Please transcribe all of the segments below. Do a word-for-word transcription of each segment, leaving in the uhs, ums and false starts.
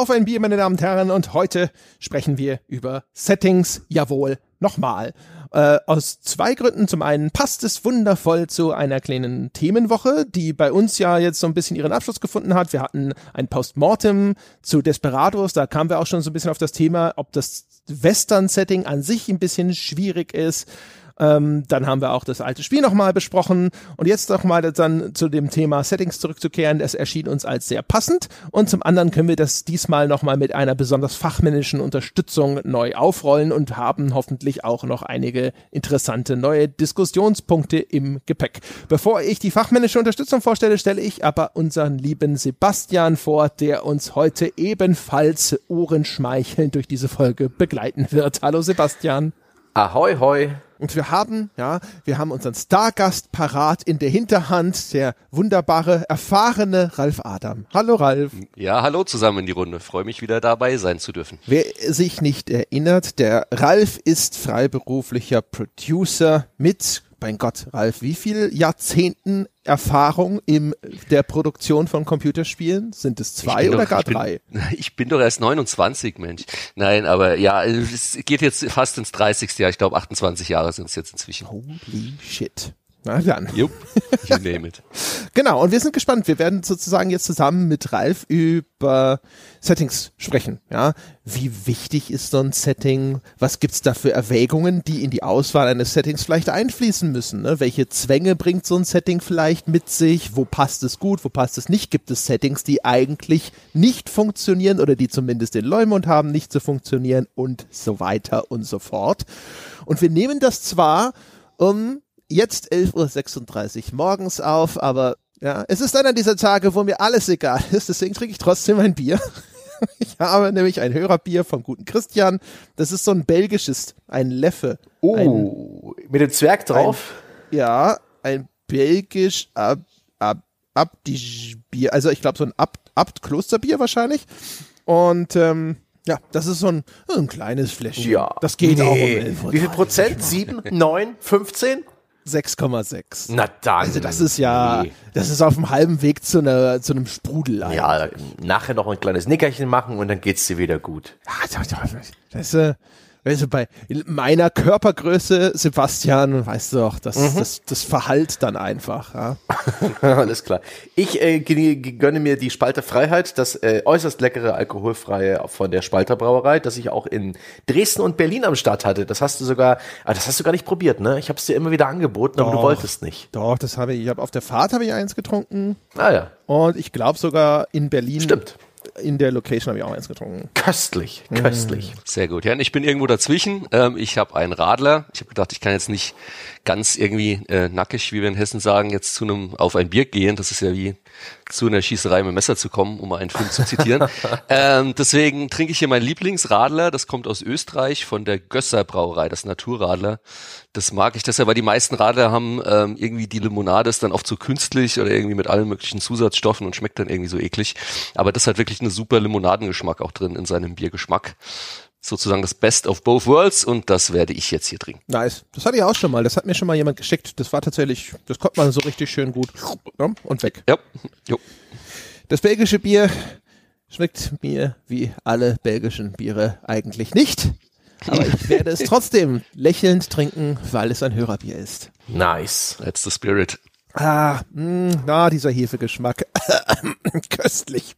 Auf ein Bier, meine Damen und Herren, und heute sprechen wir über Settings, jawohl, nochmal. Äh, aus zwei Gründen. Zum einen passt es wundervoll zu einer kleinen Themenwoche, die bei uns ja jetzt so ein bisschen ihren Abschluss gefunden hat. Wir hatten ein Postmortem zu Desperados, da kamen wir auch schon so ein bisschen auf das Thema, ob das Western-Setting an sich ein bisschen schwierig ist. Ähm, dann haben wir auch das alte Spiel nochmal besprochen und jetzt nochmal dann zu dem Thema Settings zurückzukehren. Das erschien uns als sehr passend und zum anderen können wir das diesmal nochmal mit einer besonders fachmännischen Unterstützung neu aufrollen und haben hoffentlich auch noch einige interessante neue Diskussionspunkte im Gepäck. Bevor ich die fachmännische Unterstützung vorstelle, stelle ich aber unseren lieben Sebastian vor, der uns heute ebenfalls ohrenschmeichelnd durch diese Folge begleiten wird. Hallo Sebastian. Ahoi, hoi. Und wir haben, ja, wir haben unseren Stargast parat in der Hinterhand, der wunderbare, erfahrene Ralf Adam. Hallo Ralf. Ja, hallo zusammen in die Runde. Freue mich wieder dabei sein zu dürfen. Wer sich nicht erinnert, der Ralf ist freiberuflicher Producer mit, mein Gott, Ralf, wie viele Jahrzehnten Erfahrung in der Produktion von Computerspielen? Sind es zwei oder doch, gar ich bin, drei? Ich bin doch erst neunundzwanzig, Mensch. Nein, aber ja, es geht jetzt fast ins dreißigste Jahr. Ich glaube, achtundzwanzig Jahre sind es jetzt inzwischen. Holy shit. Na dann. Jupp, you name it. Genau, und wir sind gespannt. Wir werden sozusagen jetzt zusammen mit Ralf über Settings sprechen. Ja, wie wichtig ist so ein Setting? Was gibt's da für Erwägungen, die in die Auswahl eines Settings vielleicht einfließen müssen? Ne? Welche Zwänge bringt so ein Setting vielleicht mit sich? Wo passt es gut? Wo passt es nicht? Gibt es Settings, die eigentlich nicht funktionieren oder die zumindest den Leumund haben, nicht zu funktionieren und so weiter und so fort. Und wir nehmen das zwar um jetzt elf Uhr sechsunddreißig morgens auf, aber ja, es ist einer dieser Tage, wo mir alles egal ist, deswegen trinke ich trotzdem ein Bier. Ich habe nämlich ein Hörerbier vom guten Christian, das ist so ein belgisches, ein Leffe. Oh, ein, mit dem Zwerg drauf? Ein, ja, ein belgisch Ab, Ab, Abdisch-Bier, also ich glaube so ein Abt, Abt-Klosterbier wahrscheinlich und ähm, ja, das ist so ein, ein kleines Fläschchen. Ja. Das geht nee. auch um elf Uhr. Wie viel Prozent? sieben, neun, fünfzehn? sechs Komma sechs. Na dann. Also das ist ja, nee. das ist auf dem halben Weg zu einer, zu einem Sprudel. Eigentlich. Ja, nachher noch ein kleines Nickerchen machen und dann geht's dir wieder gut. Das ist, äh, weißt du, bei meiner Körpergröße, Sebastian, weißt du doch, das, mhm. das, das verhallt dann einfach. Ja. Alles klar. Ich äh, gönne mir die Spalter Freiheit, das äh, äußerst leckere alkoholfreie von der Spalter Brauerei, das ich auch in Dresden und Berlin am Start hatte. Das hast du sogar, ah, das hast du gar nicht probiert, ne? Ich habe es dir immer wieder angeboten, doch, aber du wolltest nicht. Doch, das habe ich. Ich habe auf der Fahrt habe ich eins getrunken. Ah ja. Und ich glaube sogar in Berlin. Stimmt. In der Location habe ich auch eins getrunken. Köstlich, köstlich. Sehr gut. Ja, ich bin irgendwo dazwischen. Ähm, ich habe einen Radler. Ich habe gedacht, ich kann jetzt nicht ganz irgendwie äh, nackig, wie wir in Hessen sagen, jetzt zu einem auf ein Bier gehen. Das ist ja wie zu einer Schießerei mit Messer zu kommen, um mal einen Film zu zitieren. ähm, deswegen trinke ich hier meinen Lieblingsradler. Das kommt aus Österreich von der Gösser Brauerei, das Naturradler. Das mag ich deshalb, weil die meisten Radler haben ähm, irgendwie die Limonade ist dann oft so künstlich oder irgendwie mit allen möglichen Zusatzstoffen und schmeckt dann irgendwie so eklig. Aber das hat wirklich eine super Limonadengeschmack auch drin in seinem Biergeschmack. Sozusagen das Best of both worlds und das werde ich jetzt hier trinken. Nice. Das hatte ich auch schon mal. Das hat mir schon mal jemand geschickt. Das war tatsächlich, das konnte man so richtig schön gut ja, und weg. Ja. Jo. Das belgische Bier schmeckt mir wie alle belgischen Biere eigentlich nicht. Aber ich werde es trotzdem lächelnd trinken, weil es ein Hörerbier ist. Nice. That's the spirit. Ah, mh, na, dieser Hefegeschmack. Köstlich.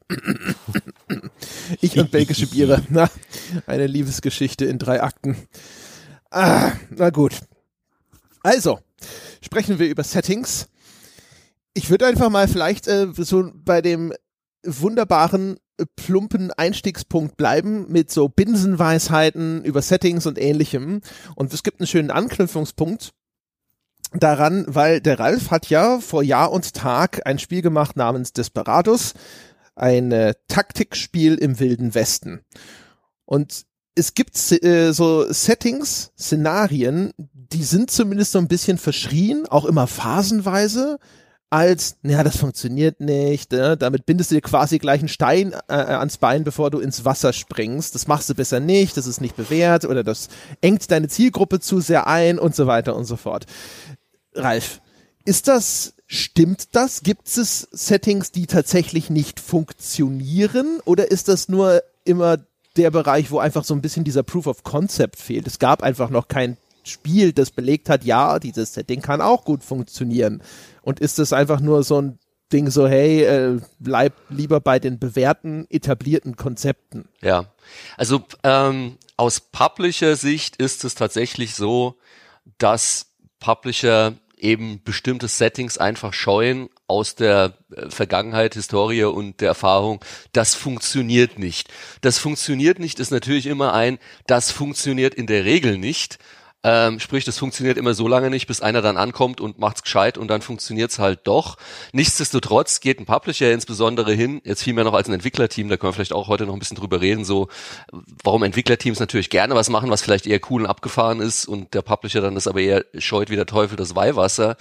Ich und belgische Biere. Na, eine Liebesgeschichte in drei Akten. Ah, na gut. Also, sprechen wir über Settings. Ich würde einfach mal vielleicht äh, so bei dem wunderbaren plumpen Einstiegspunkt bleiben mit so Binsenweisheiten über Settings und Ähnlichem. Und es gibt einen schönen Anknüpfungspunkt daran, weil der Ralf hat ja vor Jahr und Tag ein Spiel gemacht namens Desperados, ein äh, Taktikspiel im Wilden Westen. Und es gibt äh, so Settings, Szenarien, die sind zumindest so ein bisschen verschrien, auch immer phasenweise, als, naja, das funktioniert nicht, ne? Damit bindest du dir quasi gleich einen Stein äh, ans Bein, bevor du ins Wasser springst. Das machst du besser nicht, das ist nicht bewährt oder das engt deine Zielgruppe zu sehr ein und so weiter und so fort. Ralf, ist das, stimmt das? Gibt es Settings, die tatsächlich nicht funktionieren oder ist das nur immer der Bereich, wo einfach so ein bisschen dieser Proof of Concept fehlt. Es gab einfach noch kein Spiel, das belegt hat, ja, dieses Setting kann auch gut funktionieren. Und ist es einfach nur so ein Ding so, hey, äh, bleib lieber bei den bewährten, etablierten Konzepten. Ja, also ähm, aus Publisher-Sicht ist es tatsächlich so, dass Publisher eben bestimmte Settings einfach scheuen aus der Vergangenheit, Historie und der Erfahrung. Das funktioniert nicht. Das funktioniert nicht ist natürlich immer ein, das funktioniert in der Regel nicht. Ähm, sprich, das funktioniert immer so lange nicht, bis einer dann ankommt und macht's gescheit und dann funktioniert's halt doch. Nichtsdestotrotz geht ein Publisher insbesondere hin, jetzt vielmehr noch als ein Entwicklerteam, da können wir vielleicht auch heute noch ein bisschen drüber reden, so warum Entwicklerteams natürlich gerne was machen, was vielleicht eher cool und abgefahren ist und der Publisher dann das aber eher scheut wie der Teufel das Weihwasser.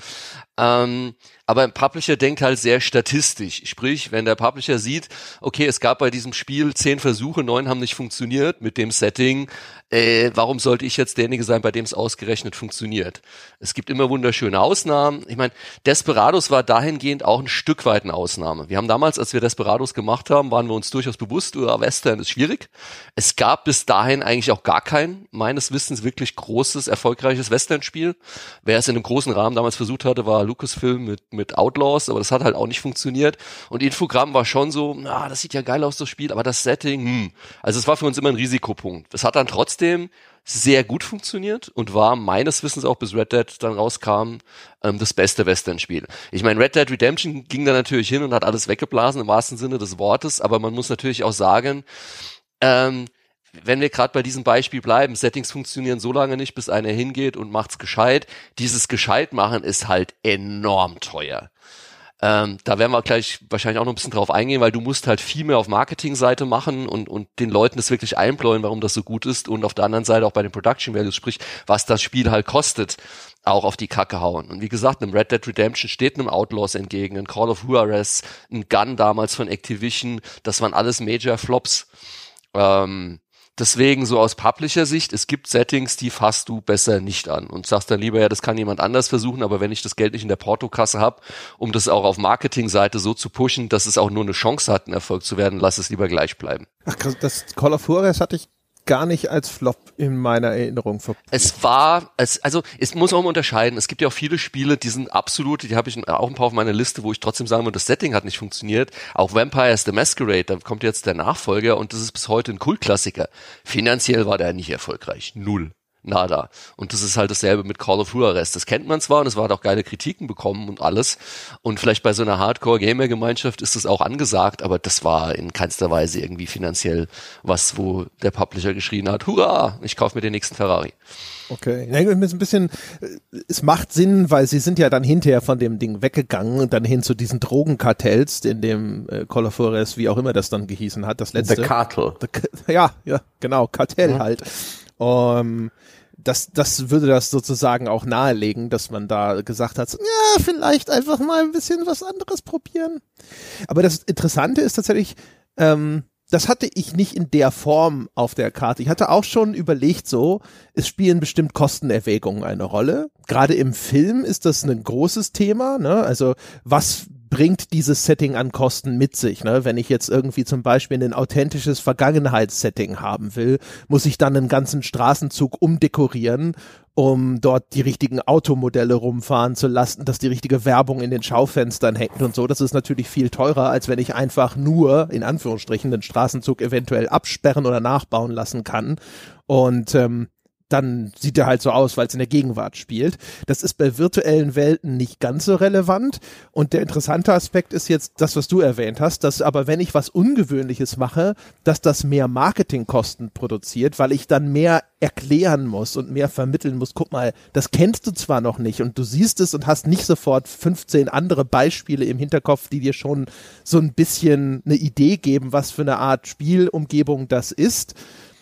Ähm, aber ein Publisher denkt halt sehr statistisch. Sprich, wenn der Publisher sieht, okay, es gab bei diesem Spiel zehn Versuche, neun haben nicht funktioniert mit dem Setting, äh, warum sollte ich jetzt derjenige sein, bei dem es ausgerechnet funktioniert? Es gibt immer wunderschöne Ausnahmen. Ich meine, Desperados war dahingehend auch ein Stück weit eine Ausnahme. Wir haben damals, als wir Desperados gemacht haben, waren wir uns durchaus bewusst, oder Western ist schwierig. Es gab bis dahin eigentlich auch gar kein, meines Wissens, wirklich großes, erfolgreiches Western-Spiel. Wer es in einem großen Rahmen damals versucht hatte, war Lucasfilm mit mit Outlaws, aber das hat halt auch nicht funktioniert. Und Infogramm war schon so, na, das sieht ja geil aus, das Spiel, aber das Setting, hm. Also es war für uns immer ein Risikopunkt. Es hat dann trotzdem sehr gut funktioniert und war meines Wissens auch, bis Red Dead dann rauskam, ähm, das beste Western-Spiel. Ich meine, Red Dead Redemption ging da natürlich hin und hat alles weggeblasen im wahrsten Sinne des Wortes, aber man muss natürlich auch sagen, ähm, wenn wir gerade bei diesem Beispiel bleiben, Settings funktionieren so lange nicht, bis einer hingeht und macht's gescheit. Dieses gescheit machen ist halt enorm teuer. Ähm, da werden wir gleich wahrscheinlich auch noch ein bisschen drauf eingehen, weil du musst halt viel mehr auf Marketingseite machen und und den Leuten das wirklich einbläuen, warum das so gut ist und auf der anderen Seite auch bei den Production Values, sprich, was das Spiel halt kostet, auch auf die Kacke hauen. Und wie gesagt, einem Red Dead Redemption steht einem Outlaws entgegen, ein Call of Juarez, ein Gun damals von Activision, das waren alles Major Flops. Ähm, Deswegen so aus Publisher-Sicht, es gibt Settings, die fasst du besser nicht an und sagst dann lieber, ja, das kann jemand anders versuchen, aber wenn ich das Geld nicht in der Portokasse habe, um das auch auf Marketingseite so zu pushen, dass es auch nur eine Chance hat, ein Erfolg zu werden, lass es lieber gleich bleiben. Ach krass, das Call of Juarez hatte ich gar nicht als Flop in meiner Erinnerung verbucht. Es war, es, also es muss auch mal unterscheiden. Es gibt ja auch viele Spiele, die sind absolut, die habe ich auch ein paar auf meiner Liste, wo ich trotzdem sagen würde, das Setting hat nicht funktioniert. Auch Vampires the Masquerade, da kommt jetzt der Nachfolger und das ist bis heute ein Kultklassiker. Finanziell war der nicht erfolgreich. Null. Nada. Und das ist halt dasselbe mit Call of Juarez. Das kennt man zwar und es war auch geile Kritiken bekommen und alles. Und vielleicht bei so einer Hardcore-Gamer-Gemeinschaft ist das auch angesagt, aber das war in keinster Weise irgendwie finanziell was, wo der Publisher geschrien hat, hurra, ich kaufe mir den nächsten Ferrari. Okay, ja, ein bisschen, es macht Sinn, weil sie sind ja dann hinterher von dem Ding weggegangen und dann hin zu diesen Drogenkartells, in dem äh, Call of Juarez, wie auch immer das dann gehießen hat, das letzte. The Cartel. The, ja, ja, genau, Kartell mhm. halt. Um, das, das würde das sozusagen auch nahelegen, dass man da gesagt hat, ja, vielleicht einfach mal ein bisschen was anderes probieren. Aber das Interessante ist tatsächlich, ähm, das hatte ich nicht in der Form auf der Karte. Ich hatte auch schon überlegt so, es spielen bestimmt Kostenerwägungen eine Rolle. Gerade im Film ist das ein großes Thema, ne? Also was bringt dieses Setting an Kosten mit sich, ne? Wenn ich jetzt irgendwie zum Beispiel ein authentisches Vergangenheitssetting haben will, muss ich dann einen ganzen Straßenzug umdekorieren, um dort die richtigen Automodelle rumfahren zu lassen, dass die richtige Werbung in den Schaufenstern hängt und so. Das ist natürlich viel teurer, als wenn ich einfach nur, in Anführungsstrichen, den Straßenzug eventuell absperren oder nachbauen lassen kann. Und ähm, dann sieht er halt so aus, weil es in der Gegenwart spielt. Das ist bei virtuellen Welten nicht ganz so relevant. Und der interessante Aspekt ist jetzt das, was du erwähnt hast, dass aber wenn ich was Ungewöhnliches mache, dass das mehr Marketingkosten produziert, weil ich dann mehr erklären muss und mehr vermitteln muss. Guck mal, das kennst du zwar noch nicht und du siehst es und hast nicht sofort fünfzehn andere Beispiele im Hinterkopf, die dir schon so ein bisschen eine Idee geben, was für eine Art Spielumgebung das ist.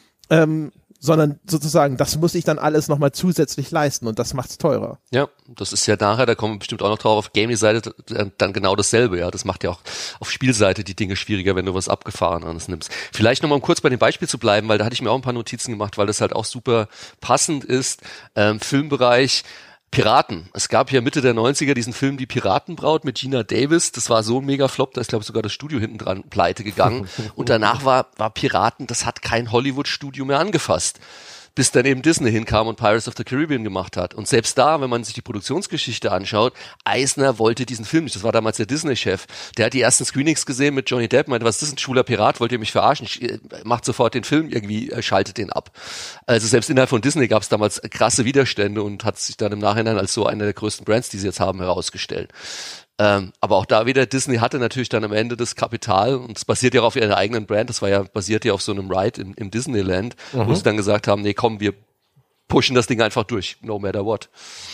Ähm, sondern sozusagen, das muss ich dann alles nochmal zusätzlich leisten und das macht's teurer. Ja, das ist ja nachher, da kommen wir bestimmt auch noch drauf, auf Game-Seite dann genau dasselbe, ja, das macht ja auch auf Spielseite die Dinge schwieriger, wenn du was Abgefahrenes nimmst. Vielleicht nochmal um kurz bei dem Beispiel zu bleiben, weil da hatte ich mir auch ein paar Notizen gemacht, weil das halt auch super passend ist, ähm, Filmbereich. Piraten. Es gab hier Mitte der neunziger diesen Film Die Piratenbraut mit Gina Davis. Das war so ein Mega-Flop, da ist, glaube ich, sogar das Studio hinten dran pleite gegangen. Und danach war, war Piraten, das hat kein Hollywood-Studio mehr angefasst. Bis dann eben Disney hinkam und Pirates of the Caribbean gemacht hat. Und selbst da, wenn man sich die Produktionsgeschichte anschaut, Eisner wollte diesen Film nicht. Das war damals der Disney-Chef. Der hat die ersten Screenings gesehen mit Johnny Depp, meinte, was ist das, ein schwuler Pirat, wollt ihr mich verarschen? Macht sofort den Film irgendwie, schaltet den ab. Also selbst innerhalb von Disney gab es damals krasse Widerstände und hat sich dann im Nachhinein als so einer der größten Brands, die sie jetzt haben, herausgestellt. Ähm, aber auch da wieder, Disney hatte natürlich dann am Ende das Kapital und es basiert ja auch auf ihrer eigenen Brand, das war ja, basiert ja auf so einem Ride im, im Disneyland, mhm. wo sie dann gesagt haben, nee komm, wir pushen das Ding einfach durch, no matter what.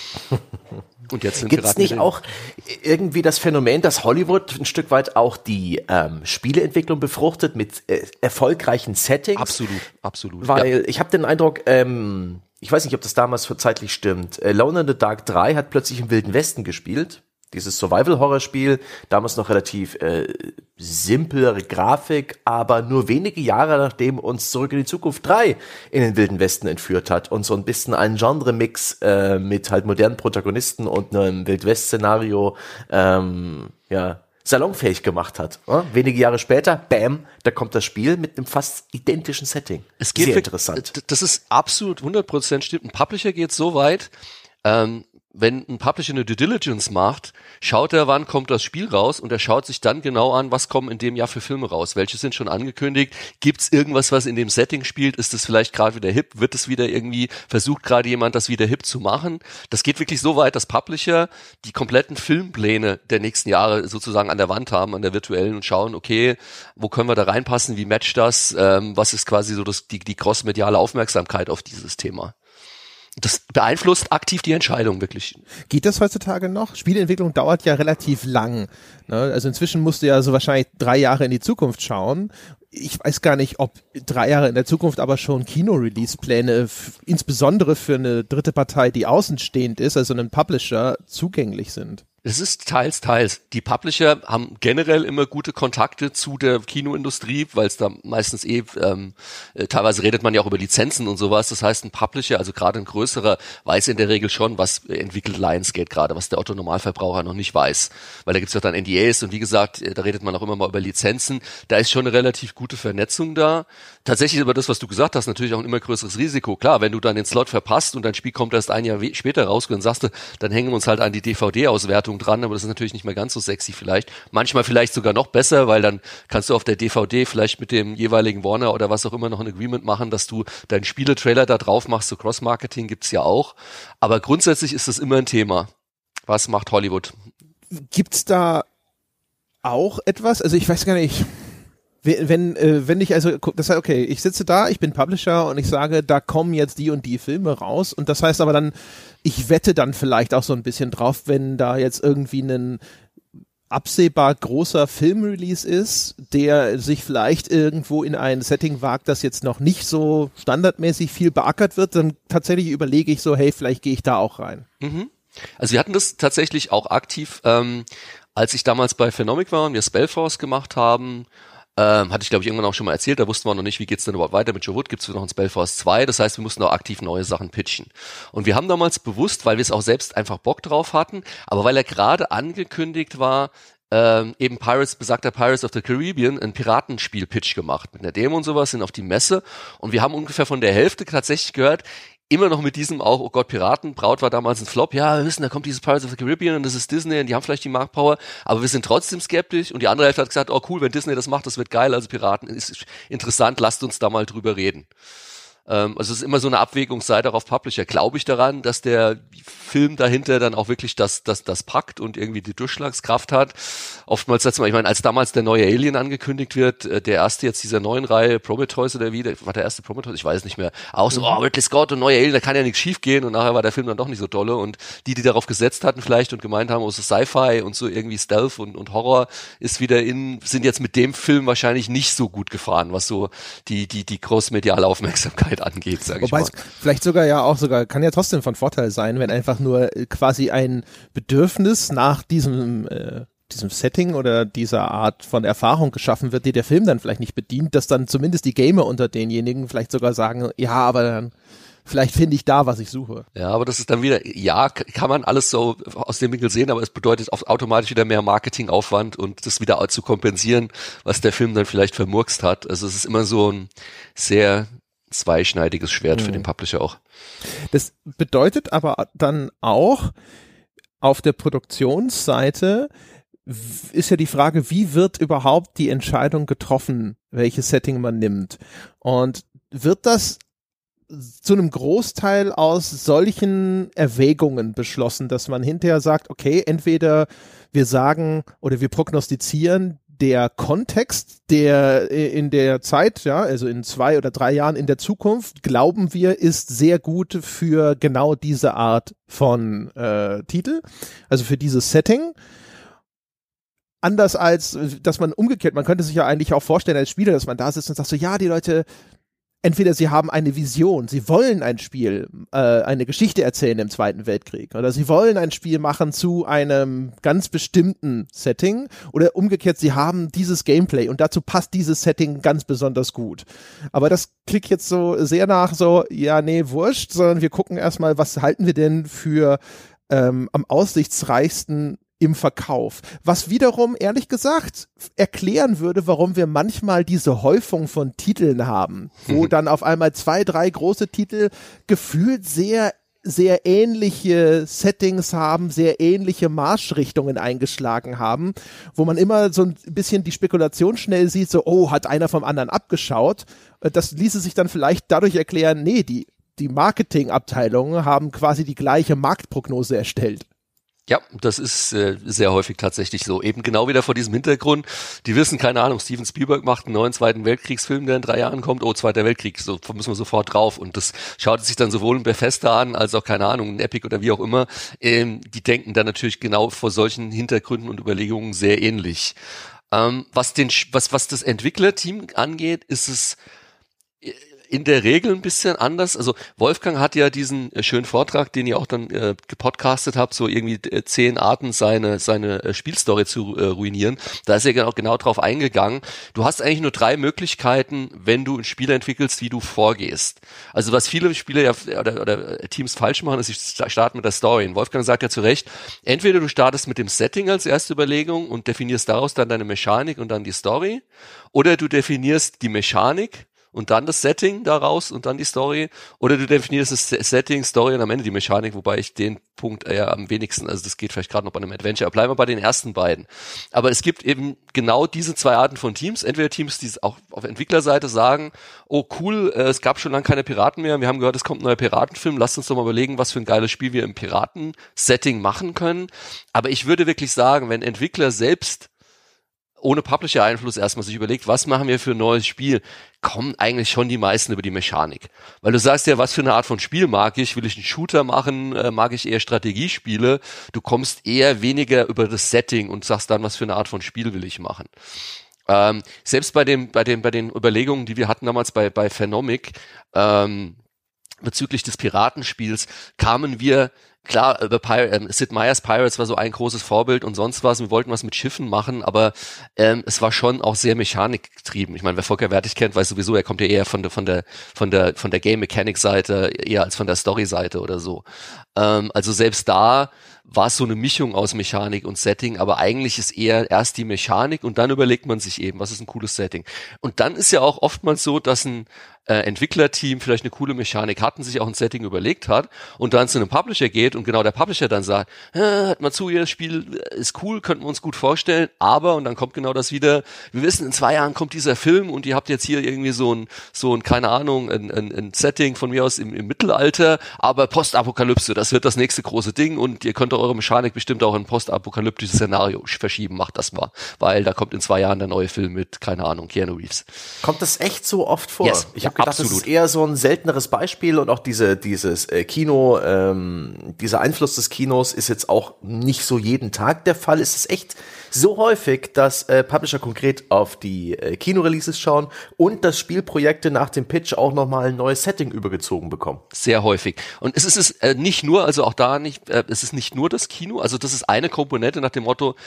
Und jetzt sind Gibt's nicht auch irgendwie das Phänomen, dass Hollywood ein Stück weit auch die ähm, Spieleentwicklung befruchtet mit äh, erfolgreichen Settings? Absolut, absolut. Weil ja. ich habe den Eindruck, ähm, ich weiß nicht, ob das damals für zeitlich stimmt, äh, Alone in the Dark drei hat plötzlich im Wilden Westen gespielt. Dieses Survival-Horror-Spiel, damals noch relativ äh, simplere Grafik, aber nur wenige Jahre nachdem uns Zurück in die Zukunft drei in den Wilden Westen entführt hat und so ein bisschen einen Genre-Mix äh, mit halt modernen Protagonisten und einem Wild-West-Szenario ähm, ja, salonfähig gemacht hat. Ja? Wenige Jahre später, bam, da kommt das Spiel mit einem fast identischen Setting. Es geht sehr für, interessant. Das ist absolut hundert Prozent stimmt. Ein Publisher geht so weit, ähm, wenn ein Publisher eine Due Diligence macht, schaut er, wann kommt das Spiel raus und er schaut sich dann genau an, was kommen in dem Jahr für Filme raus, welche sind schon angekündigt, gibt's irgendwas, was in dem Setting spielt, ist es vielleicht gerade wieder hip, wird es wieder irgendwie, versucht gerade jemand, das wieder hip zu machen. Das geht wirklich so weit, dass Publisher die kompletten Filmpläne der nächsten Jahre sozusagen an der Wand haben, an der virtuellen und schauen, okay, wo können wir da reinpassen, wie matcht das, ähm, was ist quasi so das, die, die crossmediale Aufmerksamkeit auf dieses Thema. Das beeinflusst aktiv die Entscheidung, wirklich. Geht das heutzutage noch? Spieleentwicklung dauert ja relativ lang. Ne? Also inzwischen musst du ja so wahrscheinlich drei Jahre in die Zukunft schauen. Ich weiß gar nicht, ob drei Jahre in der Zukunft aber schon Kino-Release-Pläne, f- insbesondere für eine dritte Partei, die außenstehend ist, also einen Publisher, zugänglich sind. Es ist teils, teils. Die Publisher haben generell immer gute Kontakte zu der Kinoindustrie, weil es da meistens eh, ähm, äh, teilweise redet man ja auch über Lizenzen und sowas. Das heißt, ein Publisher, also gerade ein größerer, weiß in der Regel schon, was entwickelt Lionsgate gerade, was der Otto-Normalverbraucher noch nicht weiß. Weil da gibt's ja dann N D As und wie gesagt, da redet man auch immer mal über Lizenzen. Da ist schon eine relativ gute Vernetzung da. Tatsächlich aber das, was du gesagt hast, natürlich auch ein immer größeres Risiko. Klar, wenn du dann den Slot verpasst und dein Spiel kommt erst ein Jahr später raus, dann sagst du, dann hängen wir uns halt an die D V D-Auswertung dran, aber das ist natürlich nicht mehr ganz so sexy vielleicht. Manchmal vielleicht sogar noch besser, weil dann kannst du auf der D V D vielleicht mit dem jeweiligen Warner oder was auch immer noch ein Agreement machen, dass du deinen Spieletrailer da drauf machst. So Cross-Marketing gibt's ja auch. Aber grundsätzlich ist das immer ein Thema. Was macht Hollywood? Gibt's da auch etwas? Also ich weiß gar nicht. Wenn, äh, wenn ich also, das heißt, okay, ich sitze da, ich bin Publisher und ich sage, da kommen jetzt die und die Filme raus und das heißt aber dann, ich wette dann vielleicht auch so ein bisschen drauf, wenn da jetzt irgendwie ein absehbar großer Filmrelease ist, der sich vielleicht irgendwo in ein Setting wagt, das jetzt noch nicht so standardmäßig viel beackert wird, dann tatsächlich überlege ich so, hey, vielleicht gehe ich da auch rein. Mhm. Also wir hatten das tatsächlich auch aktiv, ähm, als ich damals bei Phenomic war und wir Spellforce gemacht haben. Ähm, hatte ich, glaube ich, irgendwann auch schon mal erzählt, da wussten wir noch nicht, wie geht's denn überhaupt weiter mit Joe Wood, gibt's noch ein Spellforce zwei, das heißt, wir mussten auch aktiv neue Sachen pitchen. Und wir haben damals bewusst, weil wir es auch selbst einfach Bock drauf hatten, aber weil er gerade angekündigt war, ähm, eben Pirates, besagter Pirates of the Caribbean, ein Piratenspiel-Pitch gemacht, mit einer Demo und sowas, sind auf die Messe und wir haben ungefähr von der Hälfte tatsächlich gehört, immer noch mit diesem auch, oh Gott, Piratenbraut war damals ein Flop. Ja, wir wissen, da kommt dieses Pirates of the Caribbean und das ist Disney und die haben vielleicht die Marktpower, aber wir sind trotzdem skeptisch und die andere Hälfte hat gesagt, oh cool, wenn Disney das macht, das wird geil, also Piraten ist interessant, lasst uns da mal drüber reden. Ähm, also es ist immer so eine Abwägung, sei darauf Publisher. Glaube ich daran, dass der Film dahinter dann auch wirklich das, das, das packt und irgendwie die Durchschlagskraft hat? Oftmals, ich meine, als damals der neue Alien angekündigt wird, der erste jetzt dieser neuen Reihe, Prometheus oder wie, war der erste Prometheus? Ich weiß es nicht mehr. Auch so, oh, Ridley Scott und neuer Alien, da kann ja nichts schief gehen und nachher war der Film dann doch nicht so dolle und die, die darauf gesetzt hatten vielleicht und gemeint haben, oh, so Sci-Fi und so irgendwie Stealth und, und Horror ist wieder in, sind jetzt mit dem Film wahrscheinlich nicht so gut gefahren, was so die, die, die großmediale Aufmerksamkeit angeht, sage ich mal. Wobei es vielleicht sogar ja auch sogar, kann ja trotzdem von Vorteil sein, wenn einfach nur quasi ein Bedürfnis nach diesem, äh, diesem Setting oder dieser Art von Erfahrung geschaffen wird, die der Film dann vielleicht nicht bedient, dass dann zumindest die Gamer unter denjenigen vielleicht sogar sagen, ja, aber dann Vielleicht finde ich da, was ich suche. Ja, aber das ist dann wieder, ja, kann man alles so aus dem Winkel sehen, aber es bedeutet automatisch wieder mehr Marketingaufwand und das wieder zu kompensieren, was der Film dann vielleicht vermurkst hat. Also es ist immer so ein sehr zweischneidiges Schwert mhm. für den Publisher auch. Das bedeutet aber dann auch, auf der Produktionsseite ist ja die Frage, wie wird überhaupt die Entscheidung getroffen, welches Setting man nimmt? Und wird das zu einem Großteil aus solchen Erwägungen beschlossen, dass man hinterher sagt, okay, entweder wir sagen oder wir prognostizieren, der Kontext, der in der Zeit, ja, also in zwei oder drei Jahren in der Zukunft, glauben wir, ist sehr gut für genau diese Art von äh, Titel, also für dieses Setting. Anders als, dass man umgekehrt, man könnte sich ja eigentlich auch vorstellen als Spieler, dass man da sitzt und sagt so, ja, die Leute, entweder sie haben eine Vision, sie wollen ein Spiel, äh, eine Geschichte erzählen im Zweiten Weltkrieg, oder sie wollen ein Spiel machen zu einem ganz bestimmten Setting, oder umgekehrt, sie haben dieses Gameplay und dazu passt dieses Setting ganz besonders gut. Aber das klingt jetzt so sehr nach so, ja, nee, wurscht, sondern wir gucken erstmal, was halten wir denn für ähm, am aussichtsreichsten im Verkauf, was wiederum, ehrlich gesagt, erklären würde, warum wir manchmal diese Häufung von Titeln haben, wo mhm. dann auf einmal zwei, drei große Titel gefühlt sehr, sehr ähnliche Settings haben, sehr ähnliche Marschrichtungen eingeschlagen haben, wo man immer so ein bisschen die Spekulation schnell sieht, so, oh, hat einer vom anderen abgeschaut. Das ließe sich dann vielleicht dadurch erklären, nee, die, die Marketingabteilungen haben quasi die gleiche Marktprognose erstellt. Ja, das ist äh, sehr häufig tatsächlich so. Eben genau wieder vor diesem Hintergrund. Die wissen, keine Ahnung, Steven Spielberg macht einen neuen Zweiten Weltkriegsfilm, der in drei Jahren kommt. Oh, Zweiter Weltkrieg, so müssen wir sofort drauf. Und das schaut sich dann sowohl ein Bethesda an, als auch, keine Ahnung, ein Epic oder wie auch immer. Ähm, die denken dann natürlich genau vor solchen Hintergründen und Überlegungen sehr ähnlich. Ähm, was den, was, was das Entwicklerteam angeht, ist es in der Regel ein bisschen anders. Also Wolfgang hat ja diesen äh, schönen Vortrag, den ihr auch dann äh, gepodcastet habt, so irgendwie äh, zehn Arten, seine seine äh, Spielstory zu äh, ruinieren. Da ist er genau, genau drauf eingegangen. Du hast eigentlich nur drei Möglichkeiten, wenn du ein Spiel entwickelst, wie du vorgehst. Also was viele Spieler ja oder, oder Teams falsch machen, ist, sie starten mit der Story. Und Wolfgang sagt ja zu Recht, entweder du startest mit dem Setting als erste Überlegung und definierst daraus dann deine Mechanik und dann die Story, oder du definierst die Mechanik und dann das Setting daraus und dann die Story, oder du definierst das Setting, Story und am Ende die Mechanik, wobei ich den Punkt eher am wenigsten, also das geht vielleicht gerade noch bei einem Adventure, bleiben wir bei den ersten beiden. Aber es gibt eben genau diese zwei Arten von Teams, entweder Teams, die auch auf Entwicklerseite sagen, oh cool, äh, es gab schon lange keine Piraten mehr, wir haben gehört, es kommt ein neuer Piratenfilm, lasst uns doch mal überlegen, was für ein geiles Spiel wir im Piraten-Setting machen können. Aber ich würde wirklich sagen, wenn Entwickler selbst ohne Publisher-Einfluss erstmal sich überlegt, was machen wir für ein neues Spiel, kommen eigentlich schon die meisten über die Mechanik. Weil du sagst ja, was für eine Art von Spiel mag ich? Will ich einen Shooter machen? Äh, mag ich eher Strategiespiele? Du kommst eher weniger über das Setting und sagst dann, was für eine Art von Spiel will ich machen. Ähm, selbst bei dem, bei den, bei den Überlegungen, die wir hatten damals bei, bei Phenomic, ähm, bezüglich des Piratenspiels, kamen wir Klar, äh, äh, Sid Meier's Pirates war so ein großes Vorbild und sonst was. Wir wollten was mit Schiffen machen, aber ähm, es war schon auch sehr mechanikgetrieben. Ich meine, wer Volker Wertig kennt, weiß sowieso, er kommt ja eher von der von der von der von der Game Mechanic Seite eher als von der Story Seite oder so. Ähm, also selbst da war es so eine Mischung aus Mechanik und Setting, aber eigentlich ist eher erst die Mechanik und dann überlegt man sich eben, was ist ein cooles Setting. Und dann ist ja auch oftmals so, dass ein äh, Entwicklerteam vielleicht eine coole Mechanik hat und sich auch ein Setting überlegt hat und dann zu einem Publisher geht und genau der Publisher dann sagt, hört mal zu, das Spiel ist cool, könnten wir uns gut vorstellen, aber, und dann kommt genau das wieder, wir wissen, in zwei Jahren kommt dieser Film und ihr habt jetzt hier irgendwie so ein, so ein, keine Ahnung, ein, ein, ein Setting von mir aus im, im Mittelalter, aber Postapokalypse, das wird das nächste große Ding und ihr könnt eure Mechanik bestimmt auch in ein postapokalyptisches Szenario verschieben, macht das mal, weil da kommt in zwei Jahren der neue Film mit, keine Ahnung, Keanu Reeves. Kommt das echt so oft vor? Yes, ich habe gedacht, absolut. Das ist eher so ein selteneres Beispiel und auch diese dieses äh, Kino, ähm, dieser Einfluss des Kinos ist jetzt auch nicht so jeden Tag der Fall. Es ist echt so häufig, dass äh, Publisher konkret auf die äh, Kinoreleases schauen und dass Spielprojekte nach dem Pitch auch nochmal ein neues Setting übergezogen bekommen. Sehr häufig. Und es ist es äh, nicht nur, also auch da nicht, äh, es ist nicht nur das Kino, also das ist eine Komponente nach dem Motto,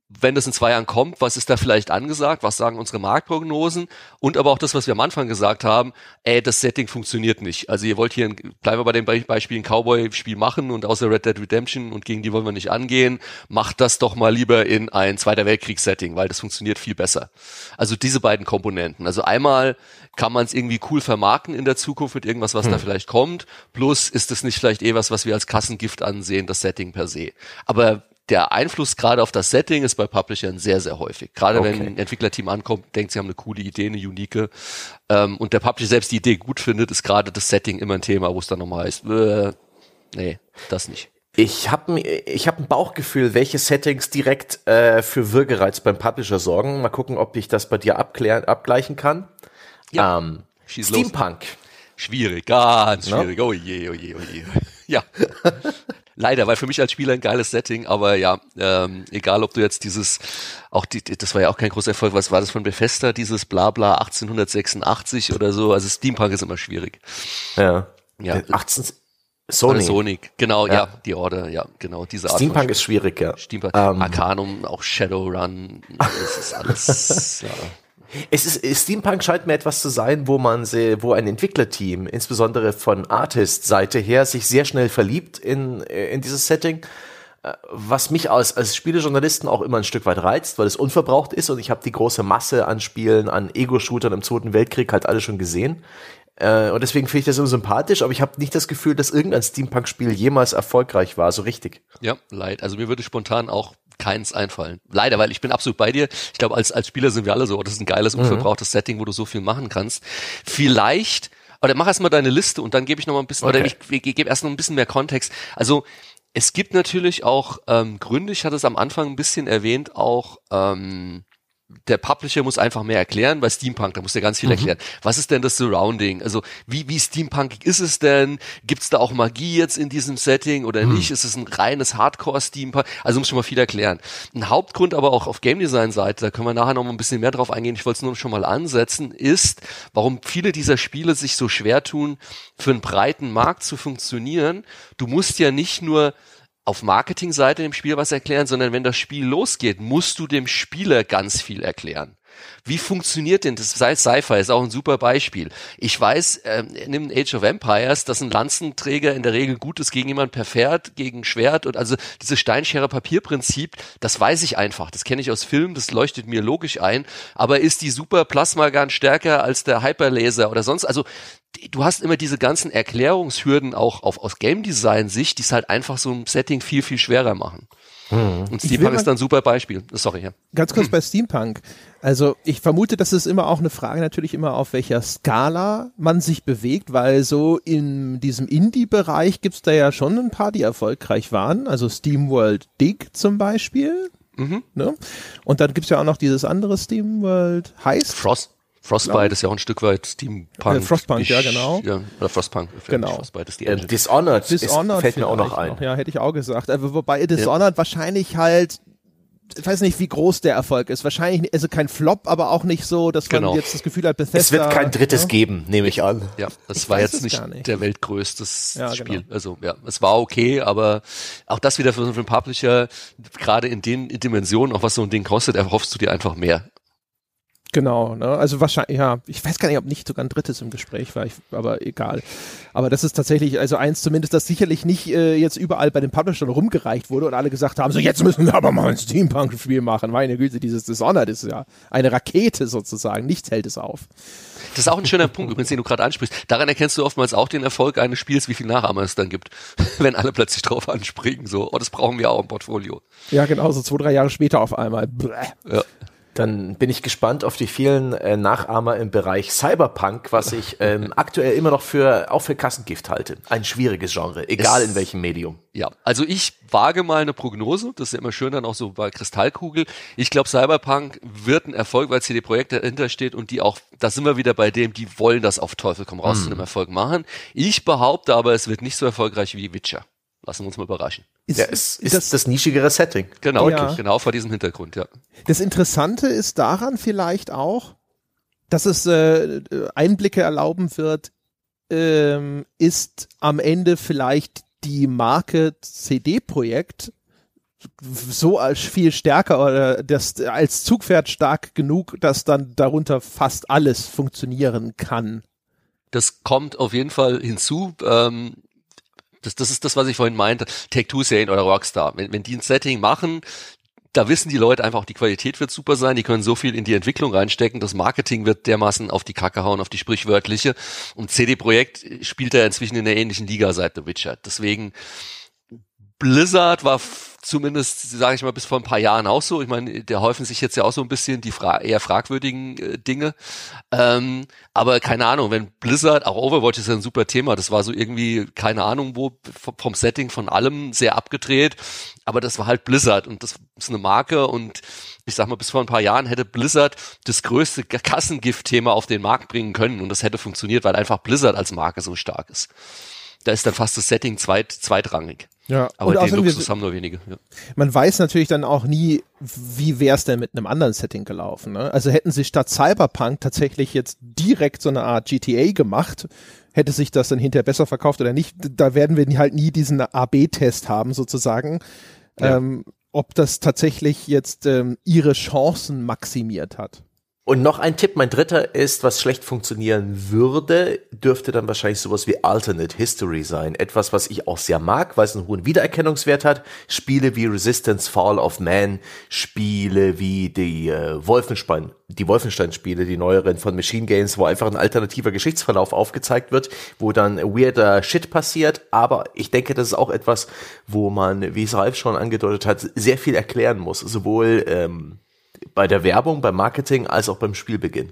wenn das in zwei Jahren kommt, was ist da vielleicht angesagt, was sagen unsere Marktprognosen und aber auch das, was wir am Anfang gesagt haben, ey, das Setting funktioniert nicht. Also ihr wollt hier, ein, bleiben wir bei dem Beispiel, ein Cowboy-Spiel machen und außer Red Dead Redemption und gegen die wollen wir nicht angehen, macht das doch mal lieber in ein Zweiter Weltkriegs-Setting, weil das funktioniert viel besser. Also diese beiden Komponenten. Also einmal kann man es irgendwie cool vermarkten in der Zukunft mit irgendwas, was hm. da vielleicht kommt, plus ist es nicht vielleicht eh was, was wir als Kassengift ansehen, das Setting per se. Aber der Einfluss gerade auf das Setting ist bei Publishern sehr, sehr häufig. Gerade okay. wenn ein Entwicklerteam ankommt, denkt, sie haben eine coole Idee, eine unique, ähm, und der Publisher selbst die Idee gut findet, ist gerade das Setting immer ein Thema, wo es dann nochmal heißt, äh, nee, das nicht. Ich habe ich hab ein Bauchgefühl, welche Settings direkt äh, für Würgereiz beim Publisher sorgen. Mal gucken, ob ich das bei dir abklären, abgleichen kann. Ja, ähm, Steampunk. Los. Schwierig, ganz no? schwierig. Oh je, oh je, oh je. Ja. Leider, weil für mich als Spieler ein geiles Setting, aber ja, ähm, egal ob du jetzt dieses, auch die, das war ja auch kein großer Erfolg, was war das von Bethesda, dieses Blabla achtzehnhundertsechsundachtzig oder so, also Steampunk ist immer schwierig. Ja. Ja. achtzehn Sony. Sonic, genau, ja. ja, die Order, ja, genau, diese Art. Steampunk ist schwierig, ja. Steampunk, um, Arcanum, auch Shadowrun, das ist alles, ja. Es ist, Steampunk scheint mir etwas zu sein, wo man se, wo ein Entwicklerteam, insbesondere von Artist-Seite her, sich sehr schnell verliebt in, in dieses Setting, was mich als, als Spielejournalisten auch immer ein Stück weit reizt, weil es unverbraucht ist und ich habe die große Masse an Spielen, an Ego-Shootern im Zweiten Weltkrieg halt alle schon gesehen. Und deswegen finde ich das immer sympathisch, aber ich habe nicht das Gefühl, dass irgendein Steampunk-Spiel jemals erfolgreich war, so richtig. Ja, leid. Also mir würde spontan auch keins einfallen. Leider, weil ich bin absolut bei dir. Ich glaube, als als Spieler sind wir alle so, das ist ein geiles, unverbrauchtes mhm. Setting, wo du so viel machen kannst. Vielleicht, oder mach erst mal deine Liste und dann gebe ich noch mal ein bisschen, okay. oder ich, ich gebe erst noch ein bisschen mehr Kontext. Also es gibt natürlich auch ähm, Gründe, ich hatte es am Anfang ein bisschen erwähnt, auch ähm, der Publisher muss einfach mehr erklären, bei Steampunk, da muss er ganz viel mhm. erklären. Was ist denn das Surrounding? Also wie wie Steampunk ist es denn? Gibt's da auch Magie jetzt in diesem Setting oder mhm. nicht? Ist es ein reines Hardcore-Steampunk? Also muss schon mal viel erklären. Ein Hauptgrund aber auch auf Game Design-Seite, da können wir nachher noch mal ein bisschen mehr drauf eingehen, ich wollte es nur schon mal ansetzen, ist, warum viele dieser Spiele sich so schwer tun, für einen breiten Markt zu funktionieren. Du musst ja nicht nur auf Marketingseite dem Spiel was erklären, sondern wenn das Spiel losgeht, musst du dem Spieler ganz viel erklären. Wie funktioniert denn das? Sei Sci-Fi ist auch ein super Beispiel. Ich weiß, äh, nimm Age of Empires, dass ein Lanzenträger in der Regel gut ist gegen jemand per Pferd, gegen Schwert und also dieses Steinschere-Papier-Prinzip, das weiß ich einfach. Das kenne ich aus Filmen, das leuchtet mir logisch ein. Aber ist die Super Plasma Gun stärker als der Hyperlaser oder sonst? Also du hast immer diese ganzen Erklärungshürden auch auf, aus Game Design Sicht, die es halt einfach so ein Setting viel, viel schwerer machen. Hm. Und Steampunk ist dann ein super Beispiel. Sorry, ja. Ganz kurz bei Steampunk. Also ich vermute, das ist immer auch eine Frage natürlich immer, auf welcher Skala man sich bewegt, weil so in diesem Indie-Bereich gibt's da ja schon ein paar, die erfolgreich waren. Also SteamWorld Dig zum Beispiel. Mhm. Ne? Und dann gibt's ja auch noch dieses andere SteamWorld heißt Frost. Frostbite genau. ist ja auch ein Stück weit Steampunk. Äh, Frostpunk, ich, ja genau. Ja, oder Frostpunk. Genau. Frostbite ist die äh, Dishonored, Dishonored ist, fällt mir auch noch ein. Noch. Ja, hätte ich auch gesagt. Aber wobei Dishonored ja. wahrscheinlich halt, ich weiß nicht, wie groß der Erfolg ist. Wahrscheinlich, also kein Flop, aber auch nicht so, dass man genau. jetzt das Gefühl hat, Bethesda. Es wird kein drittes ja? geben, nehme ich an. Ja, das ich war jetzt nicht, nicht der weltgrößtes ja, Spiel. Genau. Also ja, es war okay, aber auch das wieder für so einen Publisher, gerade in den Dimensionen, auch was so ein Ding kostet, erhoffst du dir einfach mehr. Genau, ne? Also wahrscheinlich, ja, ich weiß gar nicht, ob nicht sogar ein drittes im Gespräch war, ich, aber egal. Aber das ist tatsächlich, also eins zumindest, das sicherlich nicht äh, jetzt überall bei den Publishern rumgereicht wurde und alle gesagt haben, so jetzt müssen wir aber mal ein Steampunk-Spiel machen. Meine Güte, dieses Dishonored ist ja eine Rakete sozusagen, nichts hält es auf. Das ist auch ein schöner Punkt, übrigens, den du gerade ansprichst. Daran erkennst du oftmals auch den Erfolg eines Spiels, wie viel Nachahmer es dann gibt, wenn alle plötzlich drauf anspringen, so, oh, das brauchen wir auch im Portfolio. Ja, genau, so zwei, drei Jahre später auf einmal. Bläh. Ja. Dann bin ich gespannt auf die vielen äh, Nachahmer im Bereich Cyberpunk, was ich ähm, aktuell immer noch für auch für Kassengift halte. Ein schwieriges Genre, egal es, in welchem Medium. Ja, also ich wage mal eine Prognose, das ist ja immer schön dann auch so bei Kristallkugel. Ich glaube, Cyberpunk wird ein Erfolg, weil C D Projekt dahinter steht und die auch, da sind wir wieder bei dem, die wollen das auf Teufel komm raus hm. zu einem Erfolg machen. Ich behaupte aber, es wird nicht so erfolgreich wie Witcher. Lassen wir uns mal überraschen. Ist, ja, es ist das, das nischigere Setting. Genau, ja. genau vor diesem Hintergrund, ja. Das Interessante ist daran vielleicht auch, dass es äh, Einblicke erlauben wird, ähm, ist am Ende vielleicht die Marke C D Projekt so als viel stärker oder das als Zugpferd stark genug, dass dann darunter fast alles funktionieren kann. Das kommt auf jeden Fall hinzu. Ähm, das, das ist das, was ich vorhin meinte. Take-Two-Serien oder Rockstar. Wenn, wenn die ein Setting machen, da wissen die Leute einfach, die Qualität wird super sein, die können so viel in die Entwicklung reinstecken, das Marketing wird dermaßen auf die Kacke hauen, auf die sprichwörtliche. Und C D Projekt spielt ja inzwischen in der ähnlichen Liga seit The Witcher. Deswegen Blizzard war f- zumindest, sage ich mal, bis vor ein paar Jahren auch so. Ich meine, da häufen sich jetzt ja auch so ein bisschen die fra- eher fragwürdigen äh, Dinge. Ähm, aber keine Ahnung, wenn Blizzard, auch Overwatch ist ja ein super Thema, das war so irgendwie, keine Ahnung wo, vom Setting, von allem sehr abgedreht. Aber das war halt Blizzard und das ist eine Marke und ich sag mal, bis vor ein paar Jahren hätte Blizzard das größte Kassengift-Thema auf den Markt bringen können und das hätte funktioniert, weil einfach Blizzard als Marke so stark ist. Da ist dann fast das Setting zweit, zweitrangig. Ja, aber und den Luxus wir, haben nur wenige. Ja. Man weiß natürlich dann auch nie, wie wäre es denn mit einem anderen Setting gelaufen. Ne? Also hätten sie statt Cyberpunk tatsächlich jetzt direkt so eine Art G T A gemacht, hätte sich das dann hinterher besser verkauft oder nicht. Da werden wir halt nie diesen A B Test haben sozusagen, ja. ähm, ob das tatsächlich jetzt ähm, ihre Chancen maximiert hat. Und noch ein Tipp, mein dritter ist, was schlecht funktionieren würde, dürfte dann wahrscheinlich sowas wie Alternate History sein. Etwas, was ich auch sehr mag, weil es einen hohen Wiedererkennungswert hat. Spiele wie Resistance, Fall of Man, Spiele wie die äh, Wolfenstein, die Wolfenstein-Spiele, die neueren von Machine Games, wo einfach ein alternativer Geschichtsverlauf aufgezeigt wird, wo dann weirder Shit passiert. Aber ich denke, das ist auch etwas, wo man, wie es Ralf schon angedeutet hat, sehr viel erklären muss. Sowohl ähm, bei der Werbung, beim Marketing, als auch beim Spielbeginn.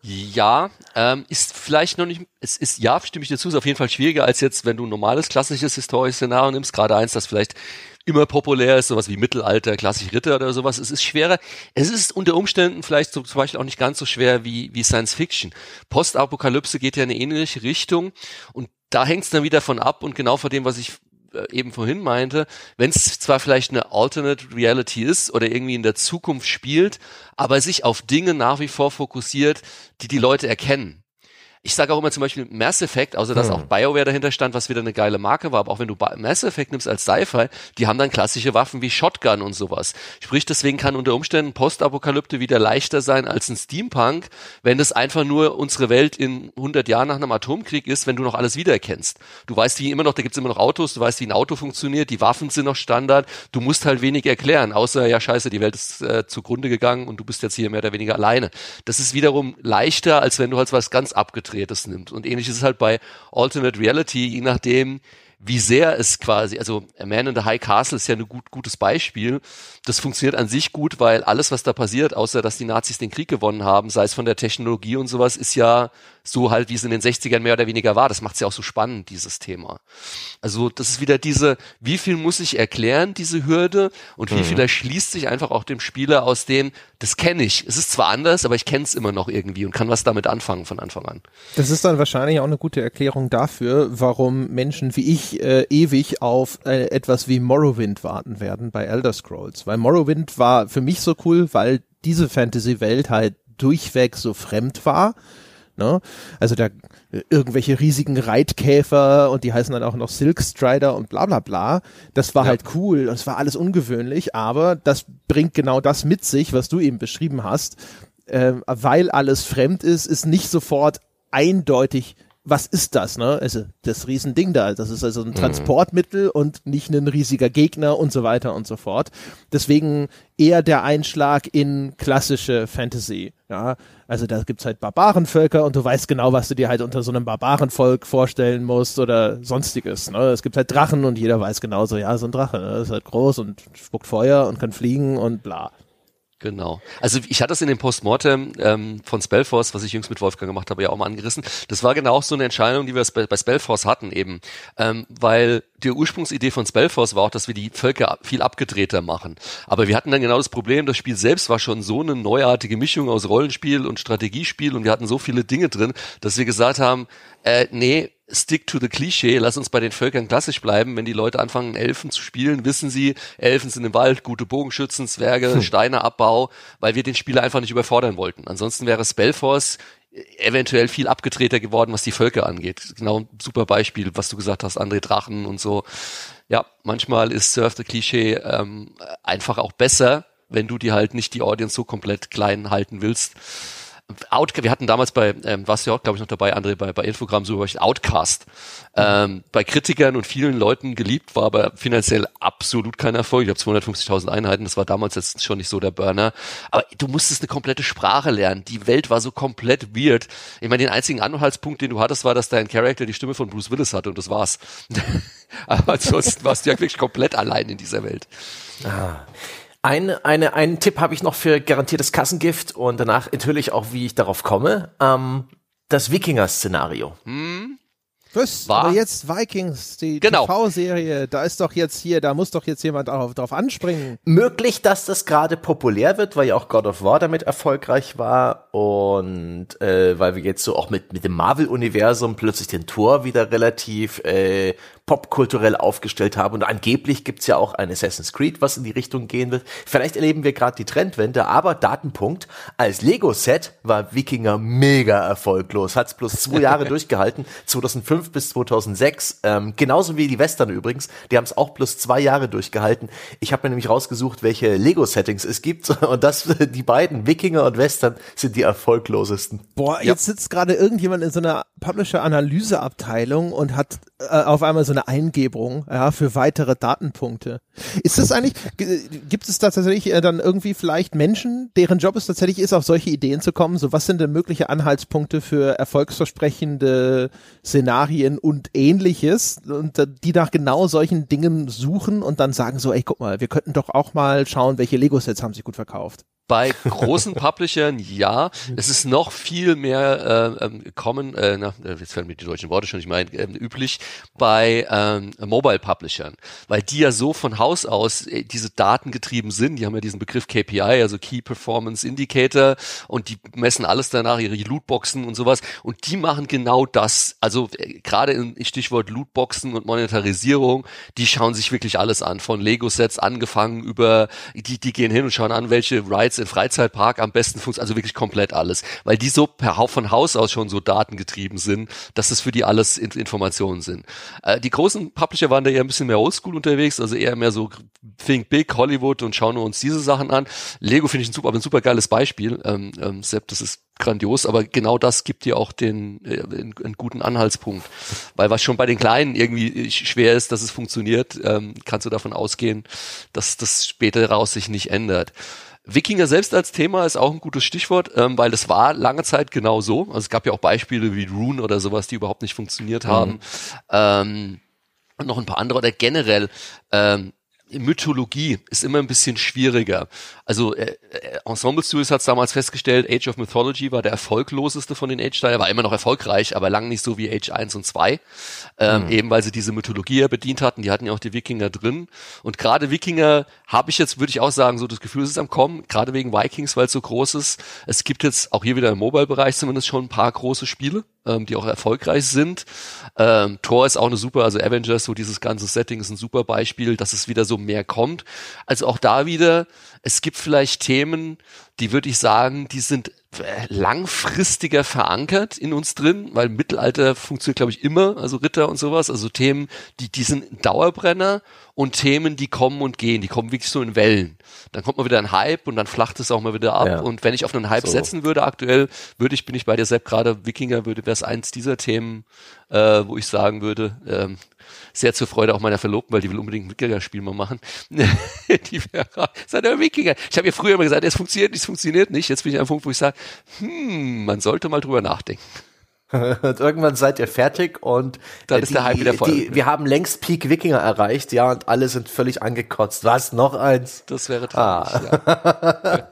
Ja, ähm, ist vielleicht noch nicht, es ist, ja, stimme ich dir zu, ist auf jeden Fall schwieriger als jetzt, wenn du ein normales, klassisches historisches Szenario nimmst, gerade eins, das vielleicht immer populär ist, sowas wie Mittelalter, klassisch Ritter oder sowas. Es ist schwerer. Es ist unter Umständen vielleicht so, zum Beispiel auch nicht ganz so schwer wie, wie Science Fiction. Postapokalypse geht ja in eine ähnliche Richtung und da hängt es dann wieder von ab und genau von dem, was ich eben vorhin meinte, wenn es zwar vielleicht eine Alternate Reality ist oder irgendwie in der Zukunft spielt, aber sich auf Dinge nach wie vor fokussiert, die die Leute erkennen. Ich sage auch immer zum Beispiel Mass Effect, außer dass hm. auch BioWare dahinter stand, was wieder eine geile Marke war, aber auch wenn du Mass Effect nimmst als Sci-Fi, die haben dann klassische Waffen wie Shotgun und sowas. Sprich, deswegen kann unter Umständen Postapokalypte wieder leichter sein als ein Steampunk, wenn das einfach nur unsere Welt in hundert Jahren nach einem Atomkrieg ist, wenn du noch alles wiedererkennst. Du weißt wie immer noch, da gibt's immer noch Autos, du weißt, wie ein Auto funktioniert, die Waffen sind noch Standard, du musst halt wenig erklären, außer, ja scheiße, die Welt ist äh, zugrunde gegangen und du bist jetzt hier mehr oder weniger alleine. Das ist wiederum leichter, als wenn du halt was ganz abgedreht nimmt. Und ähnlich ist es halt bei Alternate Reality, je nachdem, wie sehr es quasi, also A Man in the High Castle ist ja ein gut, gutes Beispiel. Das funktioniert an sich gut, weil alles, was da passiert, außer dass die Nazis den Krieg gewonnen haben, sei es von der Technologie und sowas, ist ja so halt, wie es in den sechzigern mehr oder weniger war. Das macht es ja auch so spannend, dieses Thema. Also das ist wieder diese, wie viel muss ich erklären, diese Hürde, und wie mhm. viel erschließt sich einfach auch dem Spieler aus dem, das kenne ich. Es ist zwar anders, aber ich kenne es immer noch irgendwie und kann was damit anfangen von Anfang an. Das ist dann wahrscheinlich auch eine gute Erklärung dafür, warum Menschen wie ich äh, ewig auf äh, etwas wie Morrowind warten werden bei Elder Scrolls. Weil Morrowind war für mich so cool, weil diese Fantasy-Welt halt durchweg so fremd war. Ne? Also da irgendwelche riesigen Reitkäfer und die heißen dann auch noch Silkstrider und bla bla bla. Das war ja. halt cool und es war alles ungewöhnlich, aber das bringt genau das mit sich, was du eben beschrieben hast. Äh, weil alles fremd ist, ist nicht sofort eindeutig, was ist das, ne? Also das Riesending da, das ist also ein Transportmittel und nicht ein riesiger Gegner und so weiter und so fort. Deswegen eher der Einschlag in klassische Fantasy, ja. Also da gibt's halt Barbarenvölker und du weißt genau, was du dir halt unter so einem Barbarenvolk vorstellen musst oder sonstiges, ne? Es gibt halt Drachen und jeder weiß genauso, ja, so ein Drache, ne? Ist halt groß und spuckt Feuer und kann fliegen und bla. Genau. Also ich hatte das in dem Postmortem ähm, von Spellforce, was ich jüngst mit Wolfgang gemacht habe, ja auch mal angerissen. Das war genau so eine Entscheidung, die wir bei, bei Spellforce hatten eben, ähm, weil die Ursprungsidee von Spellforce war auch, dass wir die Völker viel abgedrehter machen. Aber wir hatten dann genau das Problem, das Spiel selbst war schon so eine neuartige Mischung aus Rollenspiel und Strategiespiel und wir hatten so viele Dinge drin, dass wir gesagt haben, äh, nee, stick to the Klischee, lass uns bei den Völkern klassisch bleiben. Wenn die Leute anfangen, Elfen zu spielen, wissen sie, Elfen sind im Wald, gute Bogenschützen, Zwerge, hm. Steineabbau, weil wir den Spieler einfach nicht überfordern wollten. Ansonsten wäre Spellforce eventuell viel abgedrehter geworden, was die Völker angeht. Genau ein super Beispiel, was du gesagt hast, André, Drachen und so. Ja, manchmal ist Surf the Klischee ähm, einfach auch besser, wenn du dir halt nicht die Audience so komplett klein halten willst. Out, wir hatten damals bei, ähm, warst du ja auch, glaube ich, noch dabei, André, bei, bei Infogramm so Outcast. Ähm, bei Kritikern und vielen Leuten geliebt, war aber finanziell absolut kein Erfolg. Ich habe zweihundertfünfzigtausend Einheiten, das war damals jetzt schon nicht so der Burner. Aber du musstest eine komplette Sprache lernen. Die Welt war so komplett weird. Ich meine, den einzigen Anhaltspunkt, den du hattest, war, dass dein Charakter die Stimme von Bruce Willis hatte und das war's. Aber ansonsten warst du ja wirklich komplett allein in dieser Welt. Ah. Ein, eine, einen Tipp habe ich noch für garantiertes Kassengift und danach natürlich auch, wie ich darauf komme. Ähm, das Wikinger-Szenario. Hm. Was? War? Aber jetzt Vikings, die Genau. T V-Serie, da ist doch jetzt hier, da muss doch jetzt jemand darauf, darauf anspringen. Möglich, dass das gerade populär wird, weil ja auch God of War damit erfolgreich war und äh, weil wir jetzt so auch mit mit dem Marvel-Universum plötzlich den Thor wieder relativ äh, popkulturell aufgestellt haben und angeblich gibt's ja auch ein Assassin's Creed, was in die Richtung gehen wird. Vielleicht erleben wir gerade die Trendwende, aber Datenpunkt, als Lego-Set war Wikinger mega erfolglos, hat's bloß zwei Jahre durchgehalten, zweitausendfünf bis zweitausendsechs, ähm, genauso wie die Western übrigens, die haben es auch bloß zwei Jahre durchgehalten. Ich habe mir nämlich rausgesucht, welche Lego-Settings es gibt und das, die beiden, Wikinger und Western, sind die erfolglosesten. Boah, Ja. jetzt sitzt gerade irgendjemand in so einer Publisher-Analyseabteilung und hat äh, auf einmal so eine Eingebung, ja, für weitere Datenpunkte. Ist das eigentlich, g- gibt es da tatsächlich äh, dann irgendwie vielleicht Menschen, deren Job es tatsächlich ist, auf solche Ideen zu kommen? So, was sind denn mögliche Anhaltspunkte für erfolgsversprechende Szenarien und Ähnliches und äh, die nach genau solchen Dingen suchen und dann sagen so, ey, guck mal, wir könnten doch auch mal schauen, welche Lego-Sets haben sich gut verkauft. Bei großen Publishern ja, es ist noch viel mehr äh, ähm, common, äh, na, jetzt fällen mir die deutschen Worte schon nicht mehr ein, äh, üblich bei ähm, Mobile Publishern, weil die ja so von Haus aus äh, diese Daten getrieben sind, die haben ja diesen Begriff K P I, also Key Performance Indicator und die messen alles danach, ihre Lootboxen und sowas und die machen genau das, also äh, gerade in Stichwort Lootboxen und Monetarisierung, die schauen sich wirklich alles an, von Lego-Sets angefangen über, die, die gehen hin und schauen an, welche Rides in Freizeitpark am besten funktioniert, also wirklich komplett alles, weil die so per Hau- von Haus aus schon so datengetrieben sind, dass das für die alles in- Informationen sind. Äh, die großen Publisher waren da eher ein bisschen mehr oldschool unterwegs, also eher mehr so Think Big, Hollywood und schauen wir uns diese Sachen an. Lego finde ich ein super, aber ein super geiles Beispiel. Ähm, ähm, Sepp, das ist grandios, aber genau das gibt dir auch den äh, einen, einen guten Anhaltspunkt, weil was schon bei den Kleinen irgendwie schwer ist, dass es funktioniert, ähm, kannst du davon ausgehen, dass das später raus sich nicht ändert. Wikinger selbst als Thema ist auch ein gutes Stichwort, ähm, weil das war lange Zeit genau so. Also es gab ja auch Beispiele wie Rune oder sowas, die überhaupt nicht funktioniert haben. Mhm. Ähm, und noch ein paar andere oder generell ähm, Mythologie ist immer ein bisschen schwieriger. Also äh, Ensemble Studios hat es damals festgestellt, Age of Mythology war der erfolgloseste von den Age-Teilen, war immer noch erfolgreich, aber lang nicht so wie Age eins und zwei, ähm, mhm. eben weil sie diese Mythologie ja bedient hatten, die hatten ja auch die Wikinger drin und gerade Wikinger habe ich jetzt, würde ich auch sagen, so das Gefühl, es ist am Kommen, gerade wegen Vikings, weil es so groß ist. Es gibt jetzt auch hier wieder im Mobile-Bereich zumindest schon ein paar große Spiele, ähm, die auch erfolgreich sind. Ähm, Thor ist auch eine super, also Avengers, so dieses ganze Setting ist ein super Beispiel, dass es wieder so mehr kommt. Also auch da wieder, es gibt vielleicht Themen, die würde ich sagen, die sind langfristiger verankert in uns drin, weil Mittelalter funktioniert, glaube ich, immer, also Ritter und sowas, also Themen, die, die sind Dauerbrenner und Themen, die kommen und gehen, die kommen wirklich so in Wellen. Dann kommt mal wieder ein Hype und dann flacht es auch mal wieder ab. Ja. Und wenn ich auf einen Hype so setzen würde aktuell, würde ich, bin ich bei dir selbst gerade Wikinger, würde, wäre es eins dieser Themen, äh, wo ich sagen würde, ähm, sehr zur Freude auch meiner Verlobten, weil die will unbedingt ein Wikinger-Spiel mal machen. Die wäre, seid ihr Wikinger? Ich habe ihr früher immer gesagt, es funktioniert nicht, es funktioniert nicht. Jetzt bin ich an einem Punkt, wo ich sage, hm, man sollte mal drüber nachdenken. Und irgendwann seid ihr fertig und dann äh, ist der Hype wieder voll. Die, wir haben längst Peak Wikinger erreicht, ja, und alle sind völlig angekotzt. Was, noch eins? Das wäre traurig, ah. ja.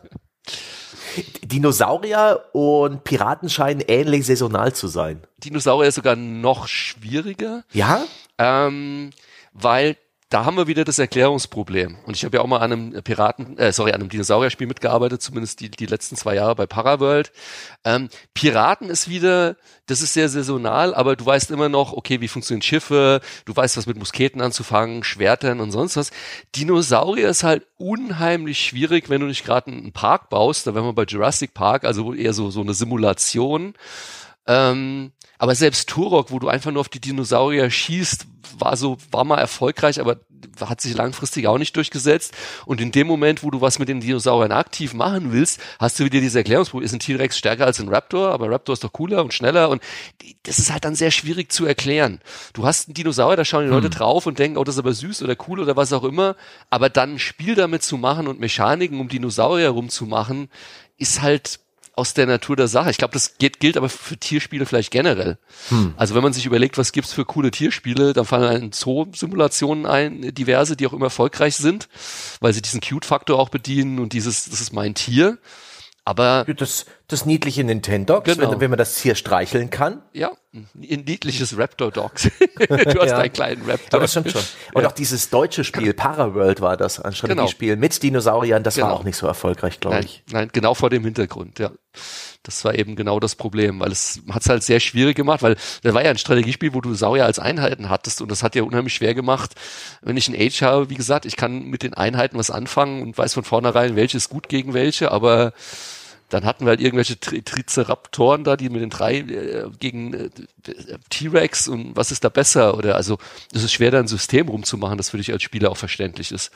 Dinosaurier und Piraten scheinen ähnlich saisonal zu sein. Dinosaurier ist sogar noch schwieriger. Ja? Ähm, weil da haben wir wieder das Erklärungsproblem. Und ich habe ja auch mal an einem Piraten, äh, sorry, an einem Dinosaurierspiel mitgearbeitet, zumindest die, die letzten zwei Jahre bei Paraworld. Ähm, Piraten ist wieder, das ist sehr saisonal, aber du weißt immer noch, okay, wie funktionieren Schiffe, du weißt, was mit Musketen anzufangen, Schwertern und sonst was. Dinosaurier ist halt unheimlich schwierig, wenn du nicht gerade einen Park baust, da wären wir bei Jurassic Park, also eher so, so eine Simulation. Ähm, Aber selbst Turok, wo du einfach nur auf die Dinosaurier schießt, war so, war mal erfolgreich, aber hat sich langfristig auch nicht durchgesetzt. Und in dem Moment, wo du was mit den Dinosauriern aktiv machen willst, hast du wieder diese Erklärungsprobleme. Ist ein T-Rex stärker als ein Raptor, aber Raptor ist doch cooler und schneller und das ist halt dann sehr schwierig zu erklären. Du hast einen Dinosaurier, da schauen die Leute hm. drauf und denken, oh, das ist aber süß oder cool oder was auch immer, aber dann ein Spiel damit zu machen und Mechaniken um Dinosaurier rumzumachen, ist halt aus der Natur der Sache. Ich glaube, das geht, gilt aber für Tierspiele vielleicht generell. Hm. Also wenn man sich überlegt, was gibt's für coole Tierspiele, dann fallen einem Zoo-Simulationen ein, diverse, die auch immer erfolgreich sind, weil sie diesen Cute-Faktor auch bedienen und dieses, das ist mein Tier. Aber das, das niedliche Nintendogs, genau. wenn, wenn man das Tier streicheln kann. Ja, ein niedliches Raptor-Dogs. Du hast ja. einen kleinen Raptor. Aber das stimmt schon. Und ja. auch dieses deutsche Spiel, Paraworld war das, ein Strategiespiel genau. mit Dinosauriern, das genau. war auch nicht so erfolgreich, glaube ich. Nein, genau vor dem Hintergrund, ja. Das war eben genau das Problem, weil es hat es halt sehr schwierig gemacht, weil da war ja ein Strategiespiel, wo du Saurier als Einheiten hattest und das hat ja unheimlich schwer gemacht. Wenn ich ein Age habe, wie gesagt, ich kann mit den Einheiten was anfangen und weiß von vornherein, welche ist gut gegen welche, aber dann hatten wir halt irgendwelche Tri- Triceratoren da, die mit den drei äh, gegen äh, T-Rex und was ist da besser? Oder also es ist schwer, da ein System rumzumachen, das für dich als Spieler auch verständlich ist.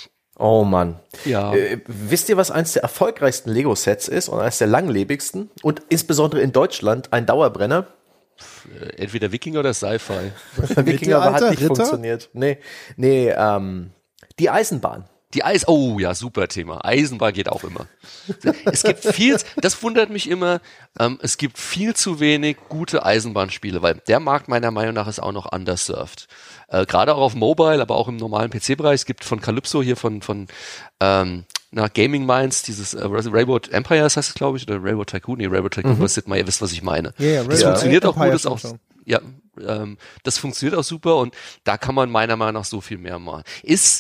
Oh Mann. Ja. Äh, wisst ihr, was eins der erfolgreichsten Lego-Sets ist und eines der langlebigsten und insbesondere in Deutschland ein Dauerbrenner? Entweder Wikinger oder Sci-Fi. Wikinger aber hat nicht Ritter? funktioniert. Nee, nee, ähm, die Eisenbahn. Die Eis, oh ja, super Thema. Eisenbahn geht auch immer. Es gibt viel, das wundert mich immer, ähm, es gibt viel zu wenig gute Eisenbahnspiele, weil der Markt meiner Meinung nach ist auch noch underserved. Äh, Gerade auch auf Mobile, aber auch im normalen P C-Bereich. Es gibt von Calypso hier von, von ähm, na, Gaming Minds, dieses äh, Railroad Empires heißt es, glaube ich, oder Railroad Tycoon, nee, Railroad Tycoon, mhm. was ihr wisst, was ich meine. Yeah, das ja, funktioniert ja, auch gut, ist auch, ja, ähm, das funktioniert auch super und da kann man meiner Meinung nach so viel mehr machen. Ist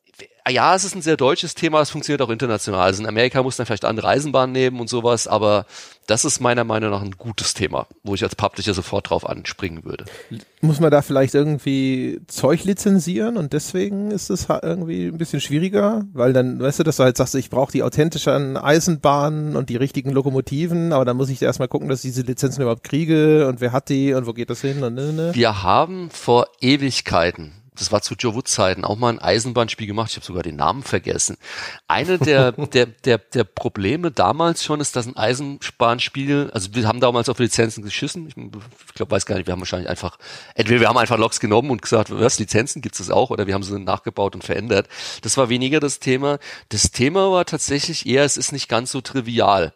Ja, es ist ein sehr deutsches Thema, es funktioniert auch international. Also in Amerika muss man vielleicht andere Eisenbahnen nehmen und sowas, aber das ist meiner Meinung nach ein gutes Thema, wo ich als Publisher sofort drauf anspringen würde. Muss man da vielleicht irgendwie Zeug lizenzieren und deswegen ist es irgendwie ein bisschen schwieriger, weil dann, weißt du, dass du halt sagst, ich brauche die authentischen Eisenbahnen und die richtigen Lokomotiven, aber dann muss ich erstmal gucken, dass ich diese Lizenzen überhaupt kriege und wer hat die und wo geht das hin und ne, ne. Wir haben vor Ewigkeiten, das war zu Joe Wood-Zeiten, auch mal ein Eisenbahnspiel gemacht. Ich habe sogar den Namen vergessen. Eine der, der, der, der Probleme damals schon ist, dass ein Eisenbahnspiel, also wir haben damals auf Lizenzen geschissen. Ich, ich glaube, weiß gar nicht, wir haben wahrscheinlich einfach, entweder wir haben einfach Logs genommen und gesagt, was, Lizenzen gibt's das auch, oder wir haben sie nachgebaut und verändert. Das war weniger das Thema. Das Thema war tatsächlich eher, es ist nicht ganz so trivial.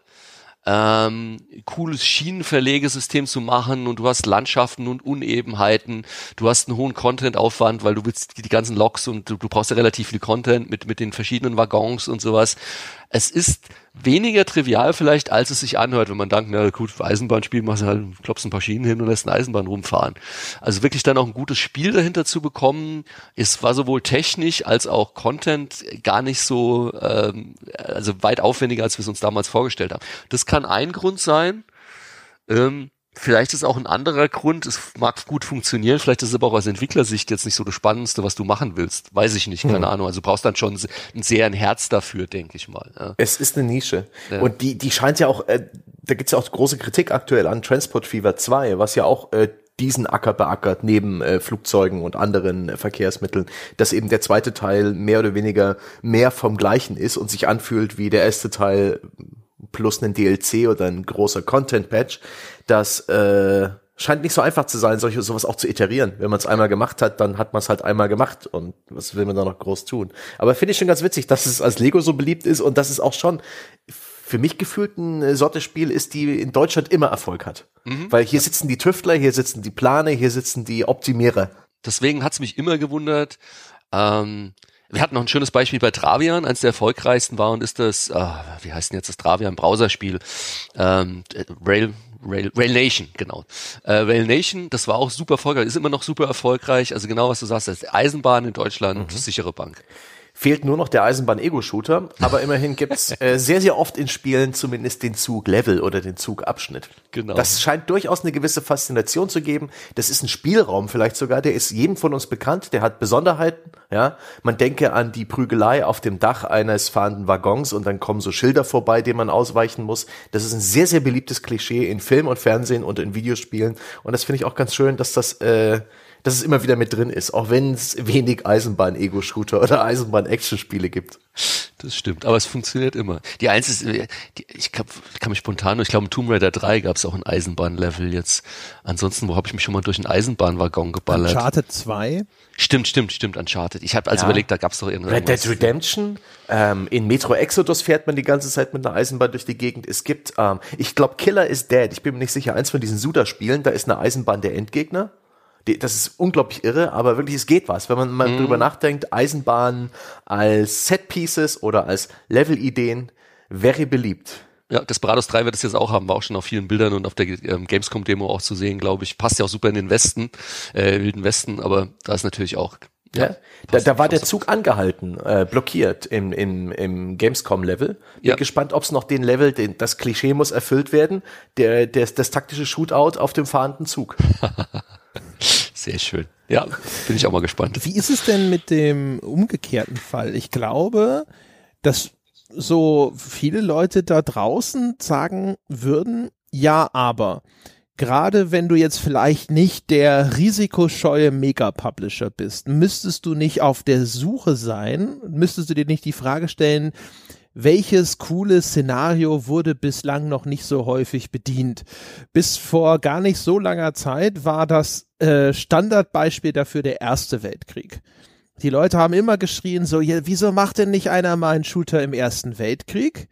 Ähm, cooles Schienenverlegesystem zu machen und du hast Landschaften und Unebenheiten, du hast einen hohen Content-Aufwand, weil du willst die, die ganzen Loks und du, du brauchst ja relativ viel Content mit, mit den verschiedenen Waggons und sowas. Es ist weniger trivial vielleicht, als es sich anhört, wenn man denkt, na gut, Eisenbahnspiel, machst du halt, klopfst ein paar Schienen hin und lässt eine Eisenbahn rumfahren. Also wirklich dann auch ein gutes Spiel dahinter zu bekommen, ist, war sowohl technisch als auch Content gar nicht so, ähm, also weit aufwendiger, als wir es uns damals vorgestellt haben. Das kann ein Grund sein, ähm, vielleicht ist auch ein anderer Grund, es mag gut funktionieren, vielleicht ist es aber auch aus Entwicklersicht jetzt nicht so das Spannendste, was du machen willst. Weiß ich nicht, keine hm. Ahnung. Also du brauchst dann schon ein sehr ein Herz dafür, denke ich mal. Ja. Es ist eine Nische. Ja. Und die die scheint ja auch, äh, da gibt's ja auch große Kritik aktuell an Transport Fever zwei, was ja auch äh, diesen Acker beackert, neben äh, Flugzeugen und anderen äh, Verkehrsmitteln, dass eben der zweite Teil mehr oder weniger mehr vom Gleichen ist und sich anfühlt wie der erste Teil plus einen D L C oder ein großer Content-Patch, das äh, scheint nicht so einfach zu sein, solche sowas auch zu iterieren. Wenn man es einmal gemacht hat, dann hat man es halt einmal gemacht und was will man da noch groß tun? Aber finde ich schon ganz witzig, dass es als Lego so beliebt ist und dass es auch schon für mich gefühlt eine Sorte Spiel ist, die in Deutschland immer Erfolg hat. Mhm. Weil hier sitzen die Tüftler, hier sitzen die Planer, hier sitzen die Optimierer. Deswegen hat's mich immer gewundert, ähm wir hatten noch ein schönes Beispiel bei Travian, eines der erfolgreichsten war und ist das, äh, wie heißt denn jetzt das Travian, Browserspiel, ähm, Rail, Rail, Rail Nation, genau. Äh, Rail Nation, das war auch super erfolgreich, ist immer noch super erfolgreich, also genau was du sagst, das ist Eisenbahn in Deutschland, mhm. sichere Bank. Fehlt nur noch der Eisenbahn-Ego-Shooter, aber immerhin gibt's äh, sehr, sehr oft in Spielen zumindest den Zug-Level oder den Zugabschnitt. Genau. Das scheint durchaus eine gewisse Faszination zu geben. Das ist ein Spielraum vielleicht sogar, der ist jedem von uns bekannt, der hat Besonderheiten. Ja, man denke an die Prügelei auf dem Dach eines fahrenden Waggons und dann kommen so Schilder vorbei, denen man ausweichen muss. Das ist ein sehr, sehr beliebtes Klischee in Film und Fernsehen und in Videospielen und das finde ich auch ganz schön, dass das äh, dass es immer wieder mit drin ist, auch wenn es wenig Eisenbahn-Ego-Shooter oder Eisenbahn-Action-Spiele gibt. Das stimmt, aber es funktioniert immer. Die eins ist, die, ich kann, kann mich spontan, ich glaube in Tomb Raider drei gab es auch ein Eisenbahn-Level jetzt. Ansonsten, wo habe ich mich schon mal durch einen Eisenbahnwaggon geballert? Uncharted zwei? Stimmt, stimmt, stimmt, Uncharted. Ich habe also ja. überlegt, da gab es doch irgendwas. Red Dead Redemption, ähm, in Metro Exodus fährt man die ganze Zeit mit einer Eisenbahn durch die Gegend. Es gibt, ähm, ich glaube Killer is Dead, ich bin mir nicht sicher, eins von diesen Suda-Spielen, da ist eine Eisenbahn der Endgegner. Das ist unglaublich irre, aber wirklich, es geht was. Wenn man mal mm. drüber nachdenkt, Eisenbahnen als Set-Pieces oder als Level-Ideen, very beliebt. Ja, Desperados drei wird es jetzt auch haben, war auch schon auf vielen Bildern und auf der ähm, Gamescom-Demo auch zu sehen, glaube ich. Passt ja auch super in den Westen, äh, Wilden Westen, aber da ist natürlich auch... Ja, ja da, da war der Zug angehalten, äh, blockiert im, im, im Gamescom-Level. Bin ja. gespannt, ob es noch den Level, den, das Klischee muss erfüllt werden, der, der, das taktische Shootout auf dem fahrenden Zug. Sehr schön. Ja, bin ich auch mal gespannt. Wie ist es denn mit dem umgekehrten Fall? Ich glaube, dass so viele Leute da draußen sagen würden, ja, aber gerade wenn du jetzt vielleicht nicht der risikoscheue Mega-Publisher bist, müsstest du nicht auf der Suche sein, müsstest du dir nicht die Frage stellen, welches coole Szenario wurde bislang noch nicht so häufig bedient? Bis vor gar nicht so langer Zeit war das äh, Standardbeispiel dafür der Erste Weltkrieg. Die Leute haben immer geschrien so, ja, wieso macht denn nicht einer mal einen Shooter im Ersten Weltkrieg?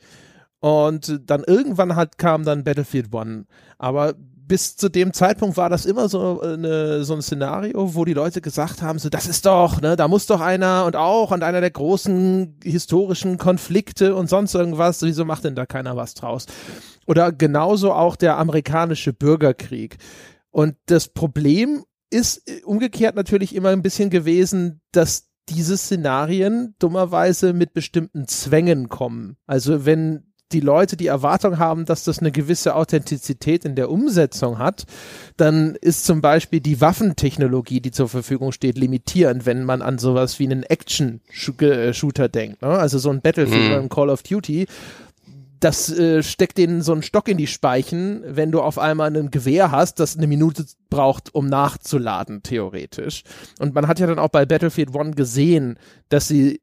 Und dann irgendwann hat, kam dann Battlefield One. Aber bis zu dem Zeitpunkt war das immer so eine, so ein Szenario, wo die Leute gesagt haben, so, das ist doch, ne, da muss doch einer und auch an einer der großen historischen Konflikte und sonst irgendwas, wieso macht denn da keiner was draus? Oder genauso auch der amerikanische Bürgerkrieg. Und das Problem ist umgekehrt natürlich immer ein bisschen gewesen, dass diese Szenarien dummerweise mit bestimmten Zwängen kommen. Also wenn die Leute die Erwartung haben, dass das eine gewisse Authentizität in der Umsetzung hat, dann ist zum Beispiel die Waffentechnologie, die zur Verfügung steht, limitierend, wenn man an sowas wie einen Action-Shooter denkt. Ne? Also so ein Battlefield oder ein Call of Duty, das äh, steckt denen so einen Stock in die Speichen, wenn du auf einmal ein Gewehr hast, das eine Minute braucht, um nachzuladen, theoretisch. Und man hat ja dann auch bei Battlefield One gesehen, dass sie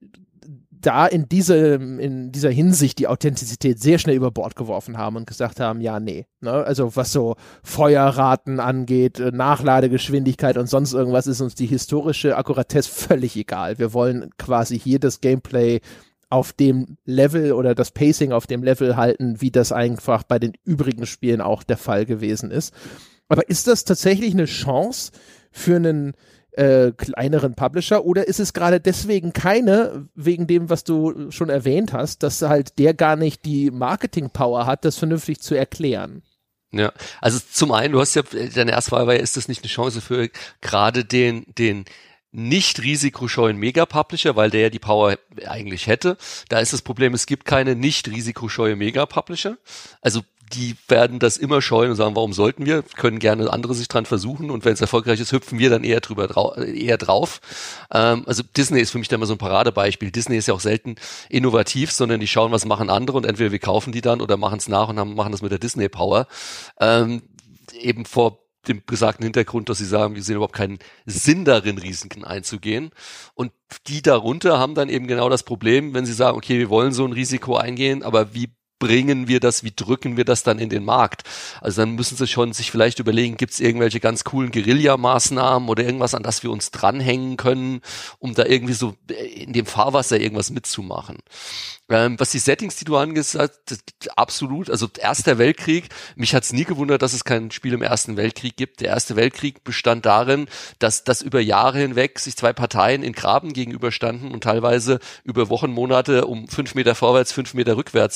da in diese, in dieser Hinsicht die Authentizität sehr schnell über Bord geworfen haben und gesagt haben, ja, nee, ne? Also was so Feuerraten angeht, Nachladegeschwindigkeit und sonst irgendwas, ist uns die historische Akkuratesse völlig egal. Wir wollen quasi hier das Gameplay auf dem Level oder das Pacing auf dem Level halten, wie das einfach bei den übrigen Spielen auch der Fall gewesen ist. Aber ist das tatsächlich eine Chance für einen Äh, kleineren Publisher, oder ist es gerade deswegen keine, wegen dem, was du schon erwähnt hast, dass halt der gar nicht die Marketing-Power hat, das vernünftig zu erklären? Ja, also zum einen, du hast ja, deine erste Frage war ja, ist das nicht eine Chance für gerade den, den nicht risikoscheuen Mega-Publisher, weil der ja die Power eigentlich hätte. Da ist das Problem, es gibt keine nicht risikoscheue Mega-Publisher. Also die werden das immer scheuen und sagen, warum sollten wir? Können gerne andere sich dran versuchen und wenn es erfolgreich ist, hüpfen wir dann eher drüber drau- eher drauf. Ähm, also Disney ist für mich da immer so ein Paradebeispiel. Disney ist ja auch selten innovativ, sondern die schauen, was machen andere und entweder wir kaufen die dann oder machen es nach und haben, machen das mit der Disney Power. Ähm, eben vor dem besagten Hintergrund, dass sie sagen, wir sehen überhaupt keinen Sinn darin, Risiken einzugehen. Und die darunter haben dann eben genau das Problem, wenn sie sagen, okay, wir wollen so ein Risiko eingehen, aber wie bringen wir das, wie drücken wir das dann in den Markt? Also dann müssen sie schon sich vielleicht überlegen, gibt es irgendwelche ganz coolen Guerilla-Maßnahmen oder irgendwas, an das wir uns dranhängen können, um da irgendwie so in dem Fahrwasser irgendwas mitzumachen. Ähm, was die Settings, die du angesagt hast, absolut, also Erster Weltkrieg, mich hat's nie gewundert, dass es kein Spiel im Ersten Weltkrieg gibt. Der Erste Weltkrieg bestand darin, dass, dass über Jahre hinweg sich zwei Parteien in Graben gegenüberstanden und teilweise über Wochen, Monate um fünf Meter vorwärts, fünf Meter rückwärts äh,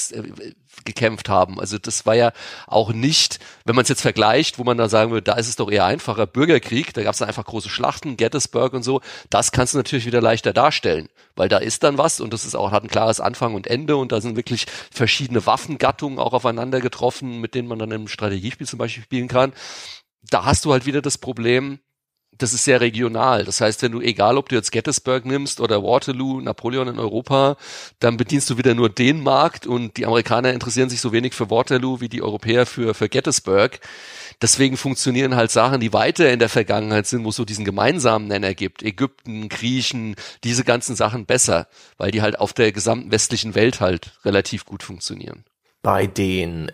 gekämpft haben. Also das war ja auch nicht, wenn man es jetzt vergleicht, wo man da sagen würde, da ist es doch eher einfacher, Bürgerkrieg, da gab es dann einfach große Schlachten, Gettysburg und so, das kannst du natürlich wieder leichter darstellen, weil da ist dann was und das ist auch, hat ein klares Anfang und Ende und da sind wirklich verschiedene Waffengattungen auch aufeinander getroffen, mit denen man dann im Strategiespiel zum Beispiel spielen kann. Da hast du halt wieder das Problem, das ist sehr regional. Das heißt, wenn du, egal ob du jetzt Gettysburg nimmst oder Waterloo, Napoleon in Europa, dann bedienst du wieder nur den Markt und die Amerikaner interessieren sich so wenig für Waterloo wie die Europäer für, für Gettysburg. Deswegen funktionieren halt Sachen, die weiter in der Vergangenheit sind, wo es so diesen gemeinsamen Nenner gibt. Ägypten, Griechen, diese ganzen Sachen besser, weil die halt auf der gesamten westlichen Welt halt relativ gut funktionieren. Bei den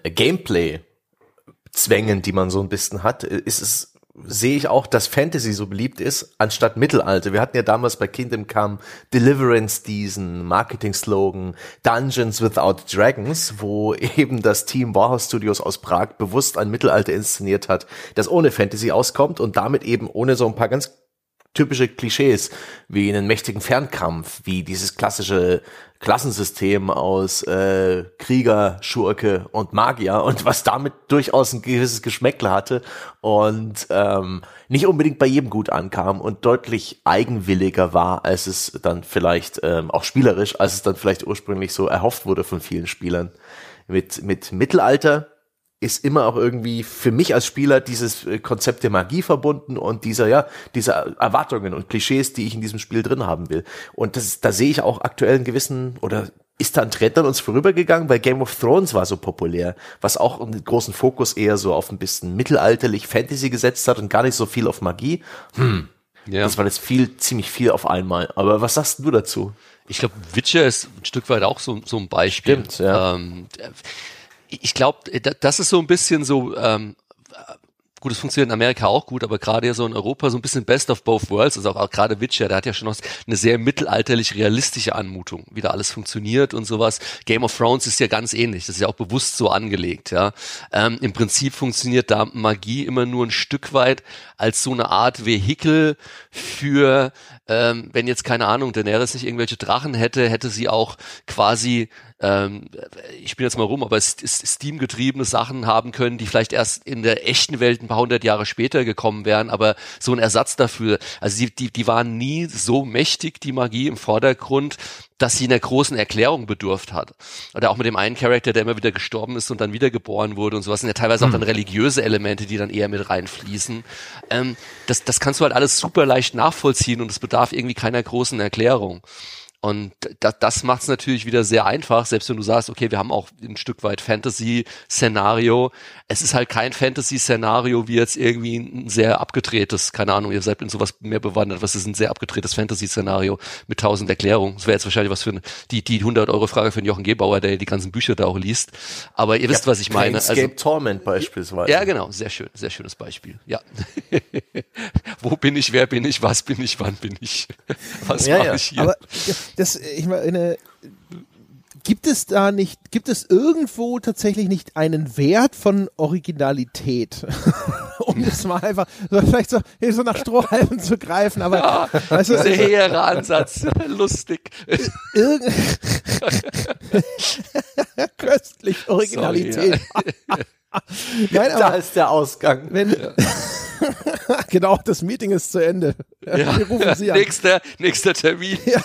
Gameplay-Zwängen, die man so ein bisschen hat, ist es sehe ich auch, dass Fantasy so beliebt ist, anstatt Mittelalter. Wir hatten ja damals bei Kingdom Come Deliverance diesen Marketing-Slogan Dungeons Without Dragons, wo eben das Team Warhouse Studios aus Prag bewusst ein Mittelalter inszeniert hat, das ohne Fantasy auskommt und damit eben ohne so ein paar ganz typische Klischees, wie einen mächtigen Fernkampf, wie dieses klassische Klassensystem aus äh, Krieger, Schurke und Magier und was damit durchaus ein gewisses Geschmäckle hatte und ähm, nicht unbedingt bei jedem gut ankam und deutlich eigenwilliger war, als es dann vielleicht ähm, auch spielerisch, als es dann vielleicht ursprünglich so erhofft wurde von vielen Spielern. Mit mit Mittelalter ist immer auch irgendwie für mich als Spieler dieses Konzept der Magie verbunden und dieser, ja, diese Erwartungen und Klischees, die ich in diesem Spiel drin haben will. Und das, da sehe ich auch aktuell einen gewissen, oder ist da ein Trend an uns vorübergegangen, weil Game of Thrones war so populär, was auch einen großen Fokus eher so auf ein bisschen mittelalterlich Fantasy gesetzt hat und gar nicht so viel auf Magie. Hm. Ja. Das war jetzt viel, ziemlich viel auf einmal. Aber was sagst du dazu? Ich glaube, Witcher ist ein Stück weit auch so, so ein Beispiel. Stimmt, ja. Ähm, Ich glaube, das ist so ein bisschen so, ähm, gut, es funktioniert in Amerika auch gut, aber gerade ja so in Europa so ein bisschen Best of both worlds, also auch, auch gerade Witcher, der hat ja schon noch eine sehr mittelalterlich realistische Anmutung, wie da alles funktioniert und sowas. Game of Thrones ist ja ganz ähnlich, das ist ja auch bewusst so angelegt, ja. Ähm, im Prinzip funktioniert da Magie immer nur ein Stück weit als so eine Art Vehikel für, ähm, wenn jetzt, keine Ahnung, Daenerys nicht irgendwelche Drachen hätte, hätte sie auch quasi ähm, ich spiele jetzt mal rum, aber Steam-getriebene Sachen haben können, die vielleicht erst in der echten Welt ein paar hundert Jahre später gekommen wären, aber so ein Ersatz dafür, also die, die, die waren nie so mächtig, die Magie im Vordergrund, dass sie einer großen Erklärung bedurft hat. Oder auch mit dem einen Charakter, der immer wieder gestorben ist und dann wiedergeboren wurde und sowas, sind ja teilweise auch dann religiöse Elemente, die dann eher mit reinfließen. Ähm, das, das kannst du halt alles super leicht nachvollziehen und es bedarf irgendwie keiner großen Erklärung. Und das, das macht es natürlich wieder sehr einfach, selbst wenn du sagst, okay, wir haben auch ein Stück weit Fantasy-Szenario. Es ist halt kein Fantasy-Szenario wie jetzt irgendwie ein sehr abgedrehtes, keine Ahnung, ihr seid in sowas mehr bewandert, was ist ein sehr abgedrehtes Fantasy-Szenario mit tausend Erklärungen. Das wäre jetzt wahrscheinlich was für eine, die, die hundert-Euro-Frage für den Jochen Gebauer, der die ganzen Bücher da auch liest. Aber ihr wisst, ja, was ich meine. Escape also, Torment beispielsweise. Ja, genau, sehr schön, sehr schönes Beispiel. Ja. Wo bin ich, wer bin ich, was bin ich, wann bin ich? Was ja, mache ja. ich hier? Aber das, ich meine, gibt es da nicht, gibt es irgendwo tatsächlich nicht einen Wert von Originalität? Um das mal einfach, so vielleicht so, so nach Strohhalmen zu greifen, aber ja, weißt du, dieser also, hehre Ansatz, lustig. Irgend köstlich Originalität. Sorry, ja. Nein, aber da ist der Ausgang. Wenn, ja. Genau, das Meeting ist zu Ende. Ja. Wir rufen Sie an. Nächster, nächster Termin. Ja.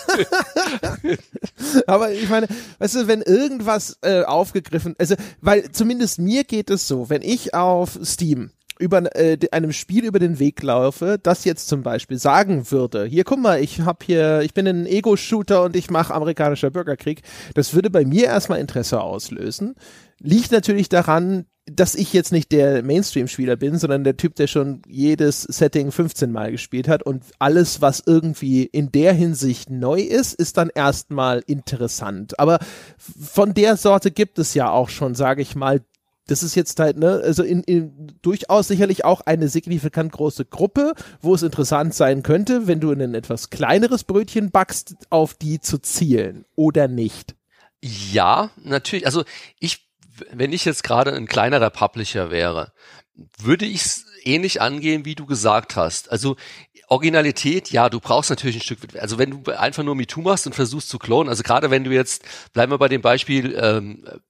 Aber ich meine, weißt du, wenn irgendwas äh, aufgegriffen, also, weil zumindest mir geht es so, wenn ich auf Steam über äh, einem Spiel über den Weg laufe, das jetzt zum Beispiel sagen würde, hier guck mal, ich hab hier, ich bin ein Ego-Shooter und ich mache amerikanischer Bürgerkrieg, das würde bei mir erstmal Interesse auslösen. Liegt natürlich daran, dass ich jetzt nicht der Mainstream-Spieler bin, sondern der Typ, der schon jedes Setting fünfzehn Mal gespielt hat und alles, was irgendwie in der Hinsicht neu ist, ist dann erstmal interessant. Aber von der Sorte gibt es ja auch schon, sage ich mal, das ist jetzt halt, ne, also in, in durchaus sicherlich auch eine signifikant große Gruppe, wo es interessant sein könnte, wenn du in ein etwas kleineres Brötchen backst, auf die zu zielen oder nicht. Ja, natürlich. Also ich wenn ich jetzt gerade ein kleinerer Publisher wäre, würde ich es ähnlich angehen, wie du gesagt hast. Also Originalität, ja, du brauchst natürlich ein Stück, also wenn du einfach nur MeToo machst und versuchst zu klonen, also gerade wenn du jetzt, bleiben wir bei dem Beispiel, ähm,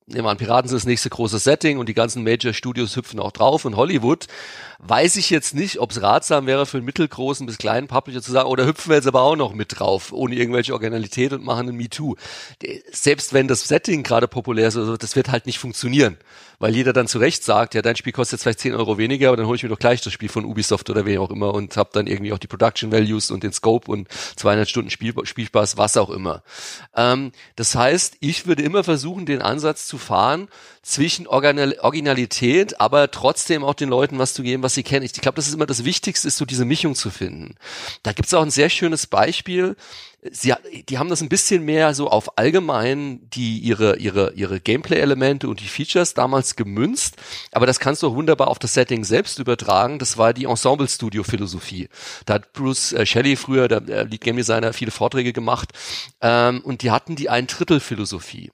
nehmen wir an, Piraten sind das nächste große Setting und die ganzen Major-Studios hüpfen auch drauf und Hollywood, weiß ich jetzt nicht, ob es ratsam wäre für einen mittelgroßen bis kleinen Publisher zu sagen, oder hüpfen wir jetzt aber auch noch mit drauf, ohne irgendwelche Originalität und machen ein MeToo. Selbst wenn das Setting gerade populär ist, also das wird halt nicht funktionieren, weil jeder dann zu Recht sagt, ja, dein Spiel kostet jetzt vielleicht zehn Euro weniger, aber dann hole ich mir doch gleich das Spiel von Ubisoft oder wer auch immer und habe dann irgendwie auch die Production Values und den Scope und zweihundert Stunden Spiel, Spielspaß, was auch immer. Ähm, das heißt, ich würde immer versuchen, den Ansatz zu fahren, zwischen Original- Originalität, aber trotzdem auch den Leuten was zu geben, was sie kennen. Ich glaube, das ist immer das Wichtigste, ist so diese Mischung zu finden. Da gibt's auch ein sehr schönes Beispiel. Sie, die haben das ein bisschen mehr so auf allgemein die ihre ihre ihre Gameplay-Elemente und die Features damals gemünzt, aber das kannst du auch wunderbar auf das Setting selbst übertragen. Das war die Ensemble-Studio-Philosophie. Da hat Bruce äh, Shelley früher, der äh, Lead Game Designer, viele Vorträge gemacht ähm, und die hatten die Ein-Drittel-Philosophie.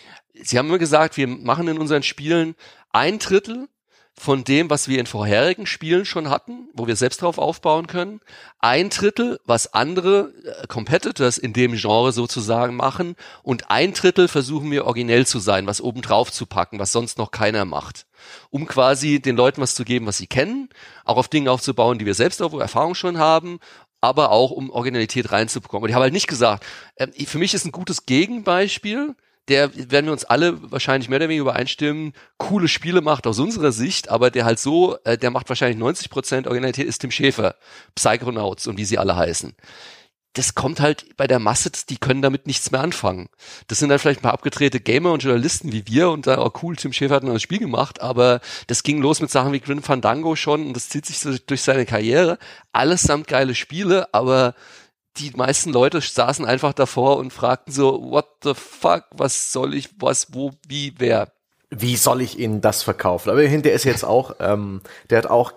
Sie haben immer gesagt, wir machen in unseren Spielen ein Drittel von dem, was wir in vorherigen Spielen schon hatten, wo wir selbst drauf aufbauen können. Ein Drittel, was andere äh, Competitors in dem Genre sozusagen machen. Und ein Drittel versuchen wir originell zu sein, was oben drauf zu packen, was sonst noch keiner macht. Um quasi den Leuten was zu geben, was sie kennen, auch auf Dinge aufzubauen, die wir selbst auf Erfahrung schon haben, aber auch um Originalität reinzubekommen. Und ich habe halt nicht gesagt, äh, für mich ist ein gutes Gegenbeispiel, der, werden wir uns alle wahrscheinlich mehr oder weniger übereinstimmen, coole Spiele macht aus unserer Sicht, aber der halt so, äh, der macht wahrscheinlich neunzig Prozent Originalität, ist Tim Schäfer, Psychonauts und wie sie alle heißen. Das kommt halt bei der Masse, die können damit nichts mehr anfangen. Das sind dann vielleicht ein paar abgedrehte Gamer und Journalisten wie wir und da, oh cool, Tim Schäfer hat noch ein Spiel gemacht, aber das ging los mit Sachen wie Grim Fandango schon und das zieht sich so durch seine Karriere. Allesamt geile Spiele, aber die meisten Leute saßen einfach davor und fragten so, what the fuck, was soll ich, was, wo, wie, wer? Wie soll ich Ihnen das verkaufen? Aber der ist jetzt auch, ähm, der hat auch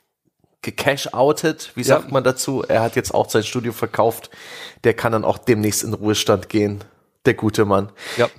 gecash-outet, wie sagt ja. man dazu? Er hat jetzt auch sein Studio verkauft. Der kann dann auch demnächst in Ruhestand gehen. Der gute Mann. Ja.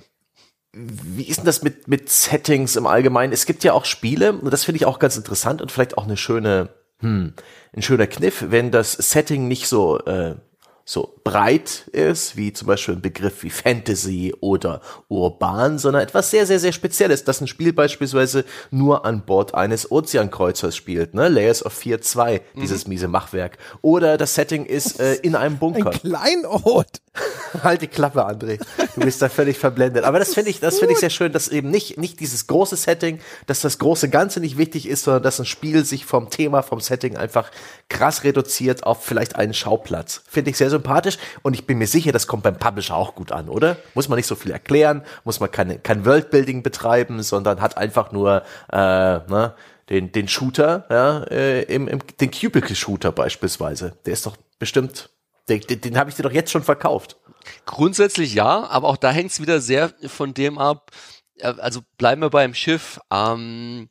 Wie ist denn das mit, mit Settings im Allgemeinen? Es gibt ja auch Spiele, und das finde ich auch ganz interessant und vielleicht auch eine schöne, hm, ein schöner Kniff, wenn das Setting nicht so, äh, so breit ist, wie zum Beispiel ein Begriff wie Fantasy oder Urban, sondern etwas sehr, sehr, sehr Spezielles, das ein Spiel beispielsweise nur an Bord eines Ozeankreuzers spielt, ne? Layers of Fear zwei, mhm. dieses miese Machwerk. Oder das Setting ist äh, in einem Bunker. Ein Kleinod. Halt die Klappe, André. Du bist da völlig verblendet. Aber das finde ich, das finde ich sehr schön, dass eben nicht, nicht dieses große Setting, dass das große Ganze nicht wichtig ist, sondern dass ein Spiel sich vom Thema, vom Setting einfach krass reduziert auf vielleicht einen Schauplatz. Finde ich sehr sympathisch und ich bin mir sicher, das kommt beim Publisher auch gut an, oder? Muss man nicht so viel erklären, muss man keine, kein Worldbuilding betreiben, sondern hat einfach nur, äh, ne, den, den Shooter, ja, äh, im, im, den Cubicle-Shooter beispielsweise. Der ist doch bestimmt, den, den, den habe ich dir doch jetzt schon verkauft. Grundsätzlich ja, aber auch da hängt es wieder sehr von dem ab, also bleiben wir beim Schiff, ähm,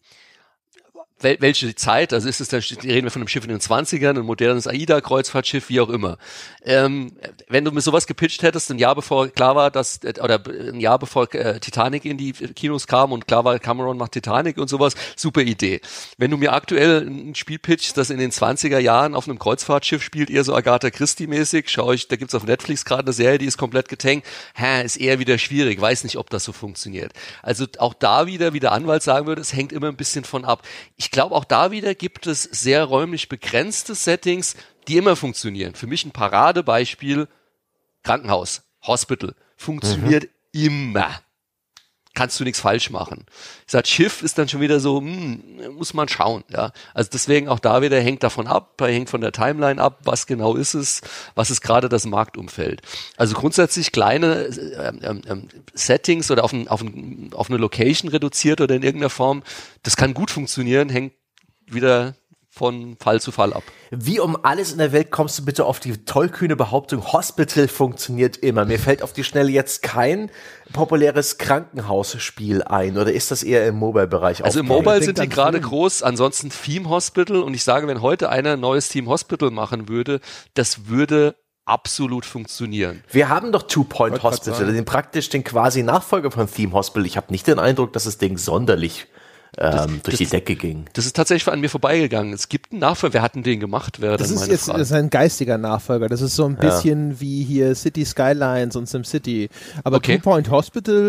wel- welche Zeit, also ist es, da reden wir von einem Schiff in den zwanzigern, ein modernes AIDA-Kreuzfahrtschiff, wie auch immer. Ähm, wenn du mir sowas gepitcht hättest, ein Jahr bevor klar war, dass, oder ein Jahr bevor äh, Titanic in die Kinos kam und klar war, Cameron macht Titanic und sowas, super Idee. Wenn du mir aktuell ein Spiel pitchst, das in den zwanziger Jahren auf einem Kreuzfahrtschiff spielt, eher so Agatha Christie-mäßig, schau ich, da gibt's auf Netflix gerade eine Serie, die ist komplett getankt, hä, ist eher wieder schwierig, weiß nicht, ob das so funktioniert. Also auch da wieder, wie der Anwalt sagen würde, es hängt immer ein bisschen von ab. Ich glaube, auch da wieder gibt es sehr räumlich begrenzte Settings, die immer funktionieren. Für mich ein Paradebeispiel, Krankenhaus, Hospital, funktioniert mhm. immer. Kannst du nichts falsch machen. Ich sag, Schiff ist dann schon wieder so, hm, muss man schauen, ja. Also deswegen auch da wieder hängt davon ab, hängt von der Timeline ab, was genau ist es, was ist gerade das Marktumfeld. Also grundsätzlich kleine ähm, ähm, Settings oder auf, ein, auf, ein, auf eine Location reduziert oder in irgendeiner Form, das kann gut funktionieren, hängt wieder von Fall zu Fall ab. Wie um alles in der Welt kommst du bitte auf die tollkühne Behauptung, Hospital funktioniert immer? Mir fällt auf die Schnelle jetzt kein populäres Krankenhausspiel ein, oder ist das eher im Mobile-Bereich? Also im Mobile sind die gerade groß, ansonsten Theme Hospital, und ich sage, wenn heute einer ein neues Theme Hospital machen würde, das würde absolut funktionieren. Wir haben doch Two Point Hospital, den praktisch den quasi Nachfolger von Theme Hospital. Ich habe nicht den Eindruck, dass das Ding sonderlich Ähm, das, durch das, die Decke ging. Das ist tatsächlich an mir vorbeigegangen. Es gibt einen Nachfolger. Wer hat denn den gemacht? Wäre das dann ist meine jetzt Frage. Das ist ein geistiger Nachfolger. Das ist so ein bisschen ja. wie hier City Skylines und SimCity. Aber okay. Two Point Hospital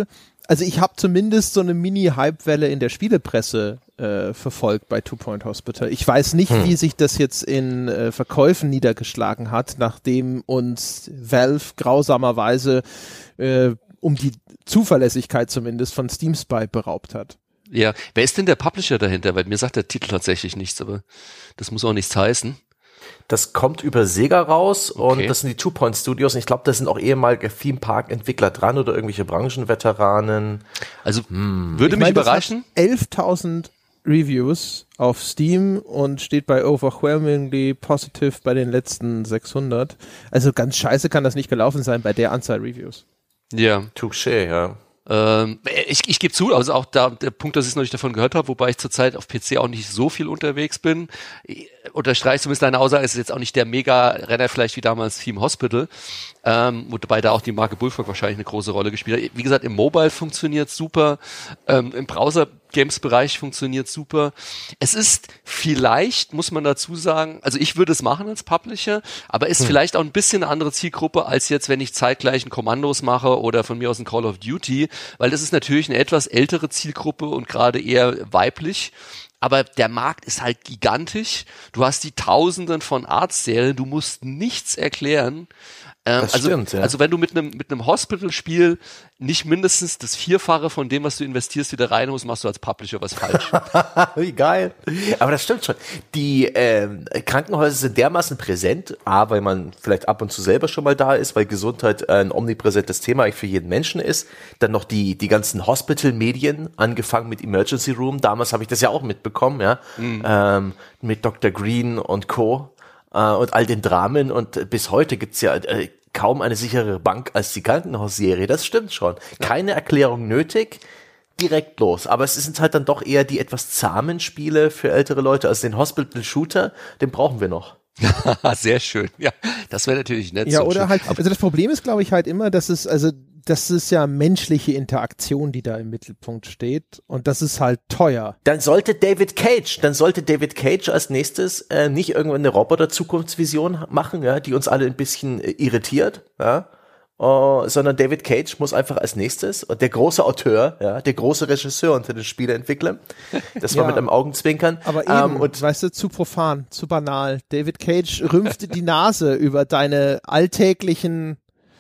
also ich habe zumindest so eine Mini-Hype-Welle in der Spielepresse äh, verfolgt bei Two Point Hospital. Ich weiß nicht, hm. wie sich das jetzt in äh, Verkäufen niedergeschlagen hat, nachdem uns Valve grausamerweise äh, um die Zuverlässigkeit zumindest von Steam Spy beraubt hat. Ja, wer ist denn der Publisher dahinter? Weil mir sagt der Titel tatsächlich nichts, aber das muss auch nichts heißen. Das kommt über Sega raus Okay. und das sind die Two Point Studios und ich glaube, da sind auch ehemalige Theme Park Entwickler dran oder irgendwelche Branchenveteranen. Also Hm. würde Ich mich meine, das überraschen. hat elftausend Reviews auf Steam und steht bei overwhelmingly positive bei den letzten sechshundert. Also ganz scheiße kann das nicht gelaufen sein bei der Anzahl Reviews. Ja. Touché, ja. Ähm, ich ich gebe zu, also auch da der Punkt, dass ich noch nicht davon gehört habe, wobei ich zurzeit auf P C auch nicht so viel unterwegs bin. Ich unterstreiche zumindest deine Aussage, es ist jetzt auch nicht der Mega-Renner vielleicht wie damals Theme Hospital, ähm, wobei da auch die Marke Bullfrog wahrscheinlich eine große Rolle gespielt hat. Wie gesagt, im Mobile funktioniert super, ähm, im Browser-Games-Bereich funktioniert super. Es ist vielleicht, muss man dazu sagen, also ich würde es machen als Publisher, aber ist hm. vielleicht auch ein bisschen eine andere Zielgruppe, als jetzt, wenn ich zeitgleich ein Kommandos mache oder von mir aus ein Call of Duty, weil das ist natürlich eine etwas ältere Zielgruppe und gerade eher weiblich. Aber der Markt ist halt gigantisch. Du hast die Tausenden von Artserien, du musst nichts erklären. Ähm, das also, stimmt, ja. also wenn du mit einem mit einem Hospital-Spiel nicht mindestens das Vierfache von dem, was du investierst, wieder reinholst, machst du als Publisher was falsch. Wie geil. Aber das stimmt schon. Die ähm, Krankenhäuser sind dermaßen präsent, A, weil man vielleicht ab und zu selber schon mal da ist, weil Gesundheit ein omnipräsentes Thema eigentlich für jeden Menschen ist. Dann noch die die ganzen Hospital-Medien, angefangen mit Emergency Room. Damals habe ich das ja auch mitbekommen, ja, mhm. ähm, mit Doktor Green und Co. und all den Dramen und bis heute gibt's ja äh, kaum eine sichere Bank als die Krankenhausserie, das stimmt schon. Keine Erklärung nötig, direkt los. Aber es sind halt dann doch eher die etwas zahmen Spiele für ältere Leute. Also den Hospital Shooter, den brauchen wir noch. Sehr schön, ja, das wäre natürlich nett. Ja, so oder schön. halt, also das Problem ist, glaube ich, halt immer, dass es, also das ist ja menschliche Interaktion, die da im Mittelpunkt steht und das ist halt teuer. Dann sollte David Cage, dann sollte David Cage als nächstes äh, nicht irgendwann eine Roboter-Zukunftsvision machen, ja, die uns alle ein bisschen äh, irritiert, ja, uh, sondern David Cage muss einfach als nächstes, und der große Auteur, ja, der große Regisseur unter den Spieleentwicklern, das war Ja, mit einem Augenzwinkern. Aber eben, ähm, und weißt du, zu profan, zu banal. David Cage rümpfte die Nase über deine alltäglichen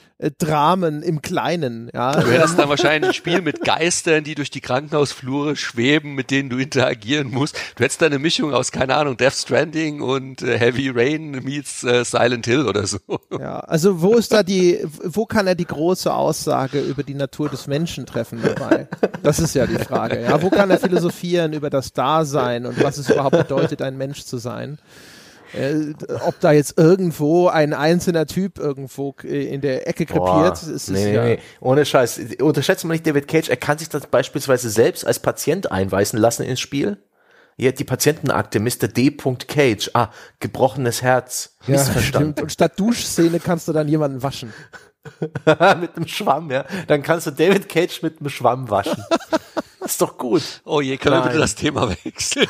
Dramen im Kleinen, ja. Du hättest dann wahrscheinlich ein Spiel mit Geistern, die durch die Krankenhausflure schweben, mit denen du interagieren musst. Du hättest da eine Mischung aus, keine Ahnung, Death Stranding und äh, Heavy Rain meets äh, Silent Hill oder so. Ja, also wo ist da die, wo kann er die große Aussage über die Natur des Menschen treffen dabei? Das ist ja die Frage, ja. Wo kann er philosophieren über das Dasein und was es überhaupt bedeutet, ein Mensch zu sein? Äh, ob da jetzt irgendwo ein einzelner Typ irgendwo in der Ecke krepiert, Boah, ist nee, es nee, ja. nee. Ohne Scheiß. Unterschätzt man nicht David Cage, er kann sich das beispielsweise selbst als Patient einweisen lassen ins Spiel. Hier die Patientenakte, Mister D. Cage. Ah, gebrochenes Herz. Ja, Missverstanden. stimmt. Und statt Duschszene kannst du dann jemanden waschen. Mit einem Schwamm, ja. Dann kannst du David Cage mit einem Schwamm waschen. Das ist doch gut. Oh je, können Nein. wir bitte das Thema wechseln?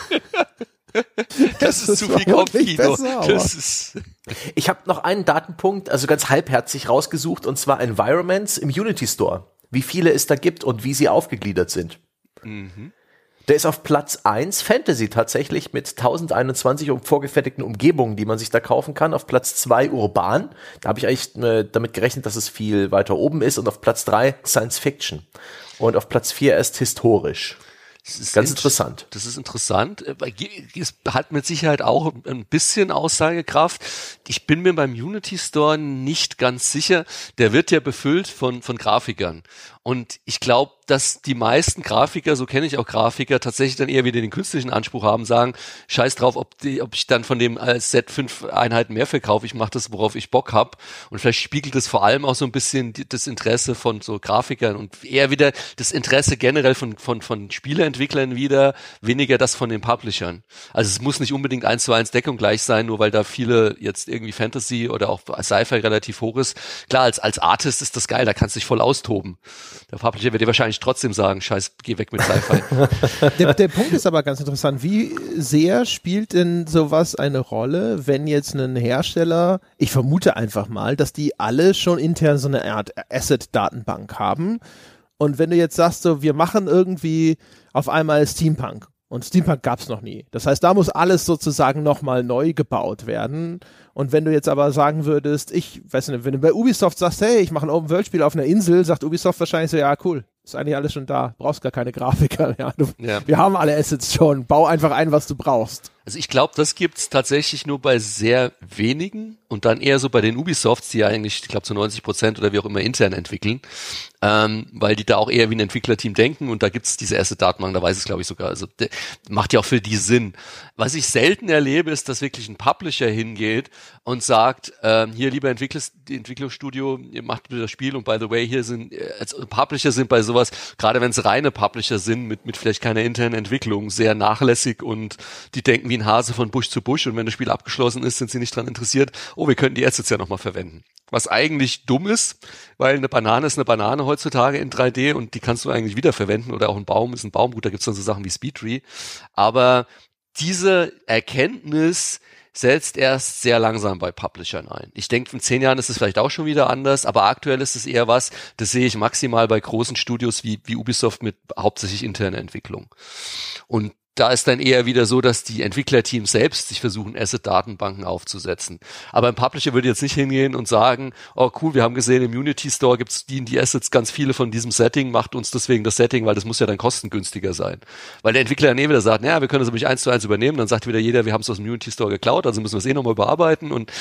Das, Das ist zu war viel wirklich Kopfkino. besser, aber- Das ist Ich habe noch einen Datenpunkt, also ganz halbherzig rausgesucht, und zwar Environments im Unity Store. Wie viele es da gibt und wie sie aufgegliedert sind. mhm. Der ist auf Platz eins, Fantasy tatsächlich, mit tausendeinundzwanzig um vorgefertigten Umgebungen, die man sich da kaufen kann. Auf Platz zwei Urban, da habe ich eigentlich äh, damit gerechnet, dass es viel weiter oben ist. Und auf Platz drei Science Fiction. Und auf Platz vier erst historisch. Das ist Ganz int- interessant. Das ist interessant. Äh, weil Es hat mit Sicherheit auch ein bisschen Aussagekraft. Ich bin mir beim Unity Store nicht ganz sicher. Der wird ja befüllt von, von Grafikern. Und ich glaube, dass die meisten Grafiker, so kenne ich auch Grafiker, tatsächlich dann eher wieder den künstlichen Anspruch haben, sagen, scheiß drauf, ob, die, ob ich dann von dem als Set fünf Einheiten mehr verkaufe, ich mache das, worauf ich Bock hab. Und vielleicht spiegelt es vor allem auch so ein bisschen die, das Interesse von so Grafikern und eher wieder das Interesse generell von, von, von Spieleentwicklern wieder, weniger das von den Publishern. Also es muss nicht unbedingt eins zu eins Deckung gleich sein, nur weil da viele jetzt irgendwie Fantasy oder auch Sci-Fi relativ hoch ist. Klar, als, als Artist ist das geil, da kannst du dich voll austoben. Der Publisher wird dir wahrscheinlich trotzdem sagen, scheiß, geh weg mit Sci-Fi. Der, der Punkt ist aber ganz interessant. Wie sehr spielt denn sowas eine Rolle, wenn jetzt ein Hersteller, ich vermute einfach mal, dass die alle schon intern so eine Art Asset-Datenbank haben Und wenn du jetzt sagst, so, wir machen irgendwie auf einmal Steampunk. Und Steampunk gab's noch nie. Das heißt, da muss alles sozusagen nochmal neu gebaut werden. Und wenn du jetzt aber sagen würdest, ich weiß nicht, wenn du bei Ubisoft sagst, hey, ich mache ein Open-World-Spiel auf einer Insel, sagt Ubisoft wahrscheinlich so, ja, cool, ist eigentlich alles schon da, brauchst gar keine Grafiker. Ja, du, ja. Wir haben alle Assets schon, bau einfach ein, was du brauchst. Also ich glaube, das gibt's tatsächlich nur bei sehr wenigen und dann eher so bei den Ubisofts, die ja eigentlich, ich glaube, zu neunzig Prozent oder wie auch immer intern entwickeln, ähm, weil die da auch eher wie ein Entwicklerteam denken und da gibt's diese Asset-Datenbank, da weiß ich glaube ich sogar, also de, macht ja auch für die Sinn. Was ich selten erlebe, ist, dass wirklich ein Publisher hingeht und sagt, ähm, hier lieber Entwickler, Entwicklungsstudio, ihr macht bitte das Spiel und by the way, hier sind, als Publisher sind bei sowas, gerade wenn es reine Publisher sind, mit, mit vielleicht keiner internen Entwicklung, sehr nachlässig und die denken wie ein Hase von Busch zu Busch und wenn das Spiel abgeschlossen ist, sind sie nicht dran interessiert, oh, wir könnten die Assets ja nochmal verwenden. Was eigentlich dumm ist, weil eine Banane ist eine Banane heutzutage in drei D und die kannst du eigentlich wiederverwenden oder auch ein Baum ist ein Baum, gut, da gibt's dann so Sachen wie Speedtree, aber diese Erkenntnis setzt erst sehr langsam bei Publishern ein. Ich denke, in zehn Jahren ist es vielleicht auch schon wieder anders, aber aktuell ist es eher was, das sehe ich maximal bei großen Studios wie, wie Ubisoft mit hauptsächlich interner Entwicklung. Und da ist dann eher wieder so, dass die Entwicklerteams selbst sich versuchen, Asset-Datenbanken aufzusetzen. Aber ein Publisher würde jetzt nicht hingehen und sagen, oh cool, wir haben gesehen, im Unity Store gibt's die, die Assets, ganz viele von diesem Setting, macht uns deswegen das Setting, weil das muss ja dann kostengünstiger sein. Weil der Entwickler dann eh wieder sagt, naja, wir können das aber nicht eins zu eins übernehmen, dann sagt wieder jeder, wir haben es aus dem Unity Store geklaut, also müssen wir es eh nochmal überarbeiten und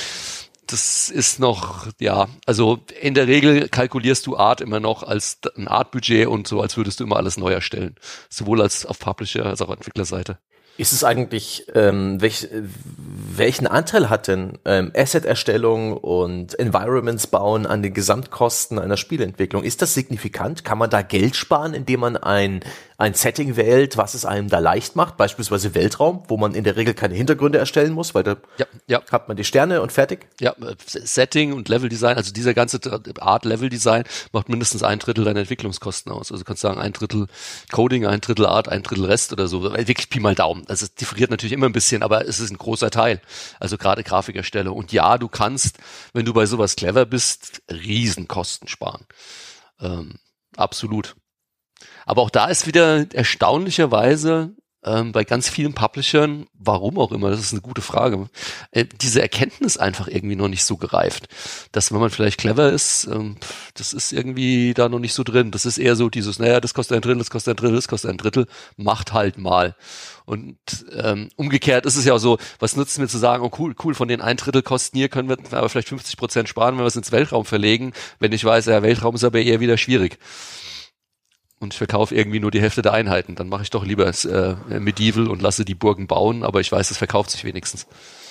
das ist noch, ja, also in der Regel kalkulierst du Art immer noch als ein Art-Budget und so, als würdest du immer alles neu erstellen. Sowohl als auf Publisher als auch auf Entwicklerseite. Ist es eigentlich, ähm, welch, welchen Anteil hat denn ähm, Asset-Erstellung und Environments bauen an den Gesamtkosten einer Spielentwicklung? Ist das signifikant? Kann man da Geld sparen, indem man ein, ein Setting wählt, was es einem da leicht macht? Beispielsweise Weltraum, wo man in der Regel keine Hintergründe erstellen muss, weil da ja, ja. hat man die Sterne und fertig? Ja, Setting und Level-Design, also dieser ganze Art Level-Design macht mindestens ein Drittel deiner Entwicklungskosten aus. Also du kannst sagen, ein Drittel Coding, ein Drittel Art, ein Drittel Rest oder so. Wirklich Pi mal Daumen. Also es differiert natürlich immer ein bisschen, aber es ist ein großer Teil. Also gerade Grafikerstelle. Und ja, du kannst, wenn du bei sowas clever bist, Riesenkosten sparen. Ähm, absolut. Aber auch da ist wieder erstaunlicherweise ähm, bei ganz vielen Publishern, warum auch immer, das ist eine gute Frage, äh, diese Erkenntnis einfach irgendwie noch nicht so gereift. Dass wenn man vielleicht clever ist, ähm, das ist irgendwie da noch nicht so drin. Das ist eher so dieses, naja, das kostet ein Drittel, das kostet ein Drittel, das kostet ein Drittel, macht halt mal. Und ähm, umgekehrt ist es ja auch so, was nützt es mir zu sagen, oh cool, cool, von den ein Drittel Kosten hier können wir aber vielleicht fünfzig Prozent sparen, wenn wir es ins Weltraum verlegen, wenn ich weiß, ja, Weltraum ist aber eher wieder schwierig. Und ich verkaufe irgendwie nur die Hälfte der Einheiten. Dann mache ich doch lieber äh, Medieval und lasse die Burgen bauen, aber ich weiß, es verkauft sich wenigstens.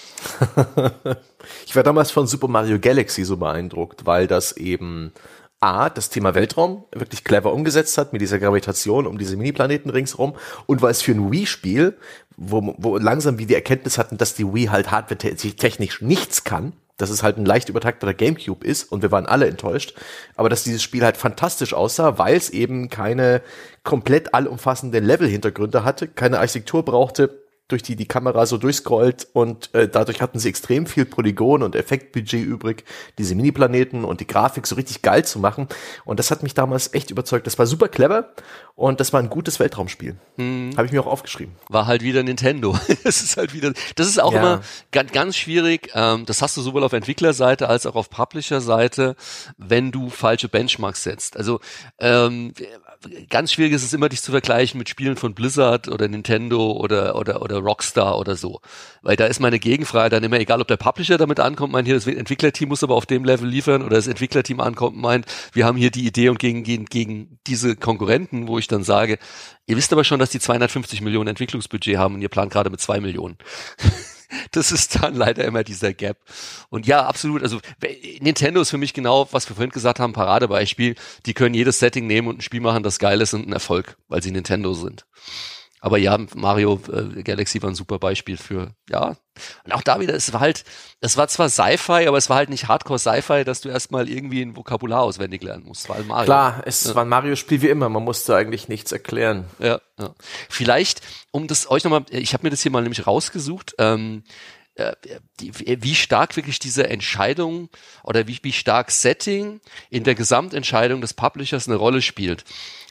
Ich war damals von Super Mario Galaxy so beeindruckt, weil das eben A, das Thema Weltraum wirklich clever umgesetzt hat mit dieser Gravitation um diese Mini-Planeten ringsherum und weil es für ein Wii-Spiel, wo, wo langsam wir die Erkenntnis hatten, dass die Wii halt hardware-technisch nichts kann, dass es halt ein leicht übertakteter Gamecube ist und wir waren alle enttäuscht, aber dass dieses Spiel halt fantastisch aussah, weil es eben keine komplett allumfassenden Level-Hintergründe hatte, keine Architektur brauchte, durch die die Kamera so durchscrollt und äh, dadurch hatten sie extrem viel Polygon und Effektbudget übrig, diese Mini-Planeten und die Grafik so richtig geil zu machen und das hat mich damals echt überzeugt. Das war super clever und das war ein gutes Weltraumspiel. Hm. Habe ich mir auch aufgeschrieben. War halt wieder Nintendo. Das ist halt wieder, das ist auch ja. immer ganz, ganz schwierig. Ähm, das hast du sowohl auf Entwicklerseite als auch auf Publisher-Seite, wenn du falsche Benchmarks setzt. Also ähm, ganz schwierig ist es immer, dich zu vergleichen mit Spielen von Blizzard oder Nintendo oder oder oder Rockstar oder so. Weil da ist meine Gegenfrage dann immer, egal ob der Publisher damit ankommt, meint hier, das Entwicklerteam muss aber auf dem Level liefern oder das Entwicklerteam ankommt und meint, wir haben hier die Idee und gegen, gegen, gegen diese Konkurrenten, wo ich dann sage, ihr wisst aber schon, dass die zweihundertfünfzig Millionen Entwicklungsbudget haben und ihr plant gerade mit zwei Millionen. Das ist dann leider immer dieser Gap. Und ja, absolut. Also Nintendo ist für mich genau, was wir vorhin gesagt haben, Paradebeispiel. Die können jedes Setting nehmen und ein Spiel machen, das geil ist und ein Erfolg, weil sie Nintendo sind. Aber ja, Mario äh, Galaxy war ein super Beispiel für, ja. Und auch da wieder, es war halt, es war zwar Sci-Fi, aber es war halt nicht Hardcore-Sci-Fi, dass du erstmal irgendwie ein Vokabular auswendig lernen musst. War halt Mario. Klar, es ja. war ein Mario-Spiel wie immer, man musste eigentlich nichts erklären. Ja, ja. Vielleicht, um das euch nochmal, ich habe mir das hier mal nämlich rausgesucht, ähm, Die, wie stark wirklich diese Entscheidung oder wie, wie stark Setting in der Gesamtentscheidung des Publishers eine Rolle spielt.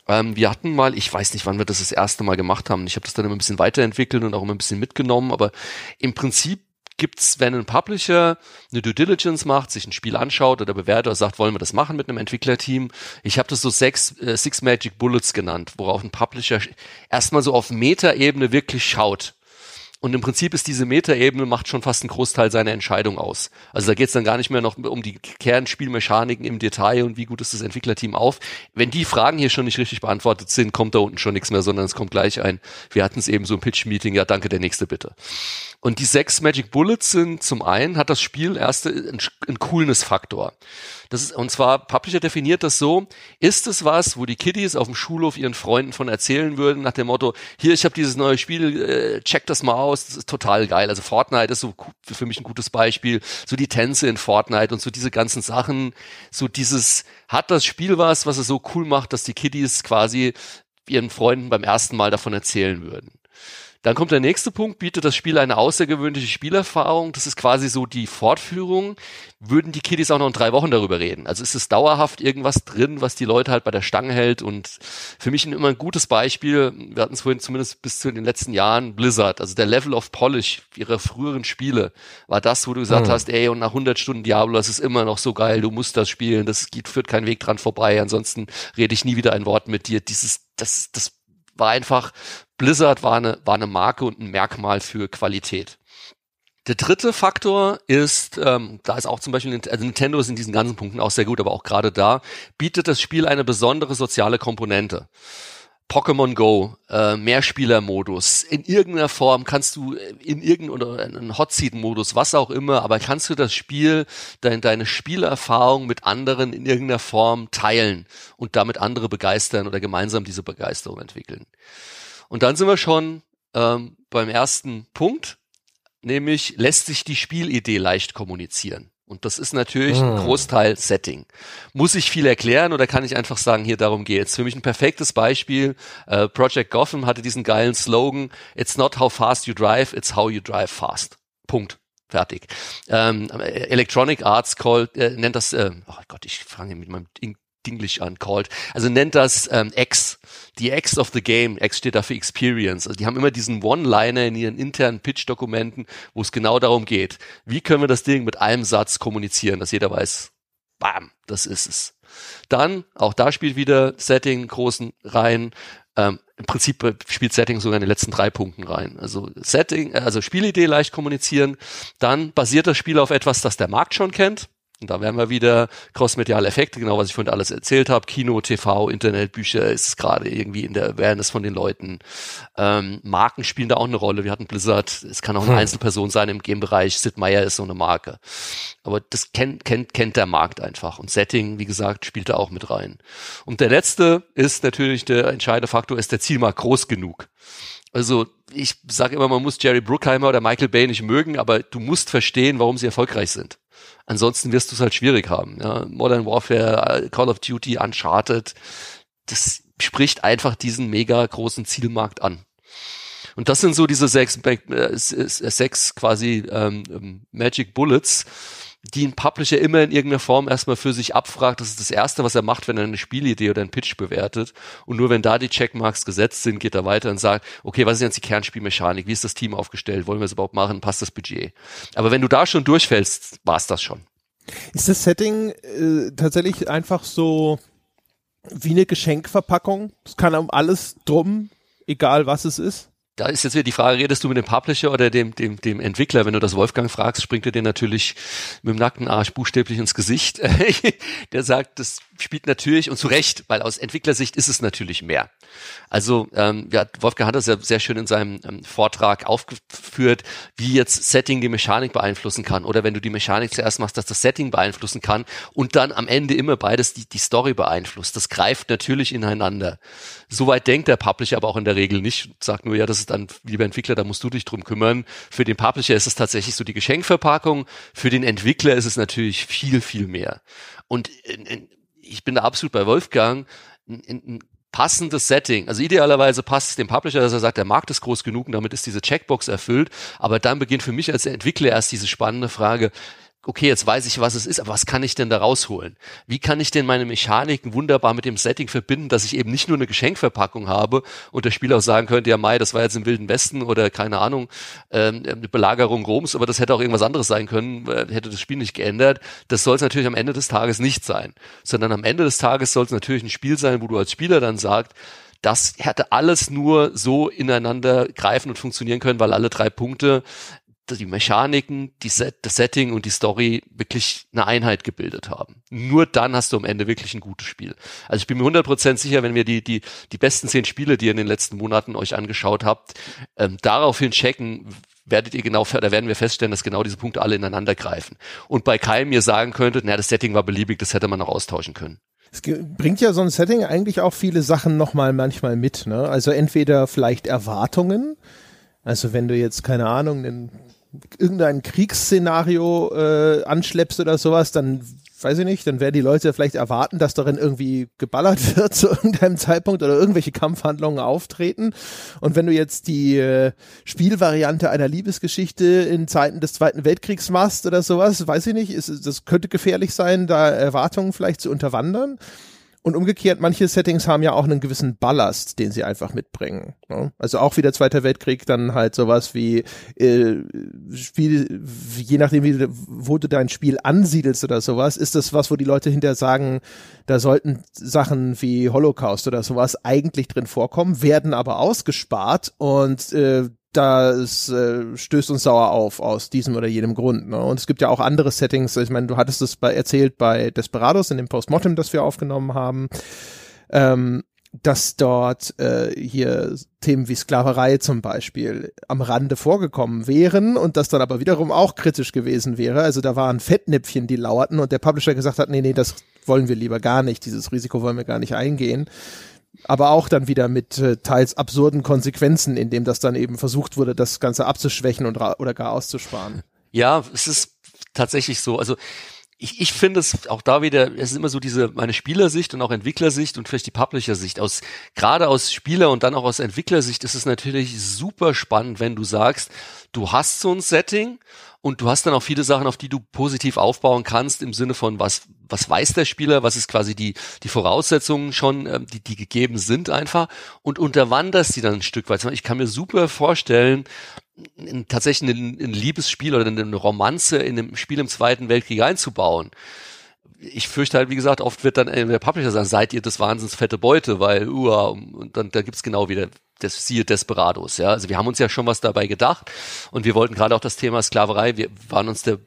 Ähm, wir hatten mal, ich weiß nicht, wann wir das das erste Mal gemacht haben. Ich habe das dann immer ein bisschen weiterentwickelt und auch immer ein bisschen mitgenommen, aber im Prinzip gibt's, wenn ein Publisher eine Due Diligence macht, sich ein Spiel anschaut oder bewertet oder sagt, wollen wir das machen mit einem Entwicklerteam? Ich habe das so sechs, äh, Six Magic Bullets genannt, worauf ein Publisher erstmal so auf Metaebene wirklich schaut. Und im Prinzip ist diese Metaebene macht schon fast einen Großteil seiner Entscheidung aus. Also da geht's dann gar nicht mehr noch um die Kernspielmechaniken im Detail und wie gut ist das Entwicklerteam auf. Wenn die Fragen hier schon nicht richtig beantwortet sind, kommt da unten schon nichts mehr, sondern es kommt gleich ein, wir hatten es eben so im Pitch-Meeting, ja danke, der nächste bitte. Und die sechs Magic Bullets sind zum einen, hat das Spiel erste ein, ein Coolness-Faktor. Das ist, und zwar, Publisher definiert das so, ist es was, wo die Kiddies auf dem Schulhof ihren Freunden von erzählen würden, nach dem Motto, hier, ich habe dieses neue Spiel, äh, check das mal aus, das ist total geil. Also Fortnite ist so für mich ein gutes Beispiel, so die Tänze in Fortnite und so diese ganzen Sachen, so dieses, hat das Spiel was, was es so cool macht, dass die Kiddies quasi ihren Freunden beim ersten Mal davon erzählen würden. Dann kommt der nächste Punkt, bietet das Spiel eine außergewöhnliche Spielerfahrung. Das ist quasi so die Fortführung. Würden die Kiddies auch noch in drei Wochen darüber reden? Also ist es dauerhaft irgendwas drin, was die Leute halt bei der Stange hält? Und für mich immer ein gutes Beispiel, wir hatten es vorhin zumindest bis zu den letzten Jahren, Blizzard. Also der Level of Polish ihrer früheren Spiele war das, wo du gesagt hm. hast, ey, und nach hundert Stunden Diablo, das ist immer noch so geil, du musst das spielen, das geht, führt kein Weg dran vorbei, ansonsten rede ich nie wieder ein Wort mit dir. Dieses, das, das war einfach, Blizzard war eine, war eine Marke und ein Merkmal für Qualität. Der dritte Faktor ist, ähm, da ist auch zum Beispiel, also Nintendo ist in diesen ganzen Punkten auch sehr gut, aber auch gerade da bietet das Spiel eine besondere soziale Komponente. Pokémon Go, äh, Mehrspielermodus, in irgendeiner Form kannst du in irgendeinem, oder einen Hotseat-Modus, was auch immer, aber kannst du das Spiel, dein, deine Spielerfahrung mit anderen in irgendeiner Form teilen und damit andere begeistern oder gemeinsam diese Begeisterung entwickeln. Und dann sind wir schon ähm, beim ersten Punkt, nämlich lässt sich die Spielidee leicht kommunizieren. Und das ist natürlich ein Großteil Setting. Muss ich viel erklären oder kann ich einfach sagen, hier, darum geht's? Für mich ein perfektes Beispiel. Äh, Project Gotham hatte diesen geilen Slogan, it's not how fast you drive, it's how you drive fast. Punkt. Fertig. Ähm, Electronic Arts called, äh, nennt das, äh, oh Gott, ich fange mit meinem Ding Dinglish an, called. Also nennt das ähm, X, die X of the Game. X steht da für Experience. Also die haben immer diesen One-Liner in ihren internen Pitch-Dokumenten, wo es genau darum geht. Wie können wir das Ding mit einem Satz kommunizieren, dass jeder weiß, bam, das ist es. Dann, auch da spielt wieder Setting großen rein. Ähm, Im Prinzip spielt Setting sogar in den letzten drei Punkten rein. Also Setting, also Spielidee leicht kommunizieren. Dann basiert das Spiel auf etwas, das der Markt schon kennt. Und da wären wir wieder crossmediale Effekte, genau was ich vorhin alles erzählt habe. Kino, T V, Internet, Bücher ist gerade irgendwie in der Awareness von den Leuten. Ähm, Marken spielen da auch eine Rolle. Wir hatten Blizzard, es kann auch eine hm. Einzelperson sein im Game-Bereich. Sid Meier ist so eine Marke. Aber das kennt, kennt, kennt der Markt einfach. Und Setting, wie gesagt, spielt da auch mit rein. Und der letzte ist natürlich, der entscheidende Faktor, ist der Zielmarkt groß genug? Also ich sage immer, man muss Jerry Bruckheimer oder Michael Bay nicht mögen, aber du musst verstehen, warum sie erfolgreich sind. Ansonsten wirst du es halt schwierig haben. Ja? Modern Warfare, Call of Duty, Uncharted, das spricht einfach diesen mega großen Zielmarkt an. Und das sind so diese sechs, äh, sechs quasi ähm, Magic Bullets, die ein Publisher immer in irgendeiner Form erstmal für sich abfragt. Das ist das Erste, was er macht, wenn er eine Spielidee oder einen Pitch bewertet. Und nur wenn da die Checkmarks gesetzt sind, geht er weiter und sagt, okay, was ist jetzt die Kernspielmechanik? Wie ist das Team aufgestellt? Wollen wir es überhaupt machen? Passt das Budget? Aber wenn du da schon durchfällst, war's das schon. Ist das Setting äh, tatsächlich einfach so wie eine Geschenkverpackung? Es kann um alles drum, egal was es ist? Da ist jetzt wieder die Frage, redest du mit dem Publisher oder dem, dem, dem Entwickler? Wenn du das Wolfgang fragst, springt er dir natürlich mit dem nackten Arsch buchstäblich ins Gesicht. Der sagt, das spielt natürlich, und zu Recht, weil aus Entwicklersicht ist es natürlich mehr. Also ähm, ja, Wolfgang hat das ja sehr schön in seinem ähm, Vortrag aufgeführt, wie jetzt Setting die Mechanik beeinflussen kann. Oder wenn du die Mechanik zuerst machst, dass das Setting beeinflussen kann und dann am Ende immer beides die, die Story beeinflusst. Das greift natürlich ineinander. Soweit denkt der Publisher aber auch in der Regel nicht. Sagt nur, ja, das ist dann, lieber Entwickler, da musst du dich drum kümmern. Für den Publisher ist es tatsächlich so die Geschenkverpackung. Für den Entwickler ist es natürlich viel, viel mehr. Und in, in, ich bin da absolut bei Wolfgang. In, in, passendes Setting, also idealerweise passt es dem Publisher, dass er sagt, der Markt ist groß genug und damit ist diese Checkbox erfüllt, aber dann beginnt für mich als Entwickler erst diese spannende Frage, okay, jetzt weiß ich, was es ist, aber was kann ich denn da rausholen? Wie kann ich denn meine Mechaniken wunderbar mit dem Setting verbinden, dass ich eben nicht nur eine Geschenkverpackung habe und der Spieler auch sagen könnte, ja Mai, das war jetzt im Wilden Westen oder keine Ahnung, ähm, eine Belagerung Roms, aber das hätte auch irgendwas anderes sein können, äh, hätte das Spiel nicht geändert. Das soll es natürlich am Ende des Tages nicht sein, sondern am Ende des Tages soll es natürlich ein Spiel sein, wo du als Spieler dann sagst, das hätte alles nur so ineinander greifen und funktionieren können, weil alle drei Punkte, die Mechaniken, die Set, das Setting und die Story wirklich eine Einheit gebildet haben. Nur dann hast du am Ende wirklich ein gutes Spiel. Also ich bin mir hundert Prozent sicher, wenn wir die die die besten zehn Spiele, die ihr in den letzten Monaten euch angeschaut habt, ähm, daraufhin checken, werdet ihr genau, da werden wir feststellen, dass genau diese Punkte alle ineinander greifen. Und bei keinem ihr sagen könntet, na, das Setting war beliebig, das hätte man noch austauschen können. Es bringt ja so ein Setting eigentlich auch viele Sachen nochmal manchmal mit, ne? Also entweder vielleicht Erwartungen, also wenn du jetzt, keine Ahnung, den irgendein Kriegsszenario äh, anschleppst oder sowas, dann weiß ich nicht, dann werden die Leute vielleicht erwarten, dass darin irgendwie geballert wird zu irgendeinem Zeitpunkt oder irgendwelche Kampfhandlungen auftreten. Und wenn du jetzt die äh, Spielvariante einer Liebesgeschichte in Zeiten des Zweiten Weltkriegs machst oder sowas, weiß ich nicht, ist, das könnte gefährlich sein, da Erwartungen vielleicht zu unterwandern. Und umgekehrt, manche Settings haben ja auch einen gewissen Ballast, den sie einfach mitbringen. Ne? Also auch wie der Zweite Weltkrieg, dann halt sowas wie äh, Spiel, je nachdem, wie, wo du dein Spiel ansiedelst oder sowas, ist das was, wo die Leute hinterher sagen, da sollten Sachen wie Holocaust oder sowas eigentlich drin vorkommen, werden aber ausgespart und äh, das äh, stößt uns sauer auf aus diesem oder jenem Grund. Ne? Und es gibt ja auch andere Settings. Ich meine, du hattest es bei, erzählt bei Desperados in dem Postmortem, das wir aufgenommen haben, ähm, dass dort äh, hier Themen wie Sklaverei zum Beispiel am Rande vorgekommen wären und das dann aber wiederum auch kritisch gewesen wäre. Also da waren Fettnäpfchen, die lauerten und der Publisher gesagt hat, nee, nee, das wollen wir lieber gar nicht. Dieses Risiko wollen wir gar nicht eingehen. Aber auch dann wieder mit äh, teils absurden Konsequenzen, indem das dann eben versucht wurde, das Ganze abzuschwächen und ra- oder gar auszusparen. Ja, es ist tatsächlich so. Also ich, ich finde es auch da wieder, es ist immer so diese meine Spielersicht und auch Entwicklersicht und vielleicht die Publisher-Sicht. Aus gerade aus Spieler- und dann auch aus Entwicklersicht ist es natürlich super spannend, wenn du sagst, du hast so ein Setting und du hast dann auch viele Sachen, auf die du positiv aufbauen kannst, im Sinne von, was was weiß der Spieler, was ist quasi die die Voraussetzungen schon, ähm, die die gegeben sind einfach und unterwanderst die dann ein Stück weit. Ich kann mir super vorstellen, in, tatsächlich ein, ein Liebesspiel oder eine Romanze in einem Spiel im Zweiten Weltkrieg einzubauen. Ich fürchte halt, wie gesagt, oft wird dann der Publisher sagen, seid ihr das wahnsinns fette Beute, weil, uh, und dann da gibt's genau wieder das siehe Desperados, ja. Also wir haben uns ja schon was dabei gedacht und wir wollten gerade auch das Thema Sklaverei, wir waren uns der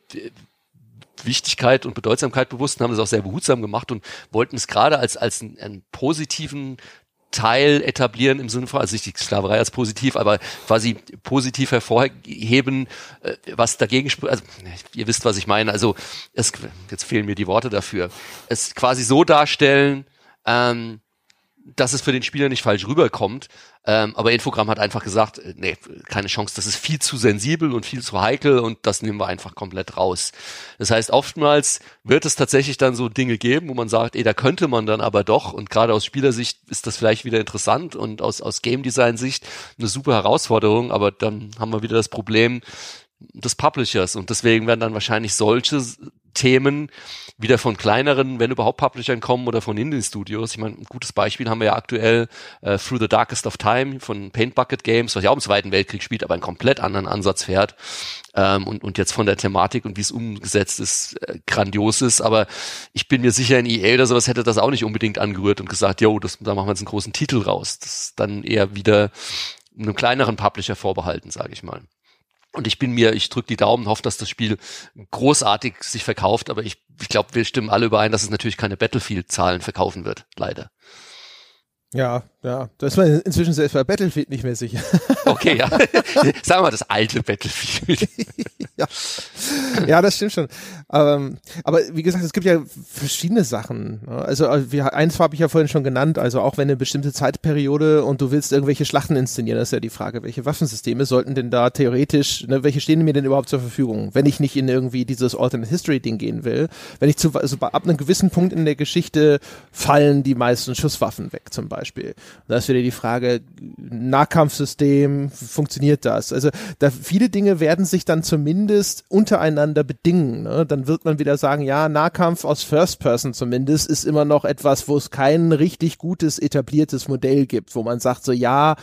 Wichtigkeit und Bedeutsamkeit bewusst und haben das auch sehr behutsam gemacht und wollten es gerade als als einen, einen positiven Teil etablieren im Sinne von, also nicht die Sklaverei als positiv, aber quasi positiv hervorheben, was dagegen spricht. Also ihr wisst, was ich meine. Also es, jetzt fehlen mir die Worte dafür. Es quasi so darstellen, ähm, dass es für den Spieler nicht falsch rüberkommt. Ähm, aber Infogramm hat einfach gesagt, äh, nee, keine Chance, das ist viel zu sensibel und viel zu heikel und das nehmen wir einfach komplett raus. Das heißt, oftmals wird es tatsächlich dann so Dinge geben, wo man sagt, ey, da könnte man dann aber doch, und gerade aus Spielersicht ist das vielleicht wieder interessant und aus, aus Game Design Sicht eine super Herausforderung, aber dann haben wir wieder das Problem des Publishers und deswegen werden dann wahrscheinlich solche Themen wieder von kleineren, wenn überhaupt Publishern kommen oder von Indie-Studios. Ich meine, ein gutes Beispiel haben wir ja aktuell äh, Through the Darkest of Time von Paint Bucket Games, was ja auch im Zweiten Weltkrieg spielt, aber einen komplett anderen Ansatz fährt ähm, und, und jetzt von der Thematik und wie es umgesetzt ist, äh, grandios ist. Aber ich bin mir sicher, in E A oder sowas hätte das auch nicht unbedingt angerührt und gesagt, jo, das, da machen wir jetzt einen großen Titel raus. Das ist dann eher wieder einem kleineren Publisher vorbehalten, sage ich mal. Und ich bin mir, ich drücke die Daumen, hoffe, dass das Spiel großartig sich verkauft, aber ich, ich glaube, wir stimmen alle überein, dass es natürlich keine Battlefield-Zahlen verkaufen wird, leider. Ja, ja, da ist man inzwischen selbst bei Battlefield nicht mehr sicher. Okay, ja. Sagen wir mal das alte Battlefield. ja. ja, das stimmt schon. Ähm, aber wie gesagt, es gibt ja verschiedene Sachen. Also wir, eins habe ich ja vorhin schon genannt, also auch wenn eine bestimmte Zeitperiode und du willst irgendwelche Schlachten inszenieren, das ist ja die Frage, welche Waffensysteme sollten denn da theoretisch, ne, welche stehen mir denn überhaupt zur Verfügung, wenn ich nicht in irgendwie dieses Alternate History Ding gehen will. Wenn ich zu, also ab einem gewissen Punkt in der Geschichte fallen die meisten Schusswaffen weg zum Beispiel. Beispiel. Da ist wieder die Frage, Nahkampfsystem, funktioniert das? Also da viele Dinge werden sich dann zumindest zumindest untereinander bedingen. Ne? Dann wird man wieder sagen, ja, Nahkampf aus First Person zumindest ist immer noch etwas, wo es kein richtig gutes, etabliertes Modell gibt, wo man sagt so, ja,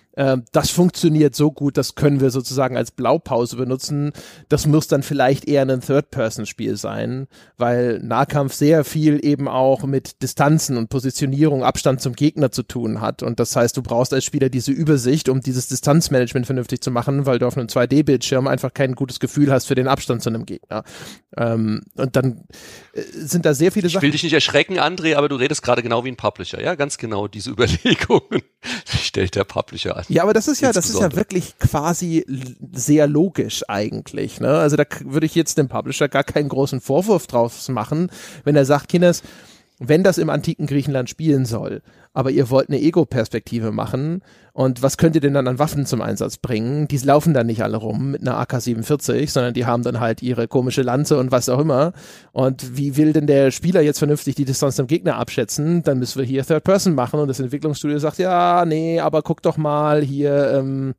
das funktioniert so gut, das können wir sozusagen als Blaupause benutzen. Das muss dann vielleicht eher ein Third-Person-Spiel sein, weil Nahkampf sehr viel eben auch mit Distanzen und Positionierung, Abstand zum Gegner zu tun hat. Und das heißt, du brauchst als Spieler diese Übersicht, um dieses Distanzmanagement vernünftig zu machen, weil du auf einem zwei D Bildschirm einfach kein gutes Gefühl hast für den Abstand zu einem Gegner. Ähm, und dann äh, sind da sehr viele ich Sachen. Ich will dich nicht erschrecken, André, aber du redest gerade genau wie ein Publisher. Ja, ganz genau diese Überlegungen stellt der Publisher an. Ja, aber das ist ja, das ist ja wirklich quasi sehr logisch eigentlich, ne? Also da würde ich jetzt dem Publisher gar keinen großen Vorwurf draus machen, wenn er sagt, Kinders, wenn das im antiken Griechenland spielen soll, aber ihr wollt eine Ego-Perspektive machen und was könnt ihr denn dann an Waffen zum Einsatz bringen? Die laufen dann nicht alle rum mit einer A K siebenundvierzig, sondern die haben dann halt ihre komische Lanze und was auch immer. Und wie will denn der Spieler jetzt vernünftig die Distanz zum Gegner abschätzen? Dann müssen wir hier Third Person machen und das Entwicklungsstudio sagt, ja, nee, aber guck doch mal hier, ähm,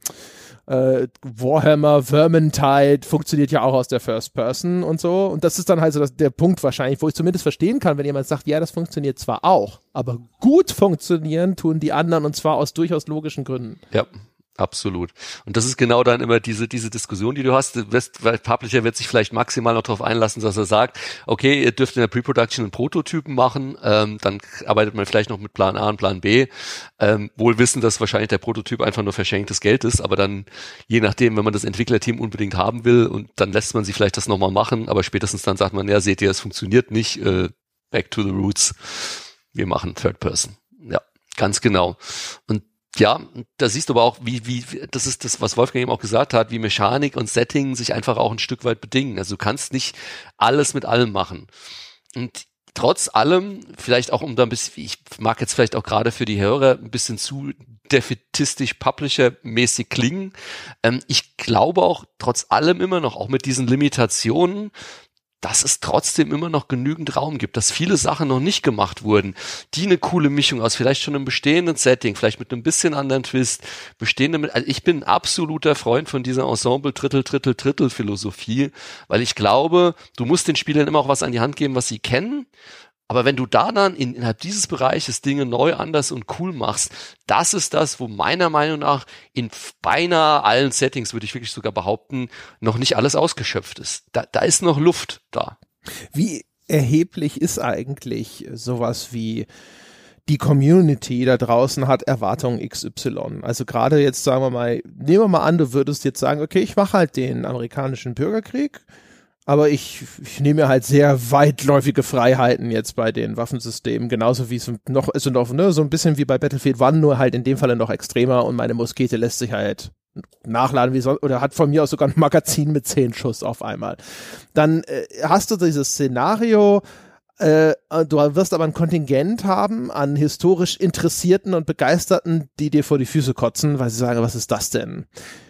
äh, Warhammer, Vermintide funktioniert ja auch aus der First Person und so. Und das ist dann halt so das, der Punkt wahrscheinlich, wo ich zumindest verstehen kann, wenn jemand sagt, ja, das funktioniert zwar auch, aber gut funktionieren tun die anderen und zwar aus durchaus logischen Gründen. Ja. Absolut. Und das ist genau dann immer diese diese Diskussion, die du hast. Du wirst, weil Publisher wird sich vielleicht maximal noch darauf einlassen, dass er sagt, okay, ihr dürft in der Pre-Production einen Prototypen machen, ähm, dann arbeitet man vielleicht noch mit Plan A und Plan B, ähm, wohl wissen, dass wahrscheinlich der Prototyp einfach nur verschenktes Geld ist, aber dann, je nachdem, wenn man das Entwicklerteam unbedingt haben will, und dann lässt man sie vielleicht das nochmal machen, aber spätestens dann sagt man, ja, seht ihr, es funktioniert nicht, äh, back to the roots, wir machen Third Person. Ja, ganz genau. Und ja, da siehst du aber auch, wie, wie, das ist das, was Wolfgang eben auch gesagt hat, wie Mechanik und Setting sich einfach auch ein Stück weit bedingen. Also du kannst nicht alles mit allem machen. Und trotz allem, vielleicht auch um da ein bisschen, ich mag jetzt vielleicht auch gerade für die Hörer ein bisschen zu defetistisch Publisher-mäßig klingen. Ähm, ich glaube auch trotz allem immer noch, auch mit diesen Limitationen, dass es trotzdem immer noch genügend Raum gibt, dass viele Sachen noch nicht gemacht wurden, die eine coole Mischung aus vielleicht schon einem bestehenden Setting, vielleicht mit einem bisschen anderen Twist, bestehende mit, also ich bin ein absoluter Freund von dieser Ensemble Drittel, Drittel, Drittel Philosophie, weil ich glaube, du musst den Spielern immer auch was an die Hand geben, was sie kennen. Aber wenn du da dann in, innerhalb dieses Bereiches Dinge neu, anders und cool machst, das ist das, wo meiner Meinung nach in beinahe allen Settings, würde ich wirklich sogar behaupten, noch nicht alles ausgeschöpft ist. Da, da ist noch Luft da. Wie erheblich ist eigentlich sowas wie die Community da draußen hat Erwartungen X Y? Also gerade jetzt sagen wir mal, nehmen wir mal an, du würdest jetzt sagen, okay, ich mache halt den amerikanischen Bürgerkrieg, aber ich, ich nehme mir halt sehr weitläufige Freiheiten jetzt bei den Waffensystemen, genauso wie es noch ist, also noch, ne, so ein bisschen wie bei Battlefield One, nur halt in dem Falle noch extremer und meine Muskete lässt sich halt nachladen wie sonst, oder hat von mir aus sogar ein Magazin mit zehn Schuss auf einmal. Dann äh, hast du dieses Szenario, äh, du wirst aber ein Kontingent haben an historisch Interessierten und Begeisterten, die dir vor die Füße kotzen, weil sie sagen, was ist das denn?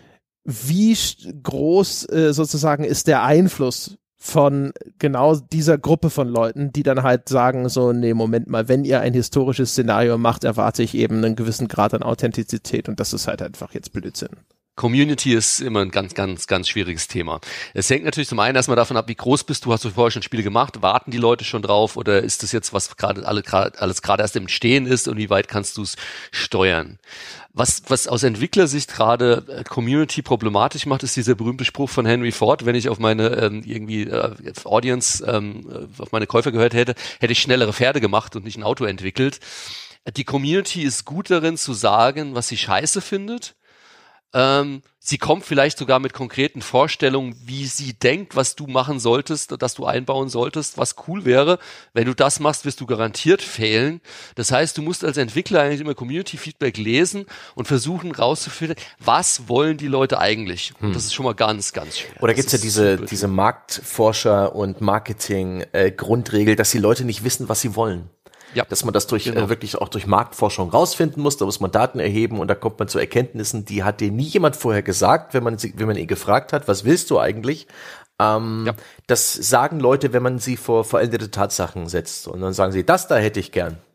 Wie groß äh, sozusagen ist der Einfluss von genau dieser Gruppe von Leuten, die dann halt sagen so, nee, Moment mal, wenn ihr ein historisches Szenario macht, erwarte ich eben einen gewissen Grad an Authentizität und das ist halt einfach jetzt Blödsinn. Community ist immer ein ganz, ganz, ganz schwieriges Thema. Es hängt natürlich zum einen erstmal davon ab, wie groß bist du, hast du vorher schon Spiele gemacht, warten die Leute schon drauf oder ist das jetzt, was gerade alle, alles gerade erst im Stehen ist und wie weit kannst du es steuern? Was, was aus Entwicklersicht gerade Community problematisch macht, ist dieser berühmte Spruch von Henry Ford, wenn ich auf meine ähm, irgendwie äh, Audience, ähm, auf meine Käufer gehört hätte, hätte ich schnellere Pferde gemacht und nicht ein Auto entwickelt. Die Community ist gut darin zu sagen, was sie scheiße findet. Ähm, sie kommt vielleicht sogar mit konkreten Vorstellungen, wie sie denkt, was du machen solltest, dass du einbauen solltest, was cool wäre. Wenn du das machst, wirst du garantiert fehlen. Das heißt, du musst als Entwickler eigentlich immer Community-Feedback lesen und versuchen rauszufinden, was wollen die Leute eigentlich. Und das ist schon mal ganz, ganz schwer. Oder gibt's ja diese diese Marktforscher- und Marketing-Grundregel, dass die Leute nicht wissen, was sie wollen. Ja. Dass man das durch genau. äh, wirklich auch durch Marktforschung rausfinden muss, da muss man Daten erheben und da kommt man zu Erkenntnissen, die hat dir nie jemand vorher gesagt, wenn man sie, wenn man ihn gefragt hat, was willst du eigentlich? Ähm, ja. Das sagen Leute, wenn man sie vor vollendete Tatsachen setzt und dann sagen sie, das da hätte ich gern.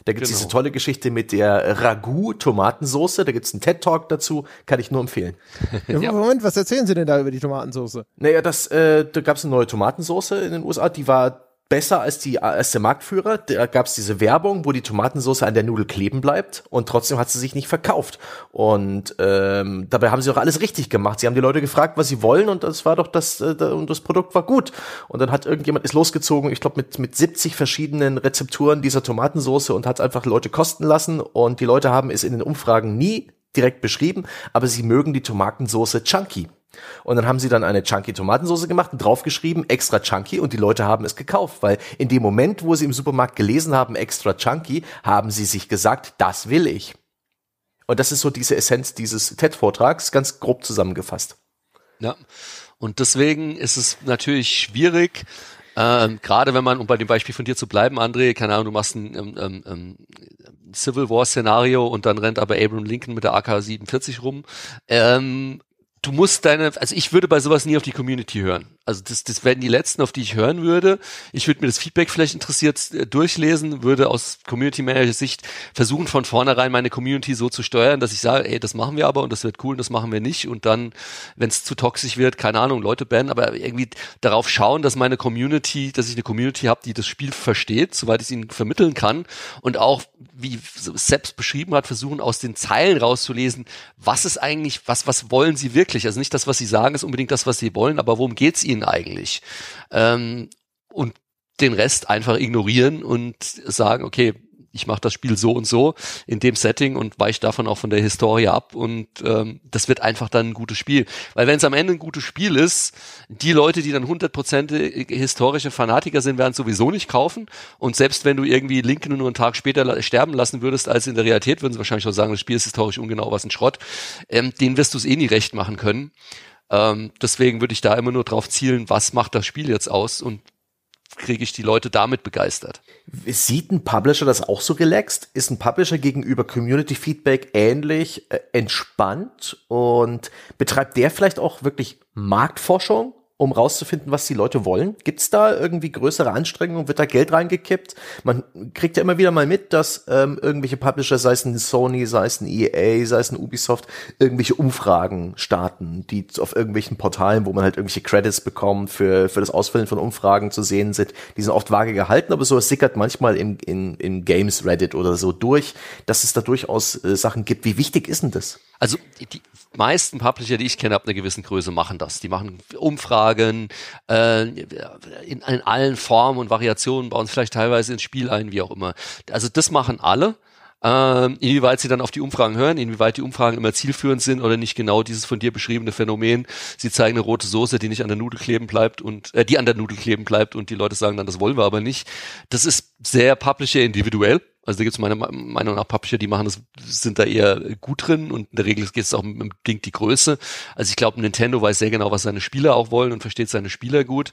Da gibt's Genau. diese tolle Geschichte mit der Ragout-Tomatensoße. Da gibt's einen TED-Talk dazu, kann ich nur empfehlen. Ja, Moment, was erzählen Sie denn da über die Tomatensauce? Naja, das, äh, da gab's eine neue Tomatensoße in den U S A, die war besser als die als der Marktführer. Da gab's diese Werbung, wo die Tomatensauce an der Nudel kleben bleibt und trotzdem hat sie sich nicht verkauft. Und ähm, dabei haben sie auch alles richtig gemacht. Sie haben die Leute gefragt, was sie wollen und das war doch das äh, und das Produkt war gut. Und dann hat irgendjemand ist losgezogen, ich glaube mit mit siebzig verschiedenen Rezepturen dieser Tomatensauce und hat einfach Leute kosten lassen und die Leute haben es in den Umfragen nie direkt beschrieben, aber sie mögen die Tomatensauce chunky. Und dann haben sie dann eine chunky Tomatensauce gemacht und draufgeschrieben, extra chunky, und die Leute haben es gekauft, weil in dem Moment, wo sie im Supermarkt gelesen haben, extra chunky, haben sie sich gesagt, das will ich. Und das ist so diese Essenz dieses TED-Vortrags, ganz grob zusammengefasst. Ja, und deswegen ist es natürlich schwierig, ähm, gerade wenn man, um bei dem Beispiel von dir zu bleiben, André, keine Ahnung, du machst ein ähm, ähm, Civil War Szenario und dann rennt aber Abraham Lincoln mit der A K siebenundvierzig rum, ähm, du musst deine, also ich würde bei sowas nie auf die Community hören. Also das, das wären die letzten, auf die ich hören würde. Ich würde mir das Feedback vielleicht interessiert äh, durchlesen, würde aus Community Manager Sicht versuchen, von vornherein meine Community so zu steuern, dass ich sage, ey, das machen wir aber und das wird cool und das machen wir nicht. Und dann, wenn es zu toxisch wird, keine Ahnung, Leute bannen, aber irgendwie darauf schauen, dass meine Community, dass ich eine Community habe, die das Spiel versteht, soweit ich es ihnen vermitteln kann. Und auch, wie Sepp beschrieben hat, versuchen aus den Zeilen rauszulesen, was ist eigentlich, was, was wollen sie wirklich? Also nicht das, was sie sagen, ist unbedingt das, was sie wollen, aber worum geht's ihnen eigentlich? Ähm, und den Rest einfach ignorieren und sagen, okay, ich mache das Spiel so und so in dem Setting und weiche davon auch von der Historie ab und ähm, das wird einfach dann ein gutes Spiel. Weil wenn es am Ende ein gutes Spiel ist, die Leute, die dann hundert Prozent historische Fanatiker sind, werden es sowieso nicht kaufen und selbst wenn du irgendwie Lincoln nur einen Tag später la- sterben lassen würdest als in der Realität, würden sie wahrscheinlich auch sagen, das Spiel ist historisch ungenau, was ein Schrott. Ähm, denen wirst du es eh nie recht machen können. Ähm, deswegen würde ich da immer nur drauf zielen, was macht das Spiel jetzt aus und kriege ich die Leute damit begeistert. Sieht ein Publisher das auch so relaxed? Ist ein Publisher gegenüber Community Feedback ähnlich äh, entspannt und betreibt der vielleicht auch wirklich Marktforschung, um rauszufinden, was die Leute wollen? Gibt's da irgendwie größere Anstrengungen? Wird da Geld reingekippt? Man kriegt ja immer wieder mal mit, dass ähm, irgendwelche Publisher, sei es ein Sony, sei es ein E A, sei es ein Ubisoft, irgendwelche Umfragen starten, die auf irgendwelchen Portalen, wo man halt irgendwelche Credits bekommt für für das Ausfüllen von Umfragen zu sehen sind. Die sind oft vage gehalten, aber so es sickert manchmal im in in Games Reddit oder so durch, dass es da durchaus äh, Sachen gibt. Wie wichtig ist denn das? Also die meisten Publisher, die ich kenne, ab einer gewissen Größe, machen das. Die machen Umfragen äh, in, in allen Formen und Variationen, bauen es vielleicht teilweise ins Spiel ein, wie auch immer. Also das machen alle. Ähm, inwieweit sie dann auf die Umfragen hören, inwieweit die Umfragen immer zielführend sind oder nicht genau dieses von dir beschriebene Phänomen. Sie zeigen eine rote Soße, die nicht an der Nudel kleben bleibt und äh, die an der Nudel kleben bleibt und die Leute sagen dann, das wollen wir aber nicht. Das ist sehr Publisher individuell. Also da gibt es meiner Meinung nach Publisher, die machen das, sind da eher gut drin und in der Regel geht es auch mit dem die Größe. Also ich glaube, Nintendo weiß sehr genau, was seine Spieler auch wollen und versteht seine Spieler gut.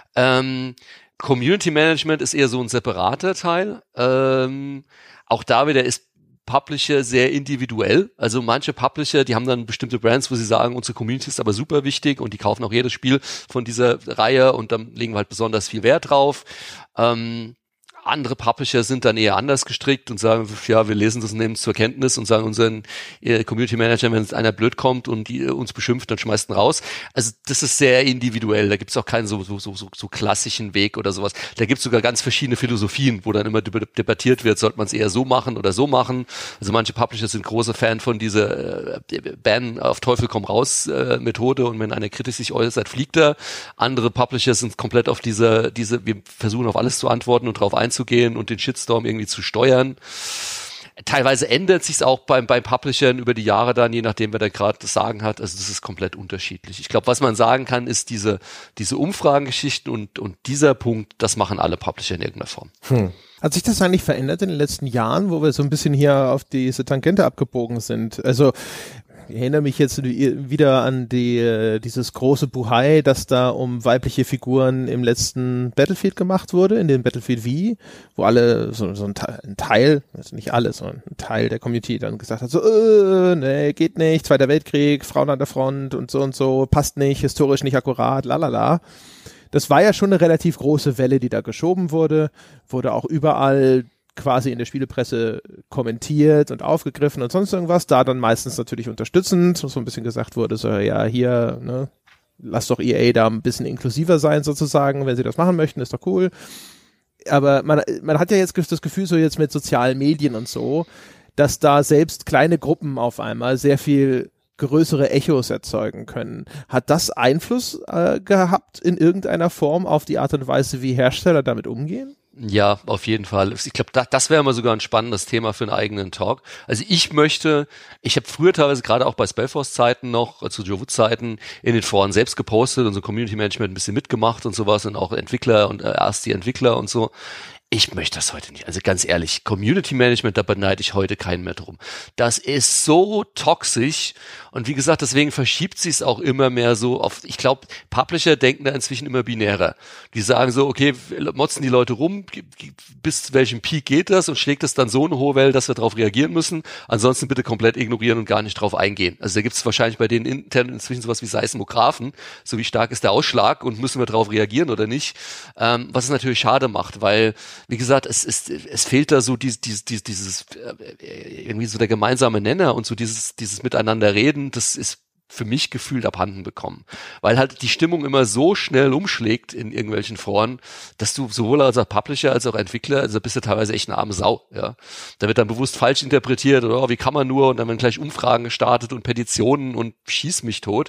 Ähm, Community Management ist eher so ein separater Teil. Ähm, auch da wieder ist Publisher sehr individuell. Also manche Publisher, die haben dann bestimmte Brands, wo sie sagen, unsere Community ist aber super wichtig und die kaufen auch jedes Spiel von dieser Reihe und dann legen wir halt besonders viel Wert drauf. Ähm, Andere Publisher sind dann eher anders gestrickt und sagen, ja, wir lesen das und nehmen es zur Kenntnis und sagen unseren äh, Community Manager, wenn jetzt einer blöd kommt und die, äh, uns beschimpft, dann schmeißt ihn raus. Also das ist sehr individuell. Da gibt es auch keinen so, so, so, so klassischen Weg oder sowas. Da gibt es sogar ganz verschiedene Philosophien, wo dann immer debattiert wird, sollte man es eher so machen oder so machen. Also manche Publisher sind große Fan von dieser äh, Ban auf Teufel komm raus äh, Methode und wenn einer kritisch sich äußert, fliegt er. Andere Publisher sind komplett auf diese, diese, wir versuchen auf alles zu antworten und darauf einzugehen und den Shitstorm irgendwie zu steuern. Teilweise ändert sich's auch beim, beim Publishern über die Jahre dann, je nachdem, wer da gerade das Sagen hat. Also das ist komplett unterschiedlich. Ich glaube, was man sagen kann, ist diese, diese Umfragengeschichten und, und dieser Punkt, das machen alle Publisher in irgendeiner Form. Hm. Hat sich das eigentlich verändert in den letzten Jahren, wo wir so ein bisschen hier auf diese Tangente abgebogen sind? Also ich erinnere mich jetzt wieder an die, dieses große Buhai, das da um weibliche Figuren im letzten Battlefield gemacht wurde, in dem Battlefield V, wo alle, so, so ein, Teil, ein Teil, also nicht alle, sondern ein Teil der Community dann gesagt hat, so, äh, nee, geht nicht, Zweiter Weltkrieg, Frauen an der Front und so und so, passt nicht, historisch nicht akkurat, lalala. Das war ja schon eine relativ große Welle, die da geschoben wurde, wurde auch überall quasi in der Spielepresse kommentiert und aufgegriffen und sonst irgendwas, da dann meistens natürlich unterstützend, so ein bisschen gesagt wurde, so ja, hier, ne, lass doch E A da ein bisschen inklusiver sein sozusagen, wenn sie das machen möchten, ist doch cool. Aber man, man hat ja jetzt das Gefühl, so jetzt mit sozialen Medien und so, dass da selbst kleine Gruppen auf einmal sehr viel größere Echos erzeugen können. Hat das Einfluss äh, gehabt in irgendeiner Form auf die Art und Weise, wie Hersteller damit umgehen? Ja, auf jeden Fall. Ich glaube, da, das wäre mal sogar ein spannendes Thema für einen eigenen Talk. Also ich möchte, ich habe früher teilweise gerade auch bei Spellforce-Zeiten noch, zu Joe Wood-Zeiten, in den Foren selbst gepostet und so Community-Management ein bisschen mitgemacht und sowas und auch Entwickler und äh, erst die Entwickler und so. Ich möchte das heute nicht. Also ganz ehrlich, Community Management, da beneide ich heute keinen mehr drum. Das ist so toxisch und wie gesagt, deswegen verschiebt sich es auch immer mehr so auf, ich glaube, Publisher denken da inzwischen immer binärer. Die sagen so, okay, motzen die Leute rum, bis zu welchem Peak geht das und schlägt es dann so eine hohe Welle, dass wir darauf reagieren müssen. Ansonsten bitte komplett ignorieren und gar nicht drauf eingehen. Also da gibt es wahrscheinlich bei denen intern inzwischen sowas wie Seismographen, so wie stark ist der Ausschlag und müssen wir darauf reagieren oder nicht, ähm, was es natürlich schade macht, weil wie gesagt, es ist, es fehlt da so dieses, dieses, dieses, irgendwie so der gemeinsame Nenner und so dieses, dieses Miteinander reden, das ist für mich gefühlt abhanden bekommen. Weil halt die Stimmung immer so schnell umschlägt in irgendwelchen Foren, dass du sowohl als auch Publisher als auch Entwickler, also bist du teilweise echt eine arme Sau, ja. Da wird dann bewusst falsch interpretiert oder oh, wie kann man nur und dann werden gleich Umfragen gestartet und Petitionen und schieß mich tot.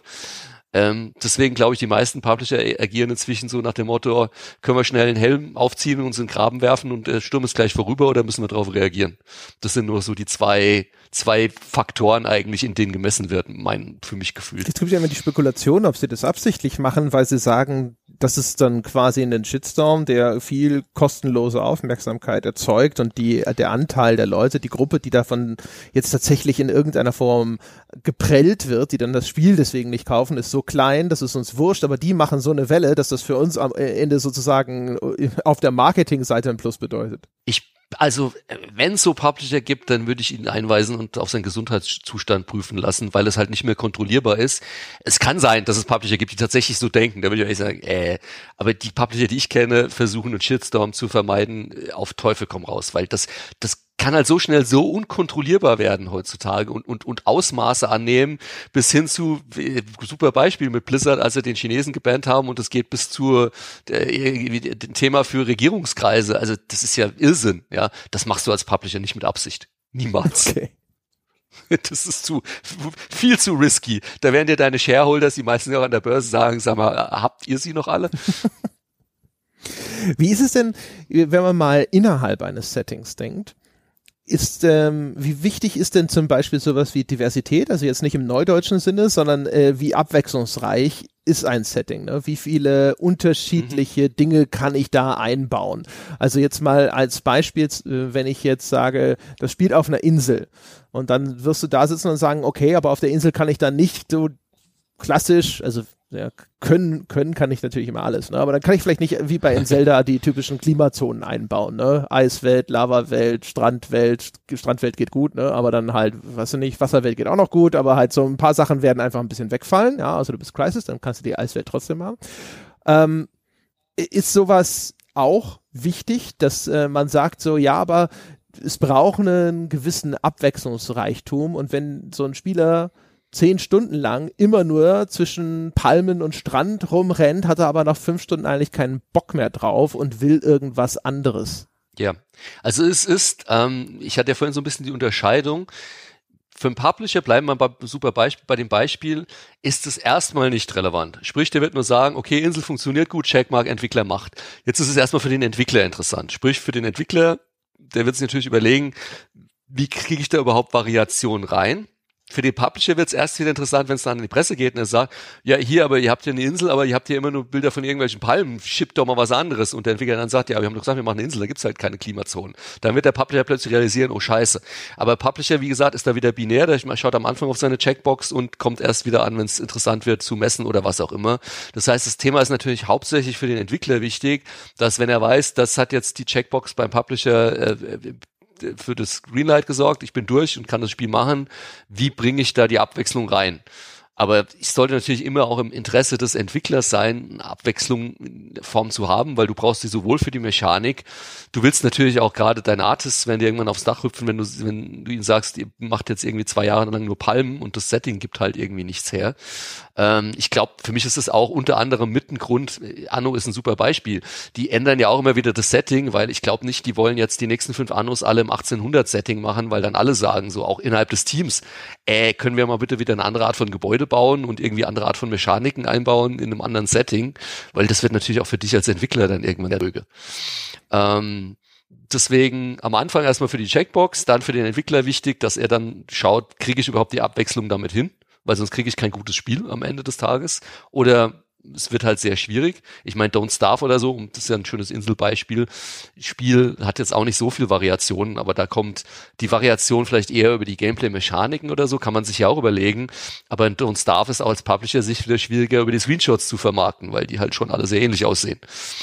Ähm, deswegen glaube ich, die meisten Publisher agieren inzwischen so nach dem Motto, können wir schnell einen Helm aufziehen und uns in den Graben werfen und der Sturm ist gleich vorüber oder müssen wir darauf reagieren? Das sind nur so die zwei zwei Faktoren eigentlich, in denen gemessen wird, mein, für mich gefühlt. Es gibt ja immer die Spekulation, ob sie das absichtlich machen, weil sie sagen, das ist dann quasi ein Shitstorm, der viel kostenlose Aufmerksamkeit erzeugt und die, der Anteil der Leute, die Gruppe, die davon jetzt tatsächlich in irgendeiner Form geprellt wird, die dann das Spiel deswegen nicht kaufen, ist so klein, das ist uns wurscht, aber die machen so eine Welle, dass das für uns am Ende sozusagen auf der Marketingseite ein Plus bedeutet. Ich Also, wenn es so Publisher gibt, dann würde ich ihn einweisen und auf seinen Gesundheitszustand prüfen lassen, weil es halt nicht mehr kontrollierbar ist. Es kann sein, dass es Publisher gibt, die tatsächlich so denken. Da würde ich ehrlich sagen, äh, aber die Publisher, die ich kenne, versuchen einen Shitstorm zu vermeiden, auf Teufel komm raus, weil das, das kann halt so schnell so unkontrollierbar werden heutzutage und, und, und Ausmaße annehmen, bis hin zu, äh, super Beispiel mit Blizzard, als sie den Chinesen gebannt haben und es geht bis zu äh, dem Thema für Regierungskreise. Also das ist ja Irrsinn, ja. Das machst du als Publisher nicht mit Absicht. Niemals. Okay. Das ist zu, viel zu risky. Da werden dir deine Shareholders, die meisten auch an der Börse sagen, sag mal, habt ihr sie noch alle? Wie ist es denn, wenn man mal innerhalb eines Settings denkt? Ist, ähm, wie wichtig ist denn zum Beispiel sowas wie Diversität, also jetzt nicht im neudeutschen Sinne, sondern äh, wie abwechslungsreich ist ein Setting, ne? Wie viele unterschiedliche mhm. Dinge kann ich da einbauen? Also jetzt mal als Beispiel, wenn ich jetzt sage, das spielt auf einer Insel und dann wirst du da sitzen und sagen, okay, aber auf der Insel kann ich dann nicht so klassisch, also ja, können, können kann ich natürlich immer alles, ne? Aber dann kann ich vielleicht nicht wie bei in Zelda die typischen Klimazonen einbauen, ne? Eiswelt, Lavawelt, Strandwelt, Strandwelt geht gut, ne? Aber dann halt, weißt du nicht, Wasserwelt geht auch noch gut, aber halt so ein paar Sachen werden einfach ein bisschen wegfallen, ja, also du bist Crisis, dann kannst du die Eiswelt trotzdem haben. Ähm, ist sowas auch wichtig, dass äh, man sagt so, ja, aber es braucht einen gewissen Abwechslungsreichtum und wenn so ein Spieler zehn Stunden lang immer nur zwischen Palmen und Strand rumrennt, hat er aber nach fünf Stunden eigentlich keinen Bock mehr drauf und will irgendwas anderes. Ja, also es ist, ähm, ich hatte ja vorhin so ein bisschen die Unterscheidung, für einen Publisher, bleiben wir bei, super Beispiel, bei dem Beispiel, ist es erstmal nicht relevant. Sprich, der wird nur sagen, okay, Insel funktioniert gut, Checkmark, Entwickler macht. Jetzt ist es erstmal für den Entwickler interessant. Sprich, für den Entwickler, der wird sich natürlich überlegen, wie kriege ich da überhaupt Variation rein? Für den Publisher wird es erst wieder interessant, wenn es dann in die Presse geht und er sagt, ja hier, aber ihr habt hier eine Insel, aber ihr habt hier immer nur Bilder von irgendwelchen Palmen, schippt doch mal was anderes. Und der Entwickler dann sagt, ja, wir haben doch gesagt, wir machen eine Insel, da gibt's halt keine Klimazonen. Dann wird der Publisher plötzlich realisieren, oh scheiße. Aber Publisher, wie gesagt, ist da wieder binär, der schaut am Anfang auf seine Checkbox und kommt erst wieder an, wenn es interessant wird zu messen oder was auch immer. Das heißt, das Thema ist natürlich hauptsächlich für den Entwickler wichtig, dass wenn er weiß, das hat jetzt die Checkbox beim Publisher äh, für das Greenlight gesorgt, ich bin durch und kann das Spiel machen, wie bringe ich da die Abwechslung rein? Aber es sollte natürlich immer auch im Interesse des Entwicklers sein, eine Abwechslung in Form zu haben, weil du brauchst die sowohl für die Mechanik. Du willst natürlich auch gerade deine Artists, wenn die irgendwann aufs Dach hüpfen, wenn du, wenn du ihnen sagst, ihr macht jetzt irgendwie zwei Jahre lang nur Palmen und das Setting gibt halt irgendwie nichts her. Ähm, ich glaube, für mich ist es auch unter anderem mit ein Grund, Anno ist ein super Beispiel. Die ändern ja auch immer wieder das Setting, weil ich glaube nicht, die wollen jetzt die nächsten fünf Annos alle im achtzehnhundert Setting machen, weil dann alle sagen, so auch innerhalb des Teams, äh, können wir mal bitte wieder eine andere Art von Gebäude bauen und irgendwie andere Art von Mechaniken einbauen in einem anderen Setting, weil das wird natürlich auch für dich als Entwickler dann irgendwann der Rüge. Ähm, deswegen am Anfang erstmal für die Checkbox, dann für den Entwickler wichtig, dass er dann schaut, kriege ich überhaupt die Abwechslung damit hin, weil sonst kriege ich kein gutes Spiel am Ende des Tages, oder es wird halt sehr schwierig. Ich meine, Don't Starve oder so, und das ist ja ein schönes Inselbeispiel. Spiel hat jetzt auch nicht so viel Variationen, aber da kommt die Variation vielleicht eher über die Gameplay-Mechaniken oder so, kann man sich ja auch überlegen. Aber in Don't Starve ist auch als Publisher sich wieder schwieriger, über die Screenshots zu vermarkten, weil die halt schon alle sehr ähnlich aussehen.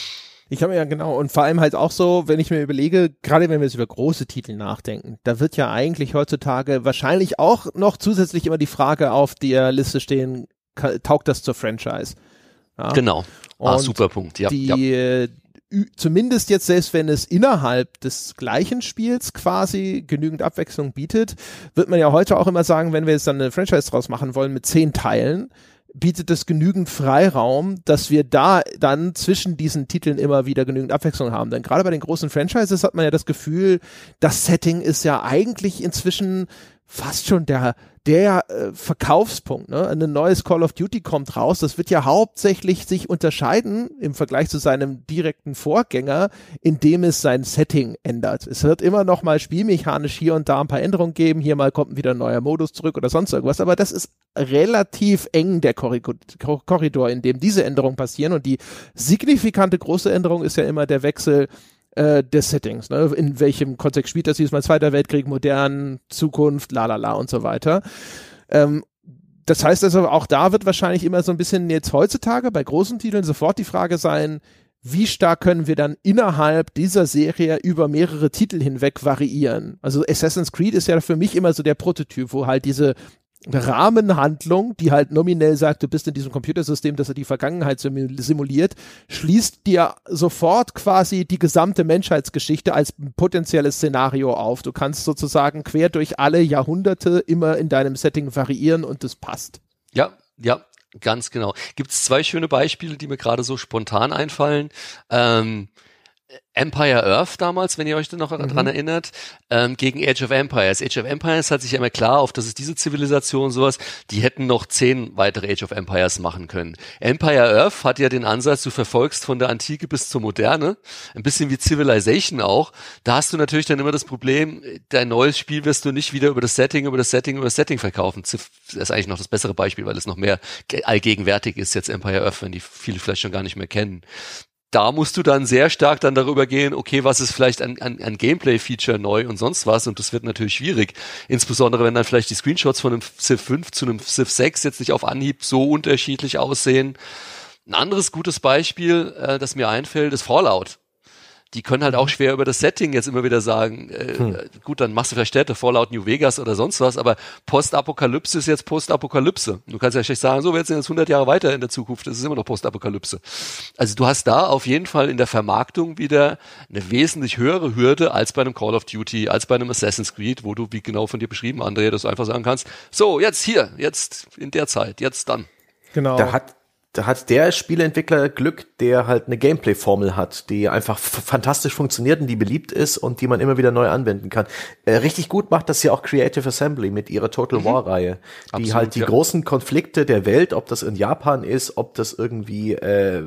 Ich habe ja genau, und vor allem halt auch so, wenn ich mir überlege, gerade wenn wir jetzt über große Titel nachdenken, da wird ja eigentlich heutzutage wahrscheinlich auch noch zusätzlich immer die Frage auf der Liste stehen, taugt das zur Franchise? Ja. Genau. Ah, und super Punkt. Ja, die, ja. Äh, zumindest jetzt, selbst wenn es innerhalb des gleichen Spiels quasi genügend Abwechslung bietet, wird man ja heute auch immer sagen, wenn wir jetzt dann eine Franchise draus machen wollen mit zehn Teilen, bietet es genügend Freiraum, dass wir da dann zwischen diesen Titeln immer wieder genügend Abwechslung haben. Denn gerade bei den großen Franchises hat man ja das Gefühl, das Setting ist ja eigentlich inzwischen fast schon der der äh, Verkaufspunkt, ne? Ein neues Call of Duty kommt raus, das wird ja hauptsächlich sich unterscheiden im Vergleich zu seinem direkten Vorgänger, indem es sein Setting ändert. Es wird immer noch mal spielmechanisch hier und da ein paar Änderungen geben, hier mal kommt wieder ein neuer Modus zurück oder sonst irgendwas, aber das ist relativ eng, der Korridor, in dem diese Änderungen passieren, und die signifikante große Änderung ist ja immer der Wechsel Äh, des Settings, ne? In welchem Kontext spielt das diesmal? Zweiter Weltkrieg, modern, Zukunft, la la la und so weiter. Ähm, das heißt also, auch da wird wahrscheinlich immer so ein bisschen jetzt heutzutage bei großen Titeln sofort die Frage sein, wie stark können wir dann innerhalb dieser Serie über mehrere Titel hinweg variieren? Also Assassin's Creed ist ja für mich immer so der Prototyp, wo halt diese Rahmenhandlung, die halt nominell sagt, du bist in diesem Computersystem, das er die Vergangenheit simuliert, schließt dir sofort quasi die gesamte Menschheitsgeschichte als potenzielles Szenario auf. Du kannst sozusagen quer durch alle Jahrhunderte immer in deinem Setting variieren und das passt. Ja, ja, ganz genau. Gibt es zwei schöne Beispiele, die mir gerade so spontan einfallen. Ähm, Empire Earth damals, wenn ihr euch da noch mhm. dran erinnert, ähm, gegen Age of Empires. Age of Empires hat sich ja immer klar auf, das ist diese Zivilisation sowas, die hätten noch zehn weitere Age of Empires machen können. Empire Earth hat ja den Ansatz, du verfolgst von der Antike bis zur Moderne, ein bisschen wie Civilization auch. Da hast du natürlich dann immer das Problem, dein neues Spiel wirst du nicht wieder über das Setting, über das Setting, über das Setting verkaufen. Das ist eigentlich noch das bessere Beispiel, weil es noch mehr allgegenwärtig ist jetzt Empire Earth, wenn die viele vielleicht schon gar nicht mehr kennen. Da musst du dann sehr stark dann darüber gehen, okay, was ist vielleicht ein, ein, ein Gameplay-Feature neu und sonst was, und das wird natürlich schwierig. Insbesondere, wenn dann vielleicht die Screenshots von einem Civ fünf zu einem Civ sechs jetzt nicht auf Anhieb so unterschiedlich aussehen. Ein anderes gutes Beispiel, äh, das mir einfällt, ist Fallout. Die können halt auch schwer über das Setting jetzt immer wieder sagen, äh, hm. gut, dann machst du vielleicht Städte, Fallout New Vegas oder sonst was, aber Postapokalypse ist jetzt Postapokalypse. Du kannst ja schlecht sagen, so, wir sind jetzt hundert Jahre weiter in der Zukunft, das ist immer noch Postapokalypse. Also du hast da auf jeden Fall in der Vermarktung wieder eine wesentlich höhere Hürde als bei einem Call of Duty, als bei einem Assassin's Creed, wo du, wie genau von dir beschrieben, André, dass du einfach sagen kannst, so, jetzt hier, jetzt in der Zeit, jetzt dann. Genau. Da hat Da hat der Spieleentwickler Glück, der halt eine Gameplay-Formel hat, die einfach f- fantastisch funktioniert und die beliebt ist und die man immer wieder neu anwenden kann. Äh, richtig gut macht das ja auch Creative Assembly mit ihrer Total War-Reihe, die Absolut, halt die ja. großen Konflikte der Welt, ob das in Japan ist, ob das irgendwie äh,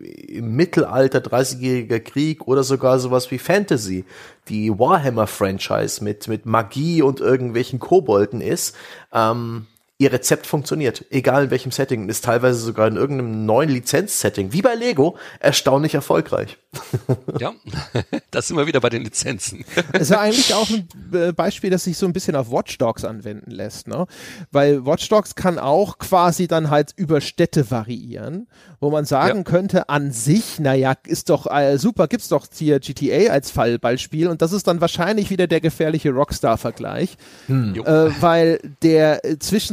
im Mittelalter, dreißigjähriger Krieg oder sogar sowas wie Fantasy, die Warhammer-Franchise mit mit Magie und irgendwelchen Kobolden ist, ähm, ihr Rezept funktioniert, egal in welchem Setting, ist teilweise sogar in irgendeinem neuen Lizenz-Setting, wie bei Lego, erstaunlich erfolgreich. Ja, das sind wir wieder bei den Lizenzen. Das ist ja eigentlich auch ein Beispiel, das sich so ein bisschen auf Watch Dogs anwenden lässt, ne? Weil Watch Dogs kann auch quasi dann halt über Städte variieren, wo man sagen ja. könnte, an sich, naja, ist doch äh, super, gibt's doch hier G T A als Fallbeispiel, und das ist dann wahrscheinlich wieder der gefährliche Rockstar-Vergleich, hm. äh, weil der äh, zwischen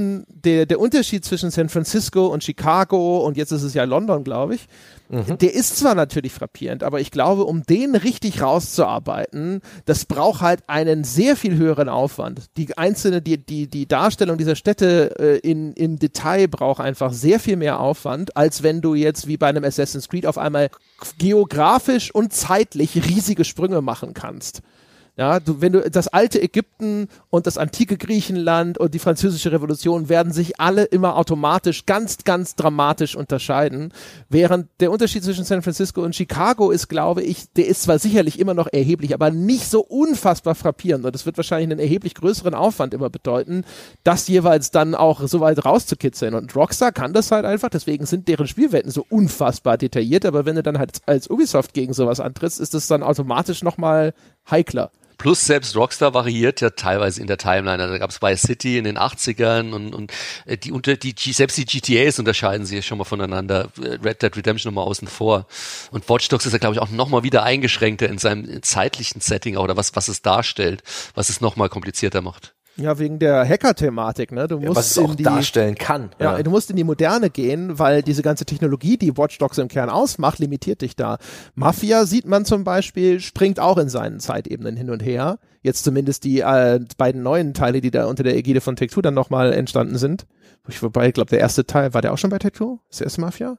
der, der Unterschied zwischen San Francisco und Chicago und jetzt ist es ja London, glaube ich, mhm. der ist zwar natürlich frappierend, aber ich glaube, um den richtig rauszuarbeiten, das braucht halt einen sehr viel höheren Aufwand. Die einzelne, die, die, die Darstellung dieser Städte äh, in, im Detail braucht einfach sehr viel mehr Aufwand, als wenn du jetzt wie bei einem Assassin's Creed auf einmal geografisch und zeitlich riesige Sprünge machen kannst. Ja, du, wenn du das alte Ägypten und das antike Griechenland und die französische Revolution werden sich alle immer automatisch ganz, ganz dramatisch unterscheiden, während der Unterschied zwischen San Francisco und Chicago ist, glaube ich, der ist zwar sicherlich immer noch erheblich, aber nicht so unfassbar frappierend und das wird wahrscheinlich einen erheblich größeren Aufwand immer bedeuten, das jeweils dann auch so weit rauszukitzeln und Rockstar kann das halt einfach, deswegen sind deren Spielwelten so unfassbar detailliert, aber wenn du dann halt als Ubisoft gegen sowas antrittst, ist das dann automatisch nochmal heikler. Plus selbst Rockstar variiert ja teilweise in der Timeline. Also da gab es Vice City in den achtzigern und, und die unter die selbst die G T As unterscheiden sich schon mal voneinander. Red Dead Redemption nochmal außen vor. Und Watch Dogs ist ja, glaube ich, auch nochmal wieder eingeschränkter in seinem zeitlichen Setting oder was, was es darstellt, was es nochmal komplizierter macht. Ja, wegen der Hacker-Thematik, ne? Du musst ja, was es in auch die, darstellen kann. Ja, ja, du musst in die Moderne gehen, weil diese ganze Technologie, die Watch Dogs im Kern ausmacht, limitiert dich da. Mafia sieht man zum Beispiel, springt auch in seinen Zeitebenen hin und her. Jetzt zumindest die äh, beiden neuen Teile, die da unter der Ägide von Take-Two dann nochmal entstanden sind. Ich wobei, ich glaube, der erste Teil, war der auch schon bei Take-Two? Das erste Mafia?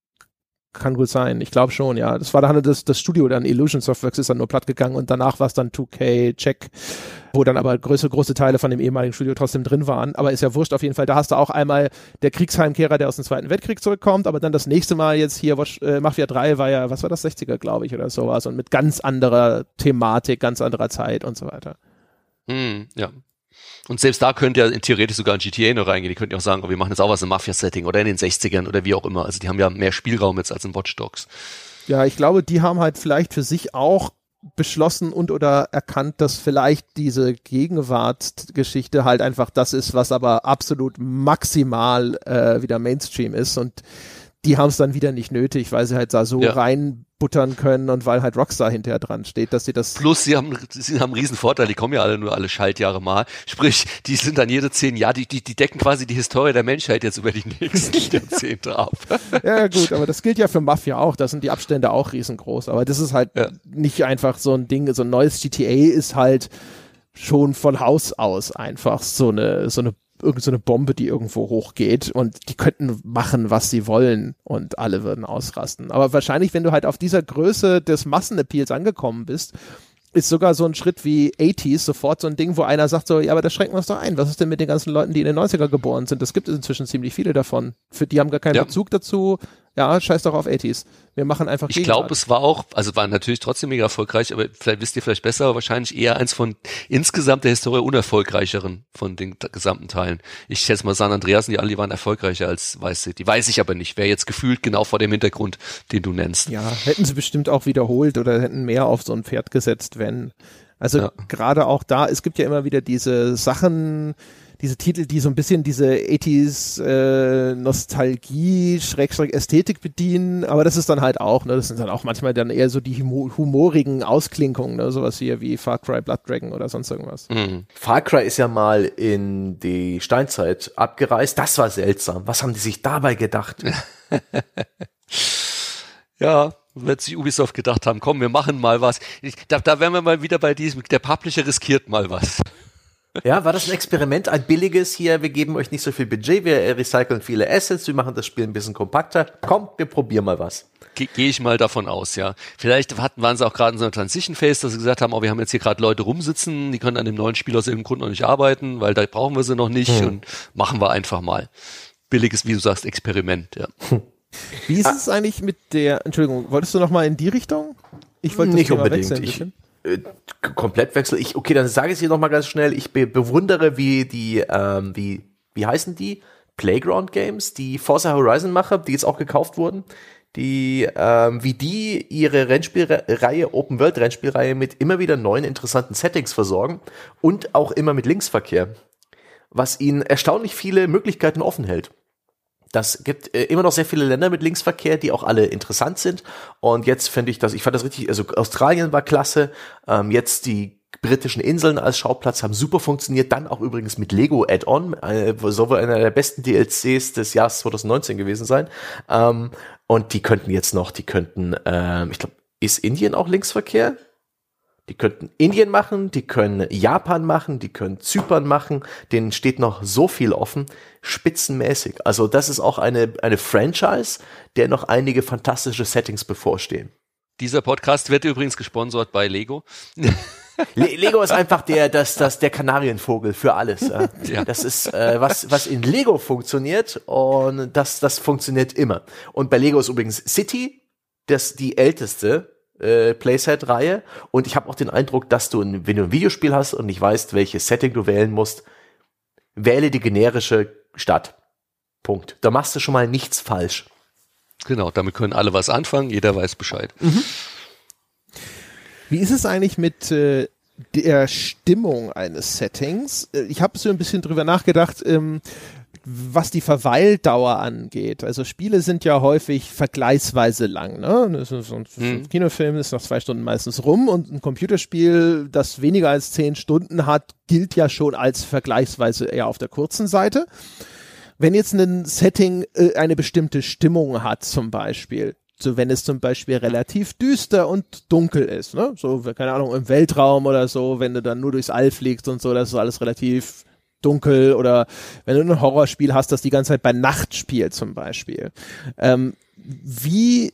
Kann gut sein, ich glaube schon, ja. Das war dann das, das Studio, dann Illusion Softworks ist dann nur platt gegangen und danach war es dann zwei K Check, wo dann aber große, große Teile von dem ehemaligen Studio trotzdem drin waren. Aber ist ja wurscht auf jeden Fall. Da hast du auch einmal der Kriegsheimkehrer, der aus dem Zweiten Weltkrieg zurückkommt, aber dann das nächste Mal jetzt hier Watch, äh, Mafia drei war ja, was war das, sechziger, glaube ich, oder sowas und mit ganz anderer Thematik, ganz anderer Zeit und so weiter. Hm, ja. Und selbst da könnte ja theoretisch sogar ein G T A noch reingehen. Die könnten ja auch sagen, oh, wir machen jetzt auch was im Mafia-Setting oder in den sechzigern oder wie auch immer. Also die haben ja mehr Spielraum jetzt als in Watch Dogs. Ja, ich glaube, die haben halt vielleicht für sich auch beschlossen und oder erkannt, dass vielleicht diese Gegenwartsgeschichte halt einfach das ist, was aber absolut maximal äh, wieder Mainstream ist und die haben es dann wieder nicht nötig, weil sie halt da so ja. reinbuttern können und weil halt Rockstar hinterher dran steht, dass sie das... Plus, sie haben, sie haben einen riesen Vorteil, die kommen ja alle nur alle Schaltjahre mal. Sprich, die sind dann jede zehn Jahre, die, die, die decken quasi die Historie der Menschheit jetzt über die nächsten Jahrzehnte ab. Ja gut, aber das gilt ja für Mafia auch, da sind die Abstände auch riesengroß, aber das ist halt ja. nicht einfach so ein Ding, so ein neues G T A ist halt schon von Haus aus einfach so eine, so eine irgend so eine Bombe, die irgendwo hochgeht und die könnten machen, was sie wollen und alle würden ausrasten. Aber wahrscheinlich, wenn du halt auf dieser Größe des Massenappeals angekommen bist, ist sogar so ein Schritt wie achtziger sofort so ein Ding, wo einer sagt so, ja, aber das schränken wir uns doch ein. Was ist denn mit den ganzen Leuten, die in den neunziger geboren sind? Das gibt es inzwischen ziemlich viele davon. Für die haben gar keinen ja. Bezug dazu. Ja, scheiß doch auf achtziger. Wir machen einfach Ich glaube, es war auch, also war natürlich trotzdem mega erfolgreich, aber vielleicht wisst ihr vielleicht besser, aber wahrscheinlich eher eins von insgesamt der Historie unerfolgreicheren von den t- gesamten Teilen. Ich schätze mal, San Andreas und die alle, die waren erfolgreicher als Vice City. Weiß ich aber nicht. Wäre jetzt gefühlt genau vor dem Hintergrund, den du nennst. Ja, hätten sie bestimmt auch wiederholt oder hätten mehr auf so ein Pferd gesetzt, wenn. Also ja. gerade auch da, es gibt ja immer wieder diese Sachen, diese Titel, die so ein bisschen diese achtziger äh, Nostalgie, Schrägstrich Ästhetik bedienen, aber das ist dann halt auch, ne, das sind dann auch manchmal dann eher so die humor- humorigen Ausklinkungen, ne, sowas hier wie Far Cry Blood Dragon oder sonst irgendwas. Mhm. Far Cry ist ja mal in die Steinzeit abgereist, das war seltsam. Was haben die sich dabei gedacht? Ja, wird sich Ubisoft gedacht haben, komm, wir machen mal was. Ich, da, da wären wir mal wieder bei diesem, der Publisher riskiert mal was. Ja, war das ein Experiment, ein billiges hier, wir geben euch nicht so viel Budget, wir recyceln viele Assets, wir machen das Spiel ein bisschen kompakter. Komm, wir probieren mal was. Ge- Gehe ich mal davon aus, ja. Vielleicht hatten, waren sie auch gerade in so einer Transition Phase, dass sie gesagt haben, oh, wir haben jetzt hier gerade Leute rumsitzen, die können an dem neuen Spiel aus irgendeinem Grund noch nicht arbeiten, weil da brauchen wir sie noch nicht hm. und machen wir einfach mal. Billiges, wie du sagst, Experiment, ja. Hm. Wie ist ah. es eigentlich mit der, Entschuldigung, wolltest du noch mal in die Richtung? Ich wollte das nicht Thema unbedingt. wechseln. Ich, äh, komplett wechsel. Ich, okay, dann sage ich es hier noch mal ganz schnell. Ich be- bewundere, wie die, ähm, wie, wie heißen die? Playground Games, die Forza Horizon Macher, die jetzt auch gekauft wurden, die, ähm, wie die ihre Rennspielreihe, Open World Rennspielreihe mit immer wieder neuen interessanten Settings versorgen und auch immer mit Linksverkehr, was ihnen erstaunlich viele Möglichkeiten offen hält. Das gibt äh, immer noch sehr viele Länder mit Linksverkehr, die auch alle interessant sind. Und jetzt finde ich das, ich fand das richtig, also Australien war klasse. Ähm, jetzt die britischen Inseln als Schauplatz, haben super funktioniert, dann auch übrigens mit Lego Add-on, äh, soll wohl einer der besten D L Cs des Jahres zwanzig neunzehn gewesen sein. Ähm, und die könnten jetzt noch, die könnten, ähm, ich glaube, ist Indien auch Linksverkehr? Die könnten Indien machen, die können Japan machen, die können Zypern machen, denen steht noch so viel offen, spitzenmäßig. Also das ist auch eine, eine Franchise, der noch einige fantastische Settings bevorstehen. Dieser Podcast wird übrigens gesponsert bei Lego. Le- Lego ist einfach der, das, das, der Kanarienvogel für alles. Ja. Ja. Das ist, äh, was, was in Lego funktioniert und das, das funktioniert immer. Und bei Lego ist übrigens City, das die älteste Äh, Playset-Reihe und ich habe auch den Eindruck, dass du, ein, wenn du ein Videospiel hast und nicht weißt, welches Setting du wählen musst, wähle die generische Stadt. Punkt. Da machst du schon mal nichts falsch. Genau, damit können alle was anfangen, jeder weiß Bescheid. Mhm. Wie ist es eigentlich mit äh, der Stimmung eines Settings? Ich habe so ein bisschen drüber nachgedacht, ähm, was die Verweildauer angeht. Also Spiele sind ja häufig vergleichsweise lang. Ne? So, so ein hm. Kinofilm ist nach zwei Stunden meistens rum und ein Computerspiel, das weniger als zehn Stunden hat, gilt ja schon als vergleichsweise eher auf der kurzen Seite. Wenn jetzt ein Setting äh, eine bestimmte Stimmung hat zum Beispiel, so wenn es zum Beispiel relativ düster und dunkel ist, ne? So, keine Ahnung, im Weltraum oder so, wenn du dann nur durchs All fliegst und so, das ist alles relativ dunkel, oder wenn du ein Horrorspiel hast, das die ganze Zeit bei Nacht spielt zum Beispiel. Ähm, wie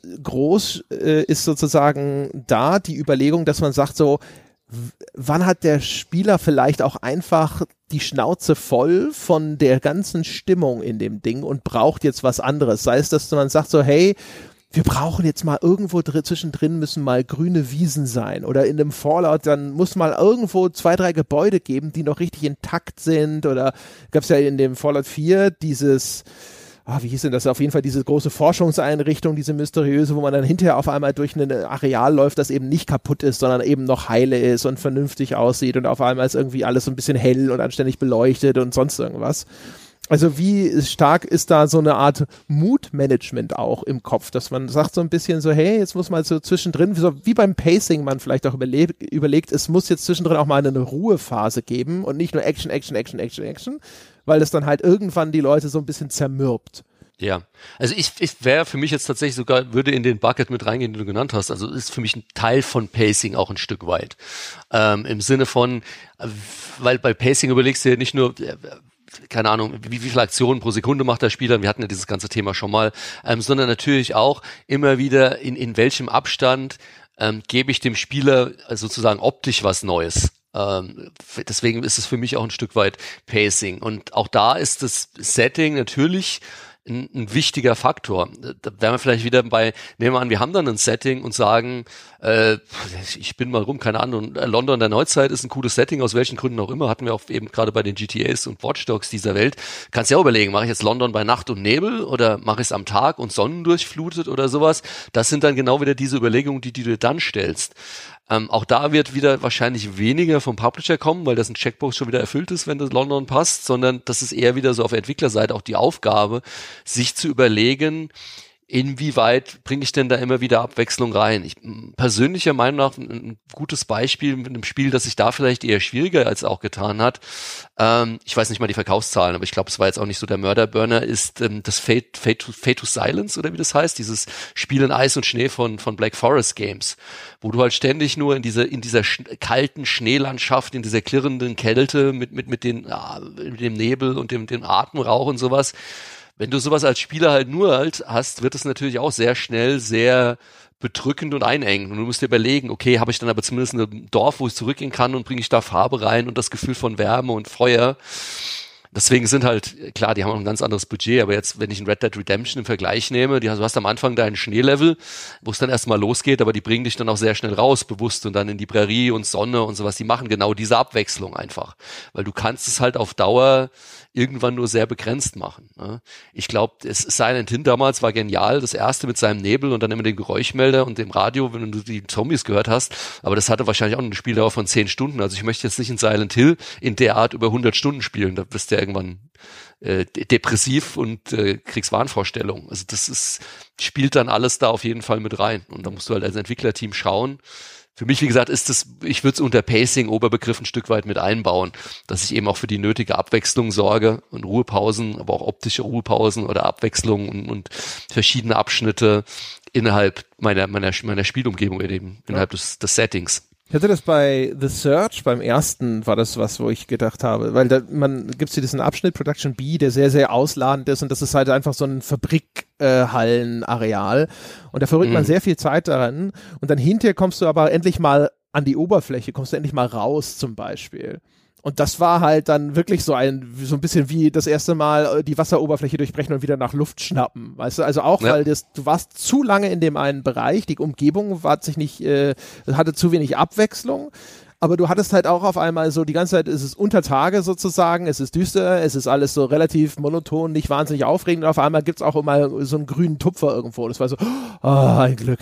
groß äh, ist sozusagen da die Überlegung, dass man sagt so, w- wann hat der Spieler vielleicht auch einfach die Schnauze voll von der ganzen Stimmung in dem Ding und braucht jetzt was anderes? Sei es, dass man sagt so, hey, wir brauchen jetzt mal irgendwo dr- zwischendrin müssen mal grüne Wiesen sein, oder in einem Fallout, dann muss mal irgendwo zwei, drei Gebäude geben, die noch richtig intakt sind, oder gab es ja in dem Fallout vier dieses, ah, wie hieß denn das, auf jeden Fall diese große Forschungseinrichtung, diese mysteriöse, wo man dann hinterher auf einmal durch ein Areal läuft, das eben nicht kaputt ist, sondern eben noch heile ist und vernünftig aussieht und auf einmal ist irgendwie alles so ein bisschen hell und anständig beleuchtet und sonst irgendwas. Also wie stark ist da so eine Art Mood-Management auch im Kopf, dass man sagt so ein bisschen so, hey, jetzt muss man so zwischendrin, so wie beim Pacing man vielleicht auch überle- überlegt, es muss jetzt zwischendrin auch mal eine Ruhephase geben und nicht nur Action, Action, Action, Action, Action, weil es dann halt irgendwann die Leute so ein bisschen zermürbt. Ja, also ich, ich wäre für mich jetzt tatsächlich sogar, würde in den Bucket mit reingehen, den du genannt hast. Also ist für mich ein Teil von Pacing auch ein Stück weit. Ähm, im Sinne von, weil bei Pacing überlegst du ja nicht nur, keine Ahnung, wie, wie viele Aktionen pro Sekunde macht der Spieler, wir hatten ja dieses ganze Thema schon mal, ähm, sondern natürlich auch immer wieder in, in welchem Abstand ähm, gebe ich dem Spieler sozusagen optisch was Neues. Ähm, deswegen ist es für mich auch ein Stück weit Pacing. Und auch da ist das Setting natürlich ein, ein wichtiger Faktor. Da wären wir vielleicht wieder bei, nehmen wir an, wir haben dann ein Setting und sagen, äh, ich bin mal rum, keine Ahnung, London der Neuzeit ist ein cooles Setting, aus welchen Gründen auch immer, hatten wir auch eben gerade bei den G T As und Watch Dogs dieser Welt. Kannst ja auch überlegen, mache ich jetzt London bei Nacht und Nebel oder mache ich es am Tag und sonnendurchflutet oder sowas? Das sind dann genau wieder diese Überlegungen, die, die du dann stellst. Ähm, auch da wird wieder wahrscheinlich weniger vom Publisher kommen, weil das ein Checkbox schon wieder erfüllt ist, wenn das London passt, sondern das ist eher wieder so auf Entwicklerseite auch die Aufgabe, sich zu überlegen, inwieweit bringe ich denn da immer wieder Abwechslung rein? Ich, persönlicher Meinung nach ein, ein gutes Beispiel mit einem Spiel, das sich da vielleicht eher schwieriger als auch getan hat. Ähm, ich weiß nicht mal die Verkaufszahlen, aber ich glaube, es war jetzt auch nicht so der Mörderburner, ist ähm, das Fate, Fate, to, Fate to Silence oder wie das heißt, dieses Spiel in Eis und Schnee von von Black Forest Games, wo du halt ständig nur in dieser in dieser sch- kalten Schneelandschaft, in dieser klirrenden Kälte mit mit mit den ah, mit dem Nebel und dem dem Atemrauch und sowas. Wenn du sowas als Spieler halt nur halt hast, wird es natürlich auch sehr schnell sehr bedrückend und einengend. Und du musst dir überlegen, okay, habe ich dann aber zumindest ein Dorf, wo ich zurückgehen kann und bringe ich da Farbe rein und das Gefühl von Wärme und Feuer. Deswegen sind halt, klar, die haben auch ein ganz anderes Budget, aber jetzt, wenn ich ein Red Dead Redemption im Vergleich nehme, die, du hast am Anfang deinen Schneelevel, wo es dann erstmal losgeht, aber die bringen dich dann auch sehr schnell raus, bewusst, und dann in die Prärie und Sonne und sowas, die machen genau diese Abwechslung einfach. Weil du kannst es halt auf Dauer irgendwann nur sehr begrenzt machen. Ne? Ich glaube, Silent Hill damals war genial, das erste mit seinem Nebel und dann immer dem Geräuschmelder und dem Radio, wenn du die Zombies gehört hast, aber das hatte wahrscheinlich auch eine Spieldauer von zehn Stunden, also ich möchte jetzt nicht in Silent Hill in der Art über hundert Stunden spielen, da bist du ja irgendwann äh, depressiv und äh, kriegst Wahnvorstellungen. Also das ist, spielt dann alles da auf jeden Fall mit rein und da musst du halt als Entwicklerteam schauen, Für mich, wie gesagt, ist das, ich würde es unter Pacing-Oberbegriff ein Stück weit mit einbauen, dass ich eben auch für die nötige Abwechslung sorge und Ruhepausen, aber auch optische Ruhepausen oder Abwechslung und, und verschiedene Abschnitte innerhalb meiner, meiner, meiner Spielumgebung, eben innerhalb ja. des, des Settings. Ich hatte das bei The Search, beim ersten war das was, wo ich gedacht habe, weil da, man gibt's hier diesen Abschnitt Production B, der sehr, sehr ausladend ist und das ist halt einfach so ein Fabrikhallenareal äh, und da verrückt mhm. man sehr viel Zeit daran und dann hinterher kommst du aber endlich mal an die Oberfläche, kommst du endlich mal raus zum Beispiel. Und das war halt dann wirklich so ein, so ein bisschen wie das erste Mal die Wasseroberfläche durchbrechen und wieder nach Luft schnappen, weißt du? Also auch, ja. weil das, du warst zu lange in dem einen Bereich, die Umgebung war sich nicht, äh, hatte zu wenig Abwechslung, aber du hattest halt auch auf einmal so, die ganze Zeit ist es unter Tage sozusagen, es ist düster, es ist alles so relativ monoton, nicht wahnsinnig aufregend und auf einmal gibt's auch immer so einen grünen Tupfer irgendwo. Das war so, oh, ein Glück.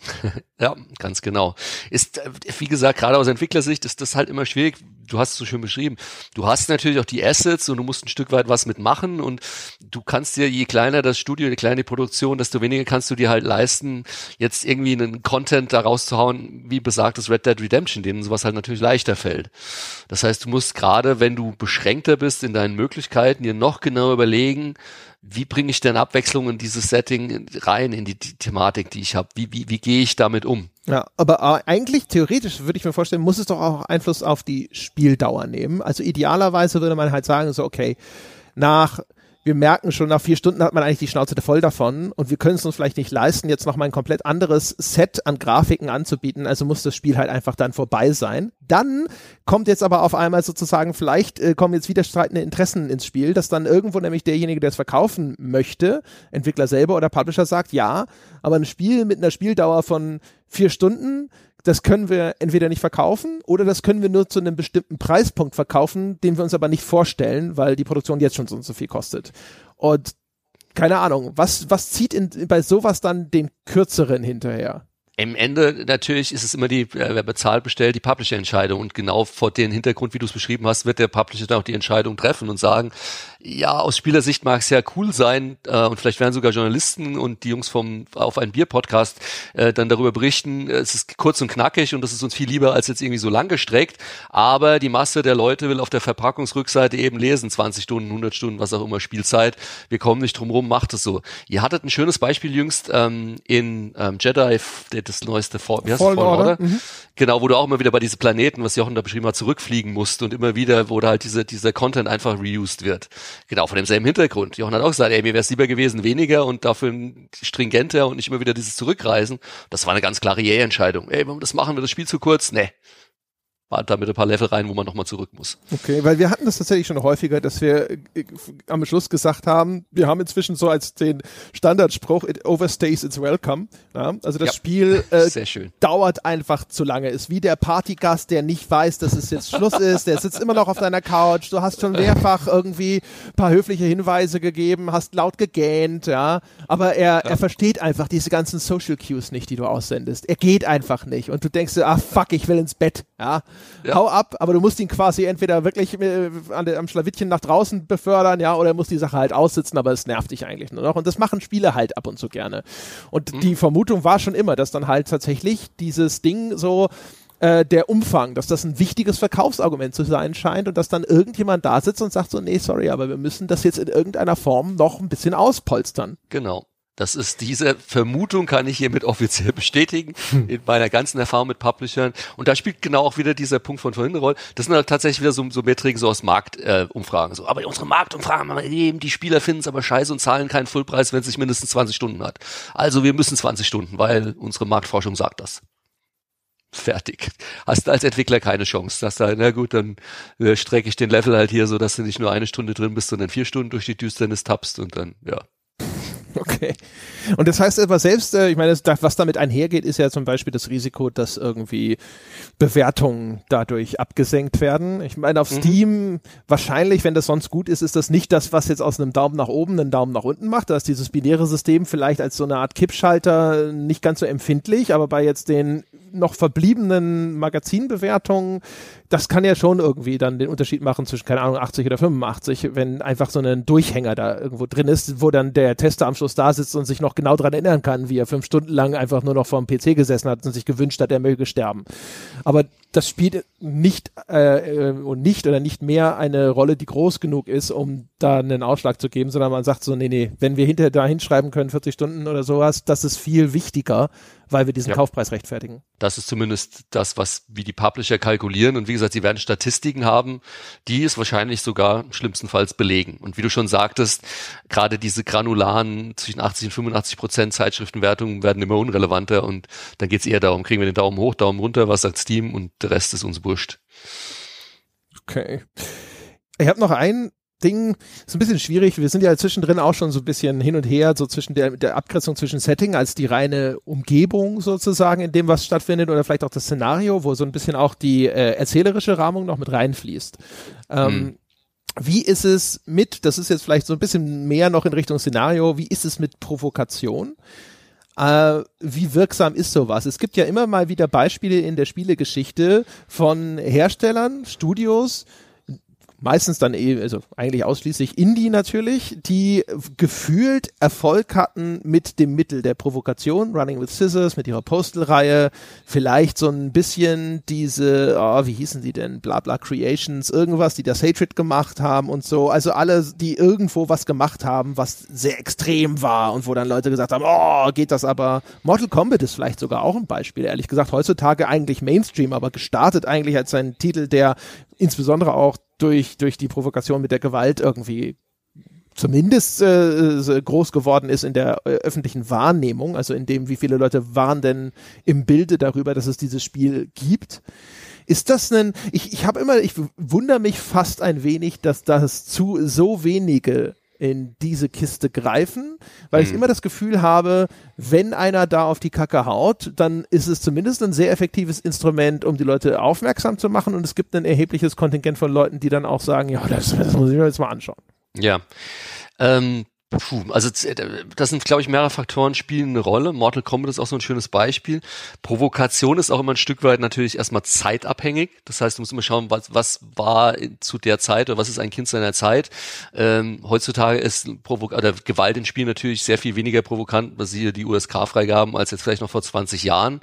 Ja, ganz genau. Ist, wie gesagt, gerade aus Entwicklersicht ist das halt immer schwierig. Du hast es so schön beschrieben. Du hast natürlich auch die Assets und du musst ein Stück weit was mitmachen und du kannst dir, je kleiner das Studio, je kleiner die Produktion, desto weniger kannst du dir halt leisten, jetzt irgendwie einen Content da rauszuhauen, wie besagtes Red Dead Redemption, denen sowas halt natürlich leichter fällt. Das heißt, du musst gerade, wenn du beschränkter bist in deinen Möglichkeiten, dir noch genau überlegen, wie bringe ich denn Abwechslung in dieses Setting rein, in die, die Thematik, die ich habe? Wie, wie, wie gehe ich damit um? Ja, aber eigentlich theoretisch würde ich mir vorstellen, muss es doch auch Einfluss auf die Spieldauer nehmen. Also idealerweise würde man halt sagen, so okay, nach wir merken schon, nach vier Stunden hat man eigentlich die Schnauze voll davon und wir können es uns vielleicht nicht leisten, jetzt noch mal ein komplett anderes Set an Grafiken anzubieten, also muss das Spiel halt einfach dann vorbei sein. Dann kommt jetzt aber auf einmal sozusagen, vielleicht äh, kommen jetzt widerstreitende Interessen ins Spiel, dass dann irgendwo nämlich derjenige, der es verkaufen möchte, Entwickler selber oder Publisher sagt, ja, aber ein Spiel mit einer Spieldauer von vier Stunden, das können wir entweder nicht verkaufen oder das können wir nur zu einem bestimmten Preispunkt verkaufen, den wir uns aber nicht vorstellen, weil die Produktion jetzt schon so und so viel kostet. Und keine Ahnung, was, was zieht in, bei sowas dann den Kürzeren hinterher? Im Ende natürlich ist es immer die, wer bezahlt, bestellt, die Publisher-Entscheidung und genau vor dem Hintergrund, wie du es beschrieben hast, wird der Publisher dann auch die Entscheidung treffen und sagen, ja, aus Spielersicht mag es ja cool sein äh, und vielleicht werden sogar Journalisten und die Jungs vom Auf ein Bier-Podcast äh, dann darüber berichten, es ist kurz und knackig und das ist uns viel lieber als jetzt irgendwie so lang gestreckt, aber die Masse der Leute will auf der Verpackungsrückseite eben lesen, zwanzig Stunden, hundert Stunden, was auch immer Spielzeit, wir kommen nicht drum rum, macht es so. Ihr hattet ein schönes Beispiel jüngst ähm, in ähm, Jedi, der das neueste Fall, wie heißt Fallen, Fallen Order, Order? Mhm. Genau, wo du auch immer wieder bei diesen Planeten, was Jochen da beschrieben hat, zurückfliegen musst und immer wieder, wo da halt diese, dieser Content einfach reused wird. Genau, von demselben Hintergrund. Jochen hat auch gesagt, ey, mir wäre es lieber gewesen, weniger und dafür stringenter und nicht immer wieder dieses Zurückreisen. Das war eine ganz klare E A-Entscheidung. Ey, das machen wir das Spiel zu kurz? Nee. War da mit ein paar Level rein, wo man nochmal zurück muss. Okay, weil wir hatten das tatsächlich schon häufiger, dass wir äh, am Schluss gesagt haben, wir haben inzwischen so als den Standardspruch, it overstays its welcome. Ja? Also das ja, Spiel äh, sehr schön. dauert einfach zu lange, ist wie der Partygast, der nicht weiß, dass es jetzt Schluss ist, der sitzt immer noch auf deiner Couch, du hast schon mehrfach irgendwie ein paar höfliche Hinweise gegeben, hast laut gegähnt, ja, aber er, ja. er versteht einfach diese ganzen Social Cues nicht, die du aussendest. Er geht einfach nicht und du denkst dir, ah fuck, ich will ins Bett, ja. Ja. Hau ab, aber du musst ihn quasi entweder wirklich äh, an der, am Schlawittchen nach draußen befördern, ja, oder er muss die Sache halt aussitzen, aber es nervt dich eigentlich nur noch. Und das machen Spiele halt ab und zu gerne. Und mhm. die Vermutung war schon immer, dass dann halt tatsächlich dieses Ding so, äh, der Umfang, dass das ein wichtiges Verkaufsargument zu sein scheint und dass dann irgendjemand da sitzt und sagt so, nee, sorry, aber wir müssen das jetzt in irgendeiner Form noch ein bisschen auspolstern. Genau. Das ist diese Vermutung, kann ich hiermit offiziell bestätigen, in meiner ganzen Erfahrung mit Publishern. Und da spielt genau auch wieder dieser Punkt von vorhin eine Rolle. Das sind halt tatsächlich wieder so, so Metriken so aus Marktumfragen. Äh, so, aber unsere Marktumfragen haben wir gegeben, die Spieler finden es aber scheiße und zahlen keinen Fullpreis, wenn es nicht mindestens zwanzig Stunden hat. Also wir müssen zwanzig Stunden, weil unsere Marktforschung sagt das. Fertig. Hast du als Entwickler keine Chance. Sagst da, na gut, dann äh, strecke ich den Level halt hier so, dass du nicht nur eine Stunde drin bist, sondern vier Stunden durch die Düsternis tappst und dann, ja. Okay. Und das heißt aber selbst, äh, ich meine, was damit einhergeht, ist ja zum Beispiel das Risiko, dass irgendwie Bewertungen dadurch abgesenkt werden. Ich meine, auf mhm. Steam wahrscheinlich, wenn das sonst gut ist, ist das nicht das, was jetzt aus einem Daumen nach oben einen Daumen nach unten macht. Da ist dieses binäre System vielleicht als so eine Art Kippschalter nicht ganz so empfindlich, aber bei jetzt den noch verbliebenen Magazinbewertungen das kann ja schon irgendwie dann den Unterschied machen zwischen, keine Ahnung, achtzig oder fünfundachtzig, wenn einfach so ein Durchhänger da irgendwo drin ist, wo dann der Tester am Schluss da sitzt und sich noch genau dran erinnern kann, wie er fünf Stunden lang einfach nur noch vorm P C gesessen hat und sich gewünscht hat, er möge sterben. Aber das spielt nicht äh, und nicht oder nicht mehr eine Rolle, die groß genug ist, um da einen Ausschlag zu geben, sondern man sagt so, nee, nee, wenn wir hinterher da hinschreiben können, vierzig Stunden oder sowas, das ist viel wichtiger, weil wir diesen ja. Kaufpreis rechtfertigen. Das ist zumindest das, was wie die Publisher kalkulieren. Und wie gesagt, sie werden Statistiken haben, die es wahrscheinlich sogar schlimmstenfalls belegen. Und wie du schon sagtest, gerade diese granularen zwischen achtzig und fünfundachtzig Prozent Zeitschriftenwertungen werden immer unrelevanter. Und dann geht es eher darum, kriegen wir den Daumen hoch, Daumen runter, was sagt Steam, und der Rest ist uns wurscht. Okay. Ich habe noch ein Ding, ist ein bisschen schwierig, wir sind ja zwischendrin auch schon so ein bisschen hin und her, so zwischen der, der Abgrenzung zwischen Setting als die reine Umgebung sozusagen, in dem was stattfindet, oder vielleicht auch das Szenario, wo so ein bisschen auch die äh, erzählerische Rahmung noch mit reinfließt. Ähm, hm. Wie ist es mit, das ist jetzt vielleicht so ein bisschen mehr noch in Richtung Szenario, wie ist es mit Provokation? Äh, wie wirksam ist sowas? Es gibt ja immer mal wieder Beispiele in der Spielegeschichte von Herstellern, Studios, meistens dann eh, also eigentlich ausschließlich Indie natürlich, die gefühlt Erfolg hatten mit dem Mittel der Provokation, Running with Scissors, mit ihrer Postal-Reihe, vielleicht so ein bisschen diese, oh, wie hießen die denn, Blabla Creations, irgendwas, die das Hatred gemacht haben und so, also alle, die irgendwo was gemacht haben, was sehr extrem war und wo dann Leute gesagt haben, oh, geht das aber. Mortal Kombat ist vielleicht sogar auch ein Beispiel, ehrlich gesagt, heutzutage eigentlich Mainstream, aber gestartet eigentlich als ein Titel, der insbesondere auch durch durch die Provokation mit der Gewalt irgendwie zumindest äh, groß geworden ist in der äh, öffentlichen Wahrnehmung, also in dem, wie viele Leute waren denn im Bilde darüber, dass es dieses Spiel gibt. Ist das ein, ich ich habe immer, ich wundere mich fast ein wenig, dass das zu so wenige in diese Kiste greifen, weil mhm. ich immer das Gefühl habe, wenn einer da auf die Kacke haut, dann ist es zumindest ein sehr effektives Instrument, um die Leute aufmerksam zu machen, und es gibt ein erhebliches Kontingent von Leuten, die dann auch sagen, ja, das, das muss ich mir jetzt mal anschauen. Ja, ähm, Puh, also das sind, glaube ich, mehrere Faktoren spielen eine Rolle. Mortal Kombat ist auch so ein schönes Beispiel. Provokation ist auch immer ein Stück weit natürlich erstmal zeitabhängig. Das heißt, du musst immer schauen, was, was war zu der Zeit oder was ist ein Kind seiner Zeit. Ähm, heutzutage ist Provo- oder Gewalt in Spielen natürlich sehr viel weniger provokant, was hier die U S K-Freigaben, als jetzt vielleicht noch vor zwanzig Jahren.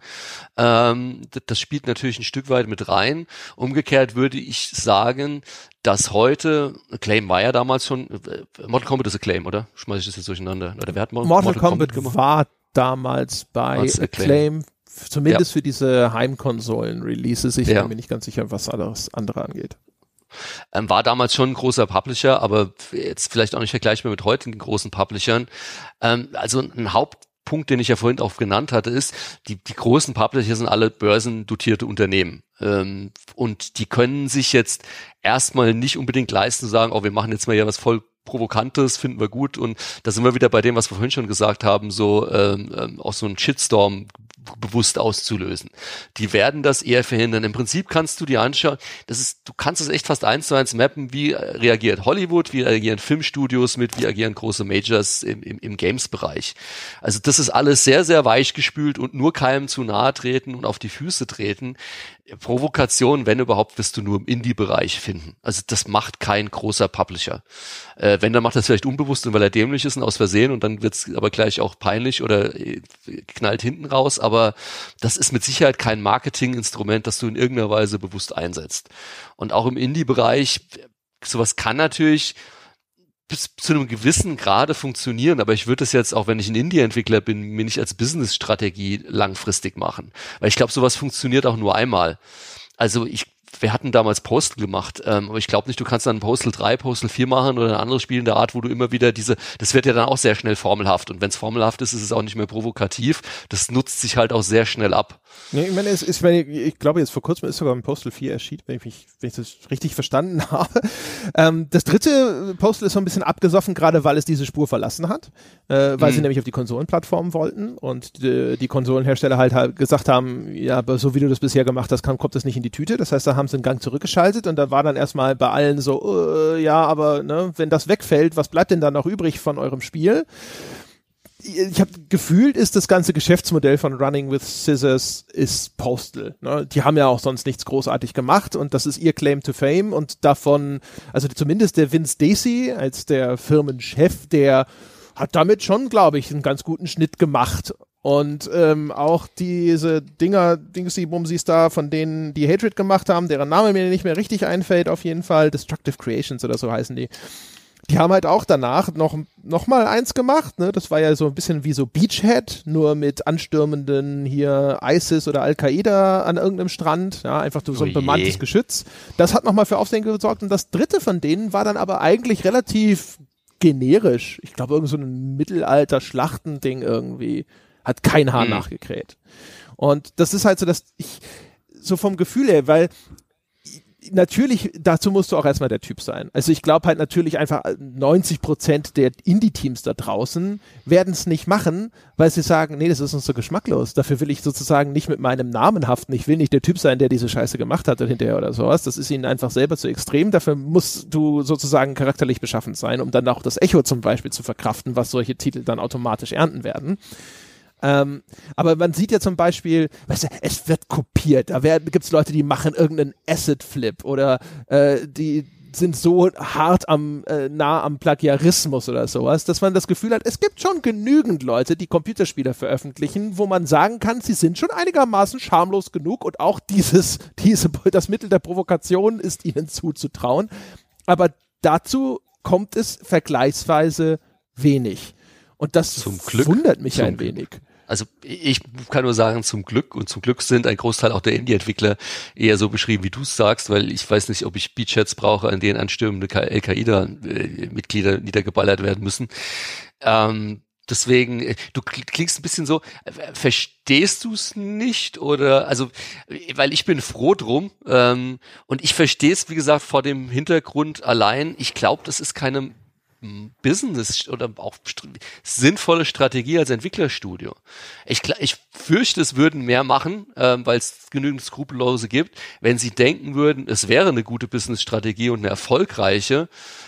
Ähm, das spielt natürlich ein Stück weit mit rein. Umgekehrt würde ich sagen, dass heute, Acclaim war ja damals schon, Mortal Kombat ist Acclaim, oder? Schmeiß ich das jetzt durcheinander? Oder wer hat Mortal, Mortal, Mortal Kombat, Kombat gemacht? War damals bei Als Acclaim, Acclaim. zumindest Ja. für diese Heimkonsolen-Releases. Ich Ja. bin mir nicht ganz sicher, was alles andere angeht. Ähm, war damals schon ein großer Publisher, aber jetzt vielleicht auch nicht vergleichbar mit heutigen großen Publishern. Ähm, also ein Haupt Punkt, den ich ja vorhin auch genannt hatte, ist, die, die großen Publisher sind alle börsendotierte Unternehmen. Ähm, und die können sich jetzt erstmal nicht unbedingt leisten zu sagen, oh, wir machen jetzt mal hier was voll Provokantes, finden wir gut. Und da sind wir wieder bei dem, was wir vorhin schon gesagt haben, so ähm, ähm, auch so einen Shitstorm bewusst auszulösen. Die werden das eher verhindern. Im Prinzip kannst du dir anschauen, das ist, du kannst es echt fast eins zu eins mappen, wie reagiert Hollywood, wie reagieren Filmstudios mit, wie agieren große Majors im, im, im Games-Bereich. Also das ist alles sehr, sehr weich gespült und nur keinem zu nahe treten und auf die Füße treten. Provokation, wenn überhaupt, wirst du nur im Indie-Bereich finden. Also das macht kein großer Publisher. Äh, wenn, dann macht er es vielleicht unbewusst und weil er dämlich ist und aus Versehen und dann wird's aber gleich auch peinlich oder äh, knallt hinten raus, aber das ist mit Sicherheit kein Marketinginstrument, das du in irgendeiner Weise bewusst einsetzt. Und auch im Indie-Bereich, sowas kann natürlich bis zu einem gewissen Grade funktionieren, aber ich würde es jetzt, auch wenn ich ein Indie-Entwickler bin, mir nicht als Business-Strategie langfristig machen. Weil ich glaube, sowas funktioniert auch nur einmal. Also ich wir hatten damals Postal gemacht, ähm, aber ich glaube nicht, du kannst dann Postal drei, Postal vier machen oder ein anderes Spiel in der Art, wo du immer wieder diese, das wird ja dann auch sehr schnell formelhaft und wenn es formelhaft ist, ist es auch nicht mehr provokativ. Das nutzt sich halt auch sehr schnell ab. Nee, ich meine, es ist, wenn ich, ich glaube, jetzt vor kurzem ist sogar ein Postal vier erschienen, wenn ich mich, wenn ich das richtig verstanden habe. Ähm, das dritte Postal ist so ein bisschen abgesoffen, gerade weil es diese Spur verlassen hat, äh, weil mhm. sie nämlich auf die Konsolenplattform wollten und die, die Konsolenhersteller halt, halt gesagt haben, ja, aber so wie du das bisher gemacht hast, kann, kommt das nicht in die Tüte. Das heißt, da haben sie einen Gang zurückgeschaltet und da war dann erstmal bei allen so, äh, ja, aber ne, wenn das wegfällt, was bleibt denn da noch übrig von eurem Spiel? ich habe gefühlt, ist das ganze Geschäftsmodell von Running with Scissors ist Postal. Ne? Die haben ja auch sonst nichts großartig gemacht und das ist ihr Claim to Fame und davon, also zumindest der Vince Stacey als der Firmenchef, der hat damit schon, glaube ich, einen ganz guten Schnitt gemacht. Und ähm, auch diese Dinger, Dingsy-Bumsis da, von denen die Hatred gemacht haben, deren Name mir nicht mehr richtig einfällt, auf jeden Fall, Destructive Creations oder so heißen die. Die haben halt auch danach noch, noch mal eins gemacht, ne? Das war ja so ein bisschen wie so Beachhead, nur mit anstürmenden hier ISIS oder Al-Qaida an irgendeinem Strand, ja, einfach so ein Oje. bemanntes Geschütz. Das hat nochmal für Aufsehen gesorgt und das dritte von denen war dann aber eigentlich relativ generisch. Ich glaube, irgend so ein Mittelalter-Schlachtending irgendwie. Hat kein Haar hm. nachgekräht. Und das ist halt so, dass ich, so vom Gefühl her, weil natürlich, dazu musst du auch erstmal der Typ sein. Also ich glaube halt natürlich einfach neunzig Prozent der Indie-Teams da draußen werden es nicht machen, weil sie sagen, nee, das ist uns so geschmacklos. Dafür will ich sozusagen nicht mit meinem Namen haften. Ich will nicht der Typ sein, der diese Scheiße gemacht hat hinterher oder sowas. Das ist ihnen einfach selber zu extrem. Dafür musst du sozusagen charakterlich beschaffen sein, um dann auch das Echo zum Beispiel zu verkraften, was solche Titel dann automatisch ernten werden. Ähm, aber man sieht ja zum Beispiel, weißt du, es wird kopiert. Da gibt es Leute, die machen irgendeinen Acid-Flip oder äh, die sind so hart am äh, nah am Plagiarismus oder sowas, dass man das Gefühl hat, es gibt schon genügend Leute, die Computerspiele veröffentlichen, wo man sagen kann, sie sind schon einigermaßen schamlos genug und auch dieses, diese, das Mittel der Provokation ist ihnen zuzutrauen. Aber dazu kommt es vergleichsweise wenig. Und das Zum Glück, wundert mich zum ein Glück. wenig. Also ich kann nur sagen, zum Glück, und zum Glück sind ein Großteil auch der Indie-Entwickler eher so beschrieben, wie du es sagst, weil ich weiß nicht, ob ich Beachheads brauche, an denen anstürmende Al-Qaida-Mitglieder niedergeballert werden müssen. Ähm, deswegen, du klingst ein bisschen so, verstehst du es nicht? Oder, also, weil ich bin froh drum ähm, und ich verstehe es, wie gesagt, vor dem Hintergrund allein. Ich glaube, das ist keine Business oder auch sinnvolle Strategie als Entwicklerstudio. Ich, ich fürchte, es würden mehr machen, ähm, weil es genügend Skrupellose gibt, wenn sie denken würden, es wäre eine gute Businessstrategie und eine erfolgreiche.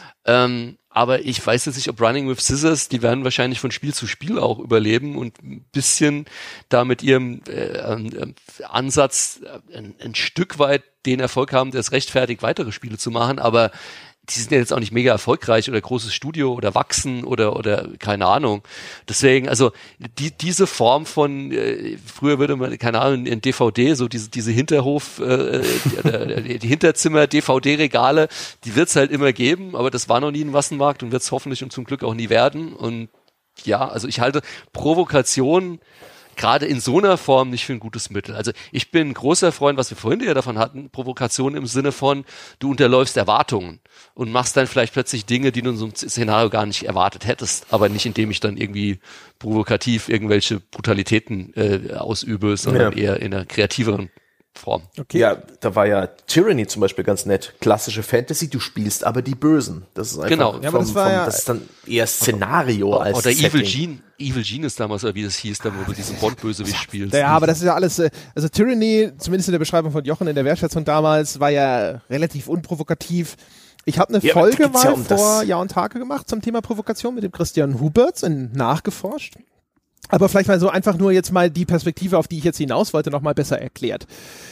Ähm, aber ich weiß jetzt nicht, ob Running with Scissors, die werden wahrscheinlich von Spiel zu Spiel auch überleben und ein bisschen da mit ihrem äh, äh, Ansatz äh, ein, ein Stück weit den Erfolg haben, der es rechtfertigt, weitere Spiele zu machen, aber die sind ja jetzt auch nicht mega erfolgreich oder großes Studio oder wachsen oder oder keine Ahnung. Deswegen, also die diese Form von, äh, früher würde man, keine Ahnung, in D V D, so diese diese Hinterhof, äh, die, die Hinterzimmer-D V D-Regale, die wird's halt immer geben, aber das war noch nie ein Massenmarkt und wird's hoffentlich und zum Glück auch nie werden. Und ja, also ich halte Provokation gerade in so einer Form nicht für ein gutes Mittel. Also ich bin ein großer Freund, was wir vorhin ja davon hatten, Provokation im Sinne von, du unterläufst Erwartungen und machst dann vielleicht plötzlich Dinge, die du in so einem Szenario gar nicht erwartet hättest, aber nicht indem ich dann irgendwie provokativ irgendwelche Brutalitäten äh, ausübe, sondern ja. eher in einer kreativeren Form. Okay. Ja, da war ja Tyranny zum Beispiel ganz nett. Klassische Fantasy, du spielst aber die Bösen. Das ist einfach genau. vom, Ja, aber das, war vom, ja das ist dann eher Szenario oder, als Oder Setting. Evil Gene. Evil Gene ist damals, oder wie das hieß, da wo du diesen Bond-Bösewicht spielst. Ja, aber das ist ja alles, also Tyranny, zumindest in der Beschreibung von Jochen in der Wertschätzung damals, war ja relativ unprovokativ. Ich habe eine ja, Folge mal ja um vor Jahr und Tage gemacht zum Thema Provokation mit dem Christian Huberts in Nachgeforscht. Aber vielleicht mal so einfach nur jetzt mal die Perspektive, auf die ich jetzt hinaus wollte, noch mal besser erklärt.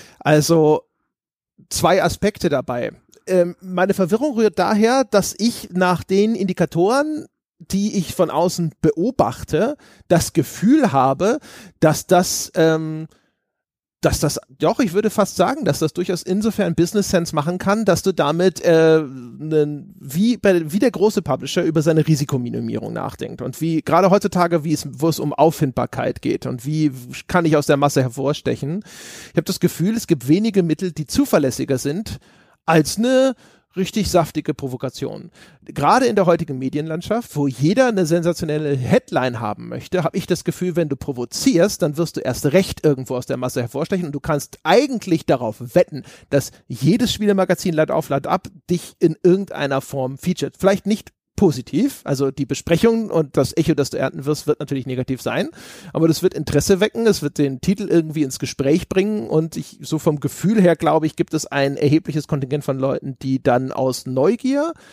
Also zwei Aspekte dabei. Ähm, meine Verwirrung rührt daher, dass ich nach den Indikatoren, die ich von außen beobachte, das Gefühl habe, dass das, ähm, dass das, doch, ich würde fast sagen, dass das durchaus insofern Business Sense machen kann, dass du damit äh, ne, wie, bei, wie der große Publisher über seine Risikominimierung nachdenkt und wie gerade heutzutage, wie es, wo es um Auffindbarkeit geht und wie kann ich aus der Masse hervorstechen. Ich habe das Gefühl, es gibt wenige Mittel, die zuverlässiger sind als eine richtig saftige Provokation. Gerade in der heutigen Medienlandschaft, wo jeder eine sensationelle Headline haben möchte, habe ich das Gefühl, wenn du provozierst, dann wirst du erst recht irgendwo aus der Masse hervorstechen und du kannst eigentlich darauf wetten, dass jedes Spielemagazin Land auf, Land ab dich in irgendeiner Form featuret. Vielleicht nicht positiv, also die Besprechung und das Echo, das du ernten wirst, wird natürlich negativ sein, aber das wird Interesse wecken, es wird den Titel irgendwie ins Gespräch bringen und ich, so vom Gefühl her, glaube ich, gibt es ein erhebliches Kontingent von Leuten, die dann aus Neugier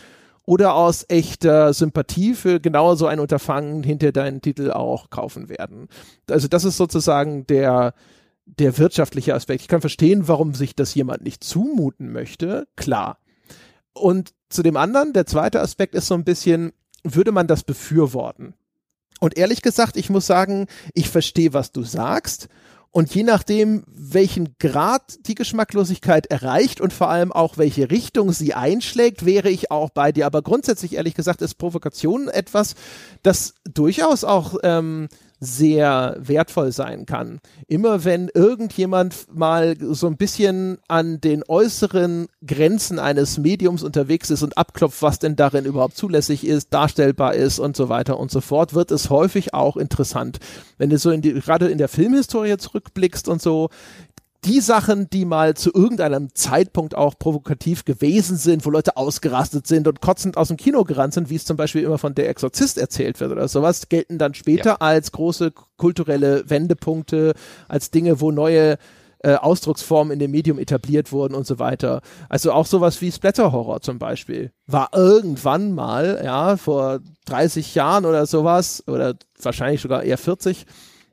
oder aus echter Sympathie für genau so ein Unterfangen hinter deinen Titel auch kaufen werden. Also das ist sozusagen der der wirtschaftliche Aspekt. Ich kann verstehen, warum sich das jemand nicht zumuten möchte, klar. Und zu dem anderen, der zweite Aspekt ist so ein bisschen, würde man das befürworten? Und ehrlich gesagt, ich muss sagen, ich verstehe, was du sagst. Und je nachdem, welchen Grad die Geschmacklosigkeit erreicht und vor allem auch welche Richtung sie einschlägt, wäre ich auch bei dir. Aber grundsätzlich, ehrlich gesagt, ist Provokation etwas, das durchaus auch ähm, sehr wertvoll sein kann. Immer wenn irgendjemand mal so ein bisschen an den äußeren Grenzen eines Mediums unterwegs ist und abklopft, was denn darin überhaupt zulässig ist, darstellbar ist und so weiter und so fort, wird es häufig auch interessant. Wenn du so in die, gerade in der Filmhistorie zurückblickst und so, die Sachen, die mal zu irgendeinem Zeitpunkt auch provokativ gewesen sind, wo Leute ausgerastet sind und kotzend aus dem Kino gerannt sind, wie es zum Beispiel immer von Der Exorzist erzählt wird oder sowas, gelten dann später ja. als große kulturelle Wendepunkte, als Dinge, wo neue äh, Ausdrucksformen in dem Medium etabliert wurden und so weiter. Also auch sowas wie Splatter-Horror zum Beispiel war irgendwann mal, ja, vor dreißig Jahren oder sowas, oder wahrscheinlich sogar eher vierzig,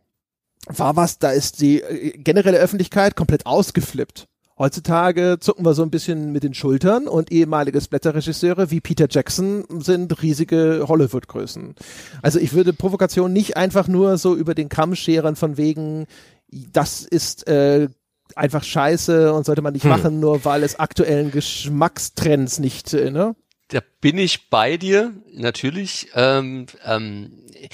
war was, da ist die äh, generelle Öffentlichkeit komplett ausgeflippt. Heutzutage zucken wir so ein bisschen mit den Schultern und ehemalige Splatter-Regisseure wie Peter Jackson sind riesige Hollywood-Größen. Also ich würde Provokation nicht einfach nur so über den Kamm scheren von wegen, das ist äh, einfach scheiße und sollte man nicht hm. machen, nur weil es aktuellen Geschmackstrends nicht, äh, ne? Da bin ich bei dir, natürlich. Ähm, ähm,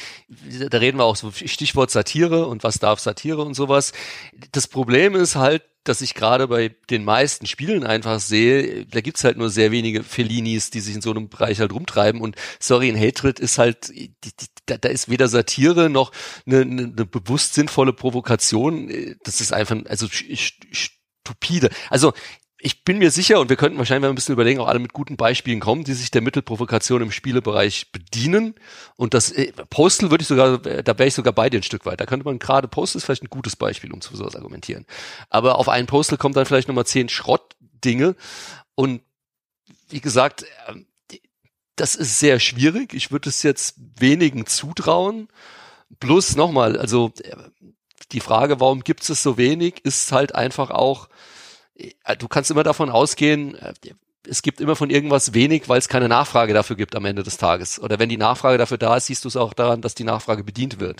da reden wir auch so Stichwort Satire und was darf Satire und sowas. Das Problem ist halt, dass ich gerade bei den meisten Spielen einfach sehe, da gibt's halt nur sehr wenige Fellinis, die sich in so einem Bereich halt rumtreiben. Und sorry, in Hatred ist halt, die, die, da, da ist weder Satire noch eine, eine, eine bewusst sinnvolle Provokation. Das ist einfach, also stupide. Also ich bin mir sicher, und wir könnten wahrscheinlich, wenn wir ein bisschen überlegen, auch alle mit guten Beispielen kommen, die sich der Mittelprovokation im Spielebereich bedienen. Und das äh, Postal würde ich sogar, da wäre ich sogar bei dir ein Stück weit. Da könnte man gerade, Postal ist vielleicht ein gutes Beispiel, um zu sowas argumentieren. Aber auf einen Postal kommt dann vielleicht nochmal zehn Schrottdinge. Und wie gesagt, äh, das ist sehr schwierig. Ich würde es jetzt wenigen zutrauen. Plus nochmal, also äh, die Frage, warum gibt es so wenig, ist halt einfach auch, du kannst immer davon ausgehen, es gibt immer von irgendwas wenig, weil es keine Nachfrage dafür gibt am Ende des Tages. Oder wenn die Nachfrage dafür da ist, siehst du es auch daran, dass die Nachfrage bedient wird.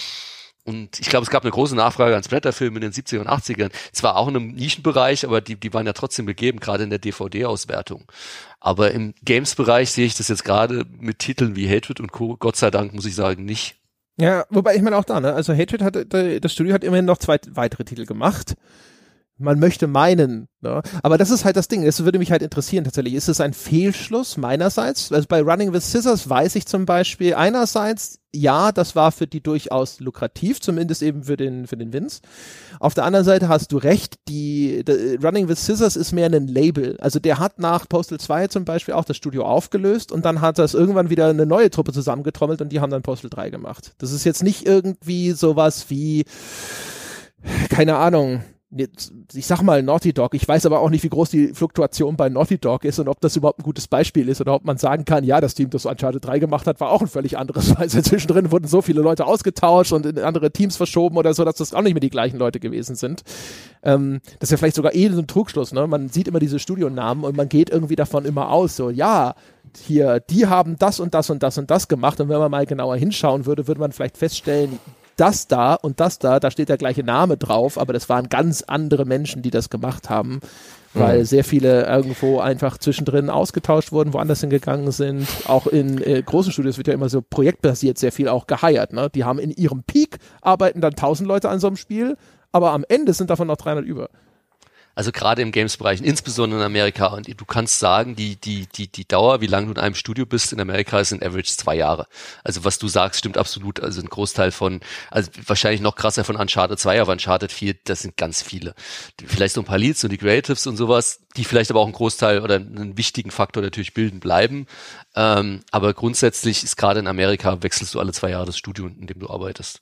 Und ich glaube, es gab eine große Nachfrage an Splatterfilme in den siebzigern und achtzigern. Zwar auch in einem Nischenbereich, aber die, die waren ja trotzdem gegeben, gerade in der D V D-Auswertung. Aber im Games-Bereich sehe ich das jetzt gerade mit Titeln wie Hatred und Co. Gott sei Dank, muss ich sagen, nicht. Ja, wobei ich meine auch da, ne? Also Hatred hat, das Studio hat immerhin noch zwei weitere Titel gemacht. Man möchte meinen, ne? Aber das ist halt das Ding, das würde mich halt interessieren tatsächlich. Ist es ein Fehlschluss meinerseits? Also bei Running with Scissors weiß ich zum Beispiel einerseits, ja, das war für die durchaus lukrativ, zumindest eben für den für den Vince. Auf der anderen Seite hast du recht, die, die Running with Scissors ist mehr ein Label. Also der hat nach Postal zwei zum Beispiel auch das Studio aufgelöst und dann hat das irgendwann wieder eine neue Truppe zusammengetrommelt und die haben dann Postal drei gemacht. Das ist jetzt nicht irgendwie sowas wie, keine Ahnung, ich sag mal Naughty Dog, ich weiß aber auch nicht, wie groß die Fluktuation bei Naughty Dog ist und ob das überhaupt ein gutes Beispiel ist oder ob man sagen kann, ja, das Team, das Uncharted drei gemacht hat, war auch ein völlig anderes, weil zwischendrin wurden so viele Leute ausgetauscht und in andere Teams verschoben oder so, dass das auch nicht mehr die gleichen Leute gewesen sind. Ähm, das ist ja vielleicht sogar eh so ein Trugschluss, ne? Man sieht immer diese Studionamen und man geht irgendwie davon immer aus, so, ja, hier, die haben das und das und das und das gemacht und wenn man mal genauer hinschauen würde, würde man vielleicht feststellen, das da und das da, da steht der gleiche Name drauf, aber das waren ganz andere Menschen, die das gemacht haben, weil mhm. sehr viele irgendwo einfach zwischendrin ausgetauscht wurden, woanders hingegangen sind. Auch in äh, großen Studios wird ja immer so projektbasiert sehr viel auch geheiert, ne? Die haben in ihrem Peak, arbeiten dann tausend Leute an so einem Spiel, aber am Ende sind davon noch dreihundert über. Also gerade im Games-Bereich, insbesondere in Amerika, und du kannst sagen, die die die die Dauer, wie lange du in einem Studio bist in Amerika, ist in Average zwei Jahre. Also was du sagst, stimmt absolut. Also ein Großteil von, also wahrscheinlich noch krasser von Uncharted zwei, aber Uncharted vier, das sind ganz viele. Vielleicht so ein paar Leads und die Creatives und sowas, die vielleicht aber auch einen Großteil oder einen wichtigen Faktor natürlich bilden bleiben. Ähm, aber grundsätzlich ist gerade in Amerika, wechselst du alle zwei Jahre das Studio, in dem du arbeitest.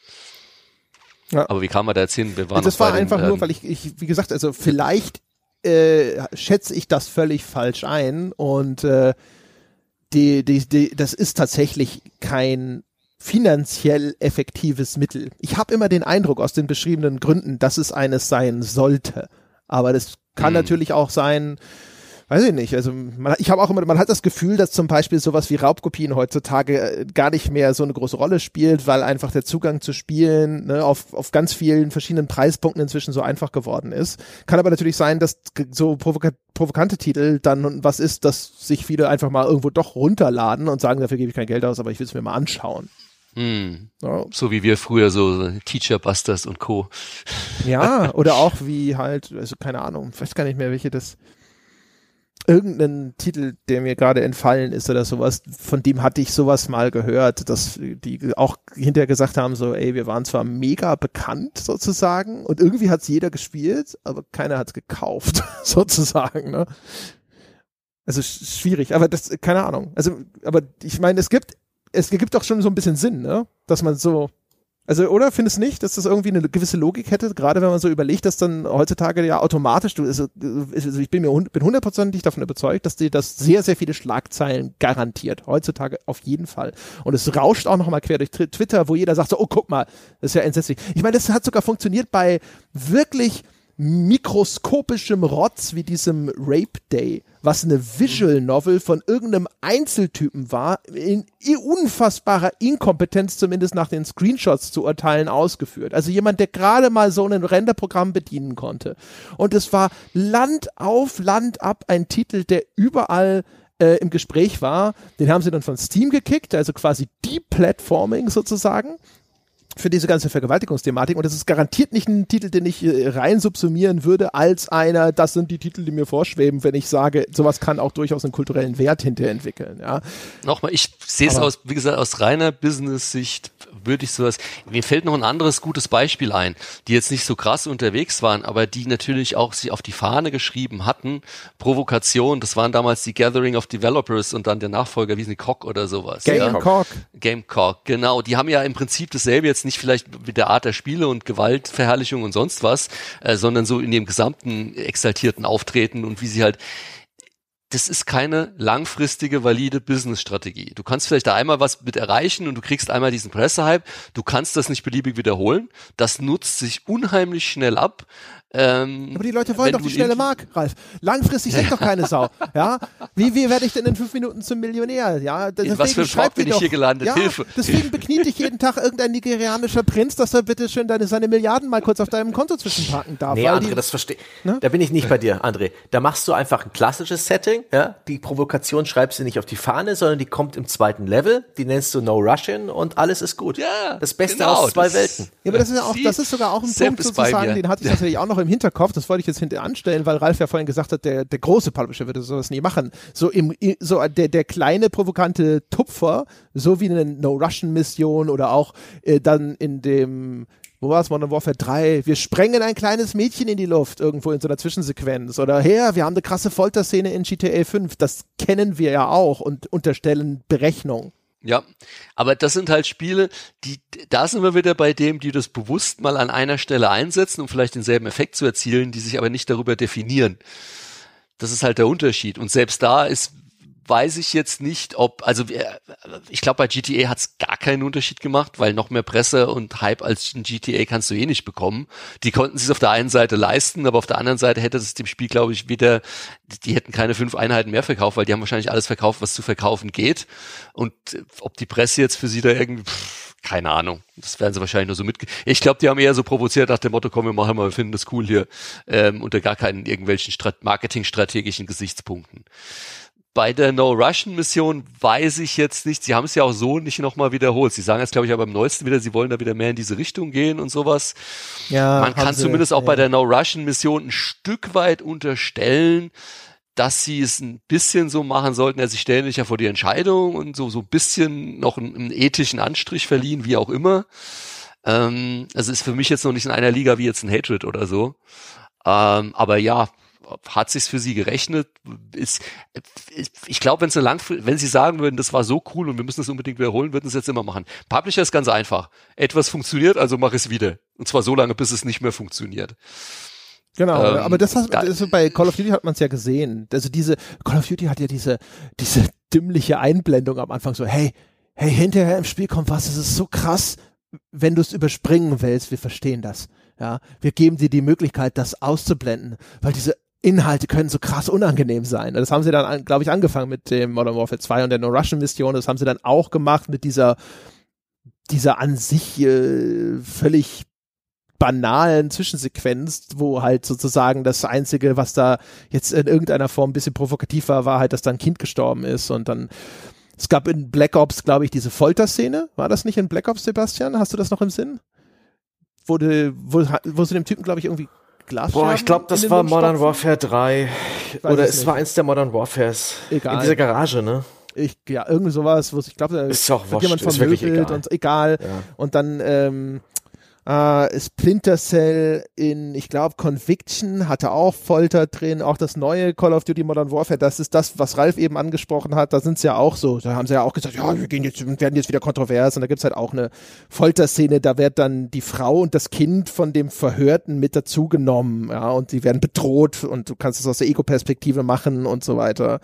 Ja. Aber wie kam man da jetzt hin? Wir waren das war einfach den, nur, weil ich, ich, wie gesagt, also vielleicht äh, schätze ich das völlig falsch ein und äh, die, die, die, das ist tatsächlich kein finanziell effektives Mittel. Ich habe immer den Eindruck aus den beschriebenen Gründen, dass es eines sein sollte. Aber das kann hm. natürlich auch sein, weiß ich nicht, also man, ich habe auch immer, man hat das Gefühl, dass zum Beispiel sowas wie Raubkopien heutzutage gar nicht mehr so eine große Rolle spielt, weil einfach der Zugang zu Spielen ne, auf, auf ganz vielen verschiedenen Preispunkten inzwischen so einfach geworden ist. Kann aber natürlich sein, dass so provoka- provokante Titel dann was ist, dass sich viele einfach mal irgendwo doch runterladen und sagen, dafür gebe ich kein Geld aus, aber ich will es mir mal anschauen. Hm. Ja. So wie wir früher so Teacher Busters und Co. Ja, oder auch wie halt, also keine Ahnung, ich weiß gar nicht mehr, welche das irgendeinen Titel, der mir gerade entfallen ist oder sowas, von dem hatte ich sowas mal gehört, dass die auch hinterher gesagt haben, so, ey, wir waren zwar mega bekannt sozusagen und irgendwie hat's jeder gespielt, aber keiner hat's gekauft, sozusagen, ne? Also sch- schwierig, aber das, keine Ahnung. Also, aber ich meine, es gibt, es gibt doch schon so ein bisschen Sinn, ne? Dass man so, also, oder? Findest du nicht, dass das irgendwie eine gewisse Logik hätte? Gerade wenn man so überlegt, dass dann heutzutage ja automatisch, du, also, also ich bin mir bin hundertprozentig davon überzeugt, dass dir das sehr, sehr viele Schlagzeilen garantiert. Heutzutage auf jeden Fall. Und es rauscht auch noch mal quer durch Twitter, wo jeder sagt so, oh, guck mal, das ist ja entsetzlich. Ich meine, das hat sogar funktioniert bei wirklich mikroskopischem Rotz wie diesem Rape Day, was eine Visual Novel von irgendeinem Einzeltypen war, in unfassbarer Inkompetenz zumindest nach den Screenshots zu urteilen ausgeführt. Also jemand, der gerade mal so ein Renderprogramm bedienen konnte. Und es war Land auf Land ab ein Titel, der überall äh, im Gespräch war. Den haben sie dann von Steam gekickt, also quasi Deplatforming sozusagen für diese ganze Vergewaltigungsthematik, und das ist garantiert nicht ein Titel, den ich äh, rein subsumieren würde als einer, das sind die Titel, die mir vorschweben, wenn ich sage, sowas kann auch durchaus einen kulturellen Wert hinterher entwickeln, ja. Nochmal, ich sehe es aus, wie gesagt, aus reiner Business-Sicht würde ich sowas, mir fällt noch ein anderes gutes Beispiel ein, die jetzt nicht so krass unterwegs waren, aber die natürlich auch sich auf die Fahne geschrieben hatten, Provokation, das waren damals die Gathering of Developers und dann der Nachfolger, wie ist ein Cock oder sowas. Gamecock. Ja? Gamecock, genau, die haben ja im Prinzip dasselbe jetzt nicht vielleicht mit der Art der Spiele und Gewaltverherrlichung und sonst was, äh, sondern so in dem gesamten exaltierten Auftreten und wie sie halt, das ist keine langfristige, valide Business-Strategie. Du kannst vielleicht da einmal was mit erreichen und du kriegst einmal diesen Pressehype, du kannst das nicht beliebig wiederholen, das nutzt sich unheimlich schnell ab. Ähm, aber die Leute wollen doch die schnelle Mark, Ralf. Langfristig denkt doch keine Sau. Ja? Wie, wie werde ich denn in fünf Minuten zum Millionär? Ja? In was für ein Schraub bin ich hier gelandet? Ja, Hilfe. Deswegen bekniet dich jeden Tag irgendein nigerianischer Prinz, dass er bitte schön deine, seine Milliarden mal kurz auf deinem Konto zwischenparken darf. Nee, weil André, die, das verstehe ne? Da bin ich nicht bei dir, André. Da machst du einfach ein klassisches Setting. Ja? Die Provokation schreibst du nicht auf die Fahne, sondern die kommt im zweiten Level. Die nennst du No Russian und alles ist gut. Ja, das Beste genau, aus zwei das, Welten. Ja, aber das ist ja auch, das ist sogar auch ein Punkt sozusagen, den hatte ich natürlich auch noch im Hinterkopf. Das wollte ich jetzt hinterher anstellen, weil Ralf ja vorhin gesagt hat, der, der große Publisher würde sowas nie machen. So im, so der, der kleine provokante Tupfer, so wie eine No-Russian-Mission oder auch äh, dann in dem, wo war es, Modern Warfare drei, wir sprengen ein kleines Mädchen in die Luft, irgendwo in so einer Zwischensequenz. Oder her, wir haben eine krasse Folterszene in G T A fünf. Das kennen wir ja auch und unterstellen Berechnung. Ja, aber das sind halt Spiele, die, da sind wir wieder bei dem, die das bewusst mal an einer Stelle einsetzen, um vielleicht denselben Effekt zu erzielen, die sich aber nicht darüber definieren. Das ist halt der Unterschied. Und selbst da ist, weiß ich jetzt nicht, ob, also ich glaube, bei G T A hat es gar keinen Unterschied gemacht, weil noch mehr Presse und Hype als ein G T A kannst du eh nicht bekommen. Die konnten es sich auf der einen Seite leisten, aber auf der anderen Seite hätte es dem Spiel, glaube ich, wieder, die hätten keine fünf Einheiten mehr verkauft, weil die haben wahrscheinlich alles verkauft, was zu verkaufen geht. Und ob die Presse jetzt für sie da irgendwie, pff, keine Ahnung, das werden sie wahrscheinlich nur so mitge... Ich glaube, die haben eher so provoziert nach dem Motto, komm, wir machen mal, wir finden das cool hier, ähm, unter gar keinen irgendwelchen Strat- marketingstrategischen Gesichtspunkten. Bei der No-Russian-Mission weiß ich jetzt nicht, sie haben es ja auch so nicht nochmal wiederholt. Sie sagen jetzt, glaube ich, aber beim neuesten wieder, sie wollen da wieder mehr in diese Richtung gehen und sowas. Ja, man kann sie, zumindest auch ja. bei der No-Russian-Mission ein Stück weit unterstellen, dass sie es ein bisschen so machen sollten, also sie stellen sich ja vor die Entscheidung und so so ein bisschen noch einen, einen ethischen Anstrich verliehen, wie auch immer. Ähm, also ist für mich jetzt noch nicht in einer Liga wie jetzt ein Hatred oder so. Ähm, aber ja, hat sich's für sie gerechnet? Ist, ich glaube, wenn es eine langfristige, wenn sie sagen würden, das war so cool und wir müssen das unbedingt wiederholen, würden sie es jetzt immer machen. Publisher ist ganz einfach. Etwas funktioniert, also mach es wieder. Und zwar so lange, bis es nicht mehr funktioniert. Genau, ähm, aber das, hat, da, also bei Call of Duty hat man es ja gesehen. Also diese, Call of Duty hat ja diese, diese dümmliche Einblendung am Anfang so, hey, hey, hinterher im Spiel kommt was, es ist so krass, wenn du es überspringen willst, wir verstehen das. Ja, wir geben dir die Möglichkeit, das auszublenden, weil diese Inhalte können so krass unangenehm sein. Das haben sie dann, glaube ich, angefangen mit dem Modern Warfare zwei und der No-Russian-Mission. Das haben sie dann auch gemacht mit dieser, dieser an sich äh, völlig banalen Zwischensequenz, wo halt sozusagen das Einzige, was da jetzt in irgendeiner Form ein bisschen provokativ war, war halt, dass da ein Kind gestorben ist und dann es gab in Black Ops, glaube ich, diese Folterszene. War das nicht in Black Ops, Sebastian? Hast du das noch im Sinn? Wo, de, wo, wo sie dem Typen, glaube ich, irgendwie Glasscherben Boah, ich glaube, das war Modern Warfare drei. Oder es nicht. War eins der Modern Warfares. Egal. In dieser Garage, ne? Ich, ja, irgendwie sowas, wo ich glaube, da ist auch wird jemand vermöbelt und egal. Ja. Und dann ähm, äh, Splinter Cell in, ich glaube, Conviction hatte auch Folter drin, auch das neue Call of Duty Modern Warfare, das ist das, was Ralf eben angesprochen hat, da sind es ja auch so, da haben sie ja auch gesagt, ja, wir gehen jetzt, werden jetzt wieder kontrovers und da gibt's halt auch eine Folterszene, da wird dann die Frau und das Kind von dem Verhörten mit dazugenommen, ja, und die werden bedroht und du kannst es aus der Ego-Perspektive machen und so weiter.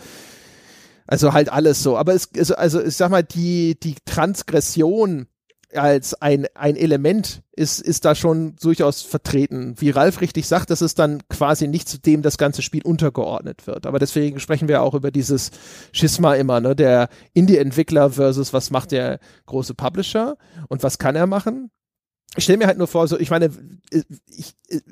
Also halt alles so, aber es, also ich sag mal, die, die Transgression als ein, ein Element ist, ist da schon durchaus vertreten. Wie Ralf richtig sagt, das ist dann quasi nicht zu dem das ganze Spiel untergeordnet wird. Aber deswegen sprechen wir auch über dieses Schisma immer, ne, der Indie-Entwickler versus was macht der große Publisher und was kann er machen? Ich stelle mir halt nur vor, so, ich meine, ich,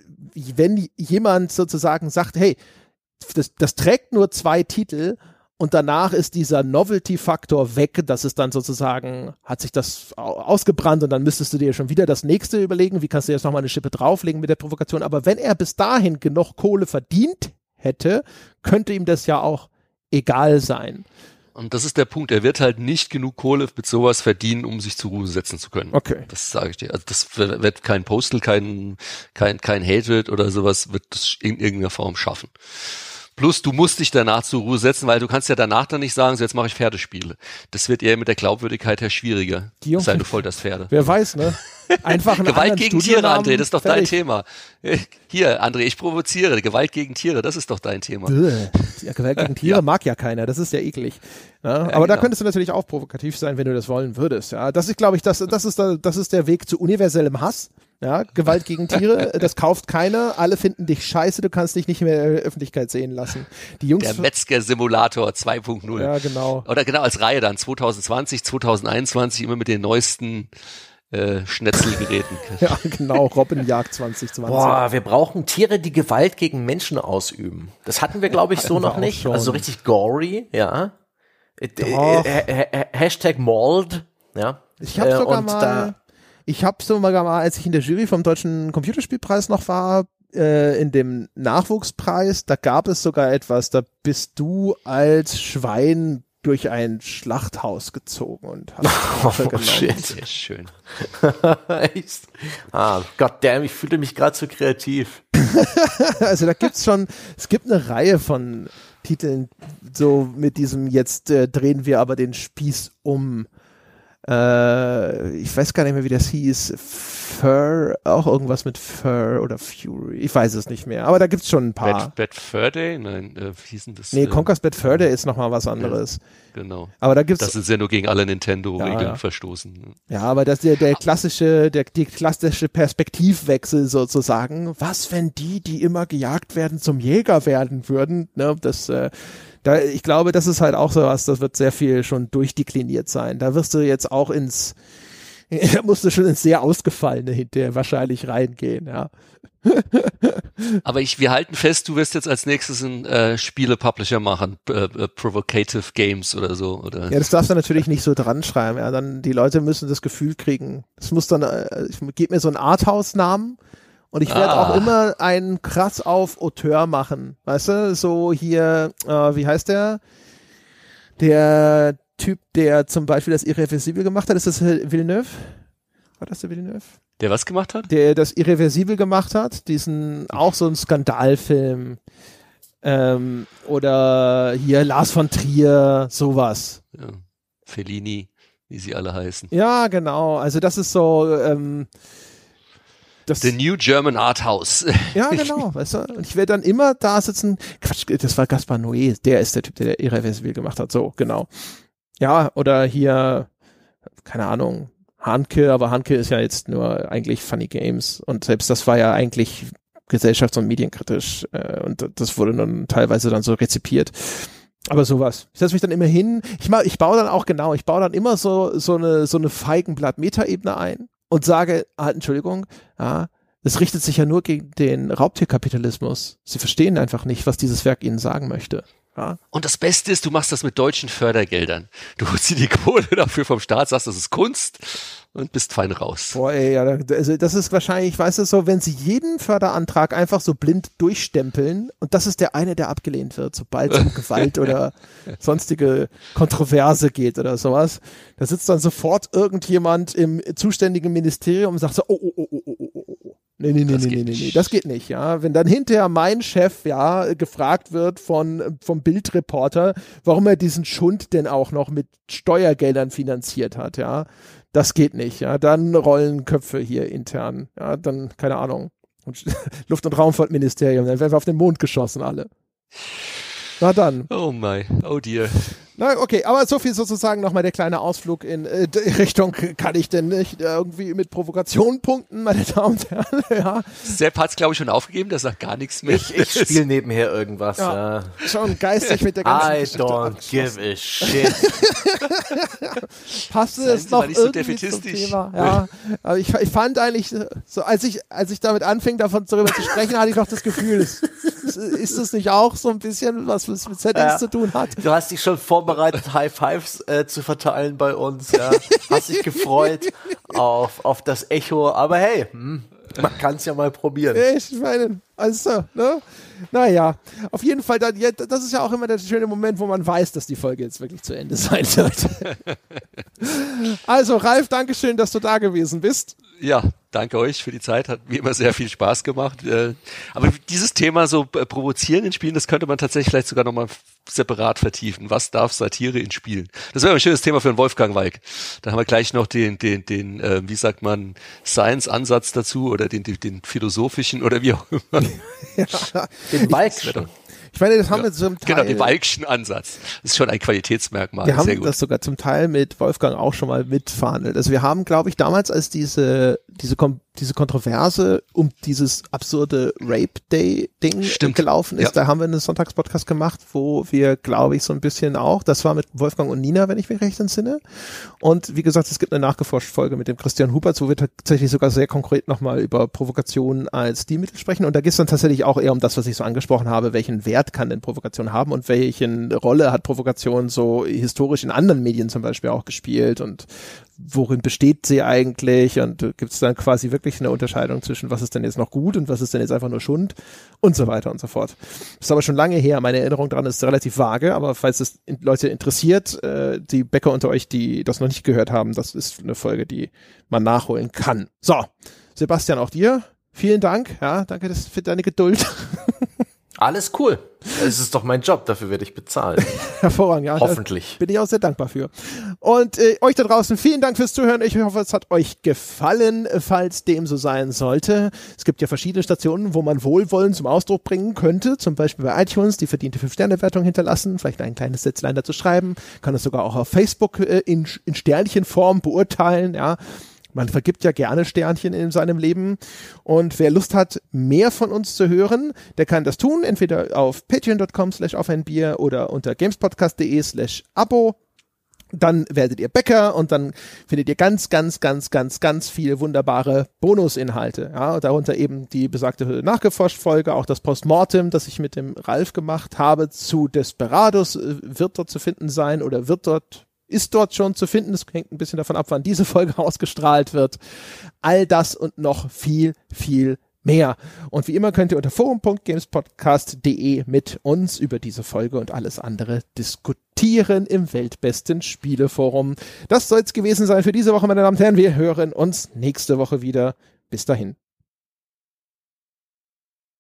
wenn jemand sozusagen sagt, hey, das, das trägt nur zwei Titel, und danach ist dieser Novelty-Faktor weg, dass es dann sozusagen, hat sich das ausgebrannt und dann müsstest du dir schon wieder das nächste überlegen, wie kannst du jetzt nochmal eine Schippe drauflegen mit der Provokation. Aber wenn er bis dahin genug Kohle verdient hätte, könnte ihm das ja auch egal sein. Und das ist der Punkt, er wird halt nicht genug Kohle mit sowas verdienen, um sich zur Ruhe setzen zu können. Okay. Das sage ich dir. Also das wird kein Postal, kein, kein, kein Hatred oder sowas, wird das in irgendeiner Form schaffen. Plus, du musst dich danach zur Ruhe setzen, weil du kannst ja danach dann nicht sagen, so jetzt mache ich Pferdespiele. Das wird eher mit der Glaubwürdigkeit her schwieriger. Sei du folterst Pferde. Wer weiß, ne? Einfach einen Gewalt gegen Tiere, André, das ist doch fertig. dein Thema. Hier, André, ich provoziere. Gewalt gegen Tiere, das ist doch dein Thema. Ja, Gewalt gegen Tiere ja. mag ja keiner, das ist ja eklig. Ja, ja, aber genau. Da könntest du natürlich auch provokativ sein, wenn du das wollen würdest. Ja, das ist, glaube ich, das, das ist da, das ist der Weg zu universellem Hass. Ja, Gewalt gegen Tiere, das kauft keiner, alle finden dich scheiße, du kannst dich nicht mehr in der Öffentlichkeit sehen lassen. Die Jungs. Der Metzger-Simulator zwei Punkt null. Ja, genau. Oder genau als Reihe dann, zwanzig zwanzig, zwanzig einundzwanzig, immer mit den neuesten äh, Schnetzelgeräten. Ja, genau, Robbenjagd zwanzig zwanzig. Boah, wir brauchen Tiere, die Gewalt gegen Menschen ausüben. Das hatten wir, glaube ich, so noch nicht. Schon. Also so richtig gory, ja. Doch. Hashtag Mauled, ja. Ich hab sogar und mal... Da Ich habe so mal, als ich in der Jury vom Deutschen Computerspielpreis noch war, äh, in dem Nachwuchspreis, da gab es sogar etwas, da bist du als Schwein durch ein Schlachthaus gezogen und hast oh, shit. Sehr schön. Echt? Ah, goddamn, ich fühlte mich gerade so kreativ. Also da gibt's schon, es gibt eine Reihe von Titeln, so mit diesem jetzt äh, drehen wir aber den Spieß um. Äh, ich weiß gar nicht mehr, wie das hieß. Fur, auch irgendwas mit Fur oder Fury. Ich weiß es nicht mehr. Aber da gibt's schon ein paar. Bad, Bad Fur Day? Nein, äh, wie hieß denn das? Nee, äh, Conker's Bad Fur Day ist nochmal was anderes. Ja, genau. Aber da gibt's. Das ist ja nur gegen alle Nintendo-Regeln ja, ja. verstoßen. Ja, aber das der, der klassische, der, die klassische Perspektivwechsel sozusagen. Was, wenn die, die immer gejagt werden, zum Jäger werden würden? Ne, das, äh, Da, ich glaube, das ist halt auch so was, das wird sehr viel schon durchdekliniert sein. Da wirst du jetzt auch ins, da musst du schon ins sehr Ausgefallene hinterher wahrscheinlich reingehen, ja. Aber ich, wir halten fest, du wirst jetzt als nächstes einen äh, Spiele-Publisher machen, äh, äh, Provocative Games oder so, oder? Ja, das darfst du natürlich nicht so dran schreiben, ja. Dann, die Leute müssen das Gefühl kriegen. Es muss dann, äh, ich gebe mir so einen Arthouse-Namen. Und ich werde ah. auch immer einen krass auf Auteur machen. Weißt du, so hier, äh, wie heißt der? Der Typ, der zum Beispiel das Irreversibel gemacht hat, ist das Villeneuve? War das der Villeneuve? Der was gemacht hat? Der das Irreversibel gemacht hat, diesen, auch so ein Skandalfilm. Ähm, oder hier Lars von Trier, sowas. Ja. Fellini, wie sie alle heißen. Ja, genau. Also das ist so, ähm, Das, The New German Art House. Ja, genau, weißt du, und ich werde dann immer da sitzen, Quatsch, das war Gaspar Noé, der ist der Typ, der Irreversibel gemacht hat, so, genau. Ja, oder hier, keine Ahnung, Hanke, aber Hanke ist ja jetzt nur eigentlich Funny Games und selbst das war ja eigentlich gesellschafts- und medienkritisch äh, und das wurde dann teilweise dann so rezipiert. Aber sowas. Ich setze mich dann immer hin, ich, mach, ich baue dann auch genau, ich baue dann immer so, so eine, so eine Feigenblatt-Meta-Ebene ein und sage, halt, Entschuldigung, ja, es richtet sich ja nur gegen den Raubtierkapitalismus. Sie verstehen einfach nicht, was dieses Werk ihnen sagen möchte. Ja. Und das Beste ist, du machst das mit deutschen Fördergeldern. Du holst dir die Kohle dafür vom Staat, sagst, das ist Kunst und bist fein raus. Boah, ey, ja, also das ist wahrscheinlich, weißt du, so, wenn sie jeden Förderantrag einfach so blind durchstempeln und das ist der eine, der abgelehnt wird, sobald es um Gewalt oder sonstige Kontroverse geht oder sowas, da sitzt dann sofort irgendjemand im zuständigen Ministerium und sagt so, oh, oh, oh, oh, oh, oh, oh. Nee, nee, nee, nee, nee, nee, nee, das geht nicht, ja. Wenn dann hinterher mein Chef, ja, gefragt wird von, vom Bildreporter, warum er diesen Schund denn auch noch mit Steuergeldern finanziert hat, ja, das geht nicht, ja. Dann rollen Köpfe hier intern, ja, dann, keine Ahnung. Und Luft- und Raumfahrtministerium, dann werden wir auf den Mond geschossen, alle. Na dann. Oh my, oh dear. Na, okay, aber so viel sozusagen nochmal der kleine Ausflug in äh, Richtung, kann ich denn nicht irgendwie mit Provokation punkten, meine Damen und Herren, ja. Sepp hat's, glaube ich, schon aufgegeben, der sagt gar nichts mehr. Ich, ich spiele nebenher irgendwas, ja. ja. Schon geistig mit der ganzen I Geschichte don't give a shit. Passt Seien es Sie noch mal nicht so irgendwie zum defätistisch. Thema? Ja, aber ich, ich fand eigentlich, so als ich, als ich damit anfing, davon darüber zu sprechen, hatte ich noch das Gefühl, ist, ist das nicht auch so ein bisschen, was mit Settings Ja. zu tun hat? Du hast dich schon vorbereitet, High Fives äh, zu verteilen bei uns, ja. Hast dich gefreut auf, auf das Echo, aber hey, hm, man kann es ja mal probieren. Ich meine, also, ne? Naja, auf jeden Fall, dann, ja, das ist ja auch immer der schöne Moment, wo man weiß, dass die Folge jetzt wirklich zu Ende sein wird. Also, Ralf, Dankeschön, dass du da gewesen bist. Ja, danke euch für die Zeit, hat wie immer sehr viel Spaß gemacht. Äh, aber dieses Thema so äh, provozieren in Spielen, das könnte man tatsächlich vielleicht sogar nochmal separat vertiefen. Was darf Satire in Spielen? Das wäre ein schönes Thema für einen Wolfgang Walk. Da haben wir gleich noch den, den, den, äh, wie sagt man, Science-Ansatz dazu oder den, den, den philosophischen oder wie auch immer. Ja. Den Balkschen. Ich meine, das haben Ja. wir zum Teil. Genau, den Walkschen Ansatz. Das ist schon ein Qualitätsmerkmal. Wir haben sehr gut. das sogar zum Teil mit Wolfgang auch schon mal mitverhandelt. Also wir haben, glaube ich, damals, als diese diese Kom diese Kontroverse um dieses absurde Rape-Day-Ding Stimmt. gelaufen ist, Ja. da haben wir einen Sonntagspodcast gemacht, wo wir, glaube ich, so ein bisschen auch, das war mit Wolfgang und Nina, wenn ich mich recht entsinne. Und wie gesagt, es gibt eine nachgeforschte Folge mit dem Christian Huberts, wo wir tatsächlich sogar sehr konkret nochmal über Provokationen als Stilmittel sprechen. Und da geht es dann tatsächlich auch eher um das, was ich so angesprochen habe, welchen Wert kann denn Provokation haben und welche Rolle hat Provokation so historisch in anderen Medien zum Beispiel auch gespielt und worin besteht sie eigentlich und gibt es dann quasi wirklich eine Unterscheidung zwischen was ist denn jetzt noch gut und was ist denn jetzt einfach nur Schund und so weiter und so fort. Das ist aber schon lange her, meine Erinnerung daran ist relativ vage, aber falls es Leute interessiert, äh, die Bäcker unter euch, die das noch nicht gehört haben, das ist eine Folge, die man nachholen kann. So, Sebastian, auch dir, vielen Dank, ja, danke für deine Geduld. Alles cool. Es ist doch mein Job, dafür werde ich bezahlt. Hervorragend, ja. Hoffentlich. Bin ich auch sehr dankbar für. Und äh, euch da draußen, vielen Dank fürs Zuhören. Ich hoffe, es hat euch gefallen, falls dem so sein sollte. Es gibt ja verschiedene Stationen, wo man Wohlwollen zum Ausdruck bringen könnte. Zum Beispiel bei iTunes, die verdiente fünf Sterne Wertung hinterlassen, vielleicht ein kleines Sätzlein dazu schreiben. Kann es sogar auch auf Facebook äh, in, in Sternchenform beurteilen, ja. Man vergibt ja gerne Sternchen in seinem Leben und wer Lust hat, mehr von uns zu hören, der kann das tun, entweder auf patreon.com slash auf ein Bier oder unter gamespodcast.de slash Abo. Dann werdet ihr Bäcker und dann findet ihr ganz, ganz, ganz, ganz, ganz viele wunderbare Bonusinhalte. Ja, darunter eben die besagte Nachgeforscht-Folge, auch das Postmortem, das ich mit dem Ralf gemacht habe zu Desperados, wird dort zu finden sein oder wird dort ist dort schon zu finden. Es hängt ein bisschen davon ab, wann diese Folge ausgestrahlt wird. All das und noch viel, viel mehr. Und wie immer könnt ihr unter forum punkt gamespodcast punkt de mit uns über diese Folge und alles andere diskutieren im weltbesten Spieleforum. Das soll es gewesen sein für diese Woche, meine Damen und Herren. Wir hören uns nächste Woche wieder. Bis dahin.